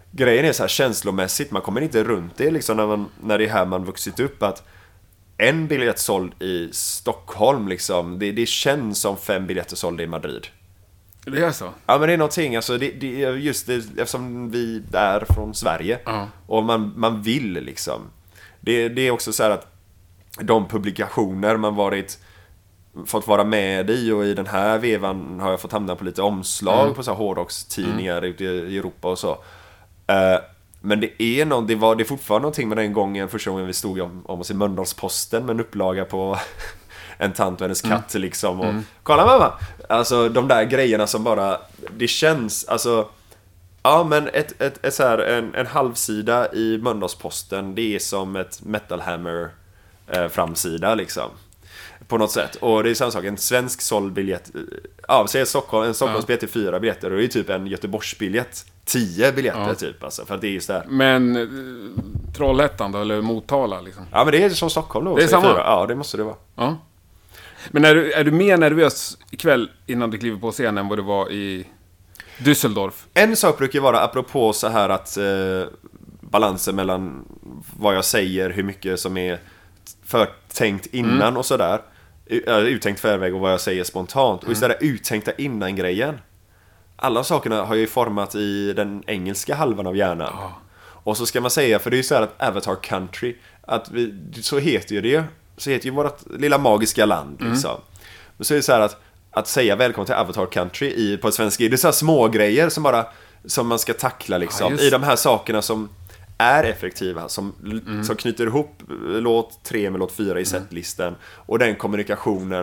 grejen är så här känslomässigt, man kommer inte runt det liksom när, man, när det är här man vuxit upp, att en biljett såld i Stockholm liksom, det, det känns som fem biljetter sålda i Madrid. Det är så? Ja, men det är någonting, alltså det, det, just det, eftersom vi är från Sverige uh. och man, man vill liksom. Det, det är också så här att de publikationer man varit fått vara med i, och i den här vevan har jag fått hamna på lite omslag mm. på så här hårdrockstidningar mm. ute i Europa och så. Uh, men det är någon, det var det är fortfarande någonting med den gången, första gången vi stod om, om oss i Mölndalsposten med en upplaga på en tant och hennes katt mm. liksom och mm. kolla mamma, alltså de där grejerna som bara, det känns, alltså ja, men ett, ett, ett så här, en, en halvsida i Mölndalsposten, det är som ett Metal Hammer eh, framsida liksom på något sätt. Och det är samma sak, en svensk såldbiljett, ja, säg Stockholm, en Stockholmsbiljett till fyra biljetter, och det är typ en Göteborgsbiljett tio biljetter ja. typ alltså, för att det är just där. Men Trollhättan då, eller Motala liksom? Ja, men det är som Stockholm då. Det är samma? Fyra. Ja, det måste det vara. Ja. Men är du, är du mer nervös ikväll innan du kliver på scenen än vad du var i Düsseldorf? En sak brukar vara, apropå så här att eh, balansen mellan vad jag säger, hur mycket som är förtänkt innan mm. och sådär, uttänkt förväg, och vad jag säger spontant. Mm. Och istället uttänkta innan grejen. Alla sakerna har jag ju format i den engelska halvan av hjärnan. Oh. Och så ska man säga, för det är ju så här att Avatar Country, att vi, så heter ju det, så heter ju vårt lilla magiska land liksom. Mm. Men så är det så här att att säga välkommen till Avatar Country i, på svenska, det är så här små grejer som bara som man ska tackla liksom, ja, i de här sakerna som är effektiva, som, mm. som knyter ihop låt tre med låt fyra i setlistan mm. och den kommunikationen,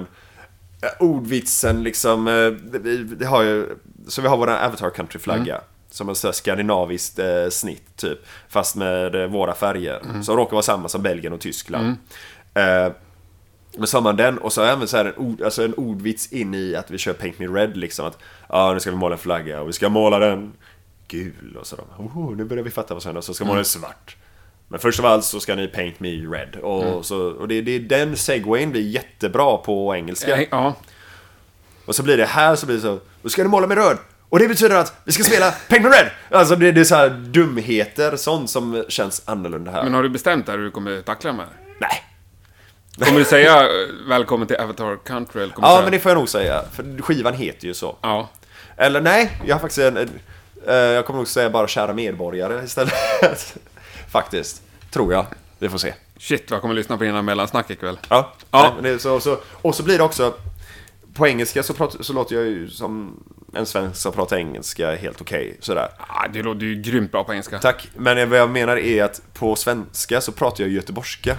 ordvitsen liksom, det, det har ju, så vi har vår Avatar Country-flagga mm. som en så här skandinaviskt eh, snitt typ, fast med eh, våra färger mm. som råkar vara samma som Belgien och Tyskland. Mm. Eh, men så har man den, och så har jag så här en, ord, alltså en ordvits in i att vi kör Paint Me Red liksom, att ja, nu ska vi måla en flagga och vi ska måla den gul, och så då, oh, nu börjar vi fatta vad som händer, så ska vi måla den svart. Men först av allt så ska ni Paint Me Red, och, mm. så, och det, det är den segwayen blir jättebra på engelska. Ja. Och så blir det här, så blir det så, då ska ni måla med röd, och det betyder att vi ska spela Paint Me Red. Alltså det, det är så här dumheter, sånt som känns annorlunda här. Men har du bestämt där hur du kommer tackla med? Nej. Kommer du säga välkommen till Avatar Country? Eller ja, säga... men det får jag nog säga, för skivan heter ju så. Ja. Eller nej, jag har faktiskt en, en uh, jag kommer nog säga bara kära medborgare istället. Faktiskt, tror jag. Vi får se. Shit, vad kommer lyssna på dina mellansnack ikväll. Ja, ja. Nej, det är så, så, och så blir det också på engelska så, pratar, så låter jag ju som en svensk som pratar engelska helt okej, okay, sådär. Ja, det låter ju grymt bra på engelska. Tack, men vad jag menar är att på svenska så pratar jag göteborgska.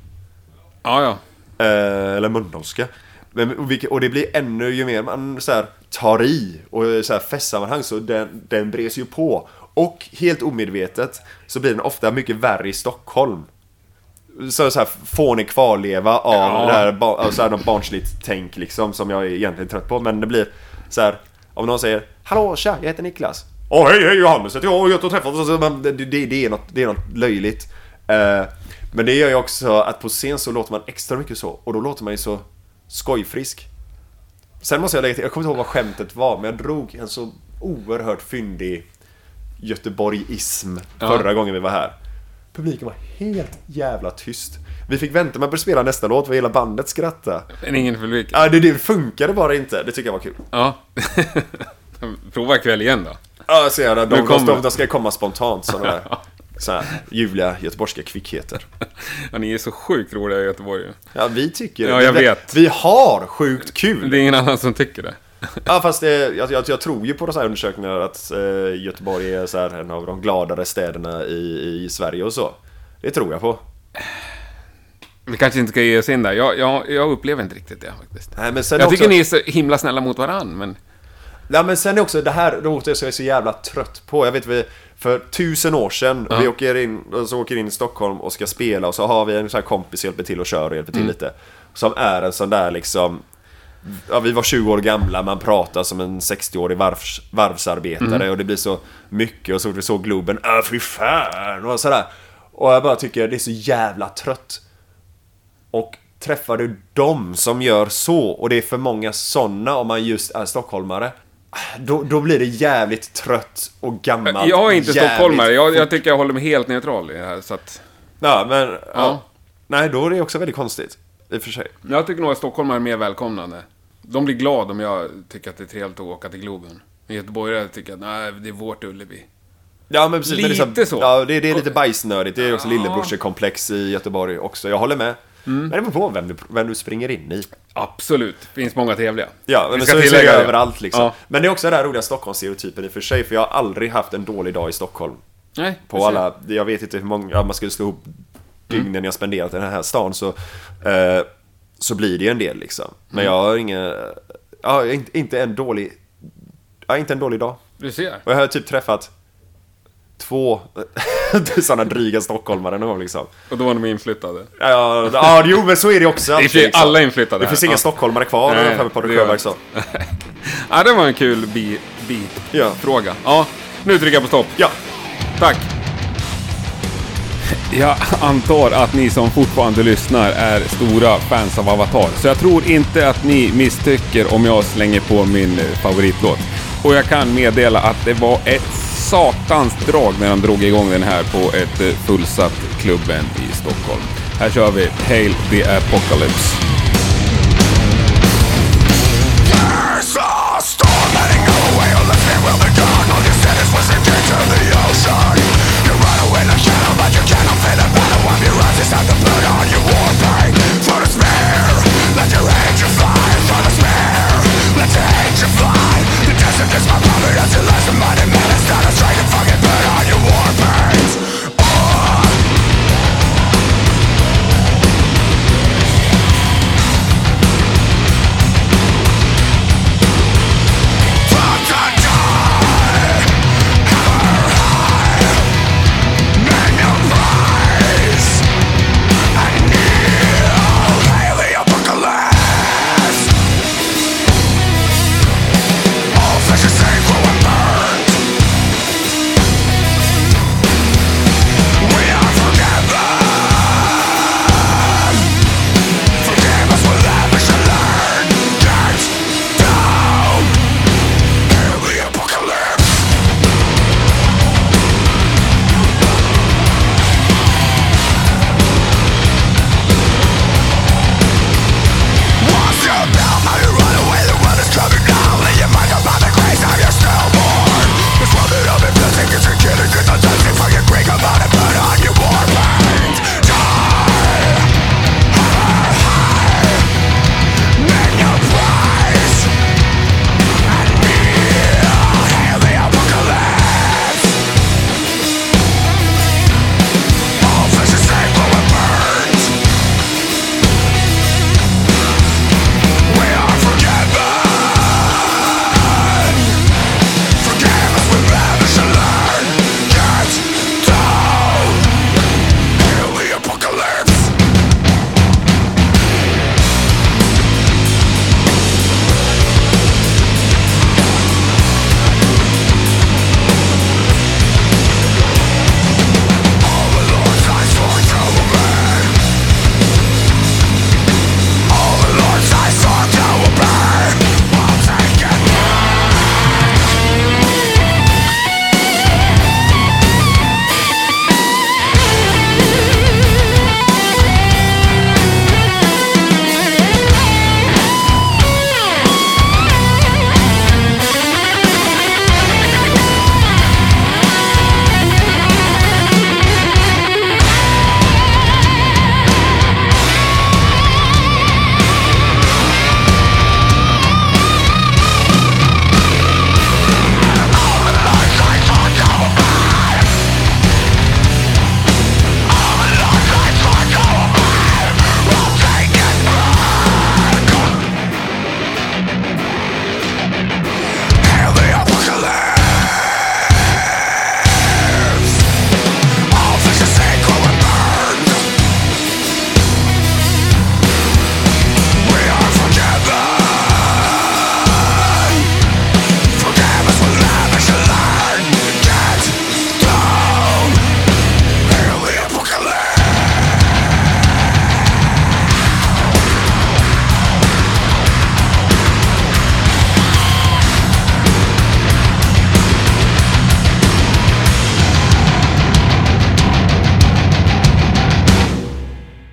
Ja, ja. Eh, eller mölndalska. Och, och det blir ännu ju mer man så här, tar i och så här festsammanhang, så den, den bres ju på. Och helt omedvetet så blir den ofta mycket värre i Stockholm. Så, så här fånig kvarleva av ja. det här, alltså här något barnsligt tänk liksom, som jag är egentligen trött på. Men det blir så här, om någon säger hallå, tja, jag heter Niklas. Åh, hej, hej Johannes, jag har gött att träffas. Det, det, det, är något, det är något löjligt. Uh, men det gör ju också att på scen så låter man extra mycket så. Och då låter man ju så skojfrisk. Sen måste jag lägga till, jag kommer inte ihåg vad skämtet var, men jag drog en så oerhört fyndig göteborgism förra ja. gången vi var här. Publiken var helt jävla tyst. Vi fick vänta med att spela nästa låt, för hela bandet skrattade. Men ingen publik. Ja, det, det funkade bara inte. Det tycker jag var kul. Ja. Prova kväll igen då. Ja, så jag, de, de, de, de ska komma spontant sådana där. Så här, ljuvliga göteborgska kvickheter. Ja, ni är så sjukt roliga i Göteborg. Ja, vi tycker ja, jag vi, vet. Vi har sjukt kul. Det är ingen annan som tycker det. Ja, fast det, jag, jag, jag tror ju på så här undersökningar att eh, Göteborg är så här en av de gladare städerna i, i Sverige och så. Det tror jag på. Vi kanske inte ska ge oss in där. Jag, jag, jag upplever inte riktigt det faktiskt. Nej, men sen jag också, tycker ni är så himla snälla mot varann, men... Ja, men sen är också det här låter jag så, jag är så jävla trött på. Jag vet vi för tusen år sedan uh-huh. vi åker in så åker in i Stockholm och ska spela, och så har vi en sån här kompis som hjälper till och kör och hjälper till mm. lite. Som är en sån där liksom, ja, vi var tjugo år gamla, man pratar som en sextioårig varvs, varvsarbetare mm. och det blir så mycket, och så vi såg Globen, äh fy fan och sådär. Och jag bara tycker det är så jävla trött. Och träffar du dem som gör så, och det är för många såna om man just är stockholmare, Då, då blir det jävligt trött och gammalt. Jag är inte jävligt... stockholmare, jag, jag tycker jag håller mig helt neutral i det här, så att... Ja, men... Ja. Ja. Nej, då är det också väldigt konstigt. I och för sig. Jag tycker nog att stockholmare är mer välkomnande. De blir glada om jag tycker att det är trevligt att åka till Globen. I Göteborg tycker jag att nej, det är vårt Ullevi. Ja, men precis. Lite men det är så. så. Ja, det, det är lite bajsnördigt. Det är också Ja. lillebrorsekomplex i Göteborg också. Jag håller med. Mm. Men det beror på vem du, vem du springer in i. Absolut, det finns många trevliga. Ja, men Vi så ska är det tillägga det. överallt liksom. Ja. Men det är också den här roliga Stockholmsstereotypen i och för sig. För jag har aldrig haft en dålig dag i Stockholm. Nej, På alla, jag vet inte hur många, ja, man skulle slå ihop dygnen mm. jag spenderat i den här stan så, eh, så blir det ju en del liksom. Men mm. jag har ingen, ja, inte, inte en dålig, ja, inte en dålig dag. Du ser. Och jag har typ träffat två sådana dryga stockholmare någon gång liksom. Och då var de inflyttade. Ja, ja, jo, men så är det också. Det är liksom. Alla inflyttade. Det finns inga ja. stockholmare kvar. Nej, Nej, på det det så. Ja, det var en kul bi, bi ja. fråga. Ja, nu trycker jag på stopp. Ja. Tack. Jag antar att ni som fortfarande lyssnar är stora fans av Avatar. Så jag tror inte att ni misstycker om jag slänger på min favoritlåt. Och jag kan meddela att det var ett satans drag när de drog igång den här på ett fullsatt klubben i Stockholm. Här kör vi Hail the Apocalypse.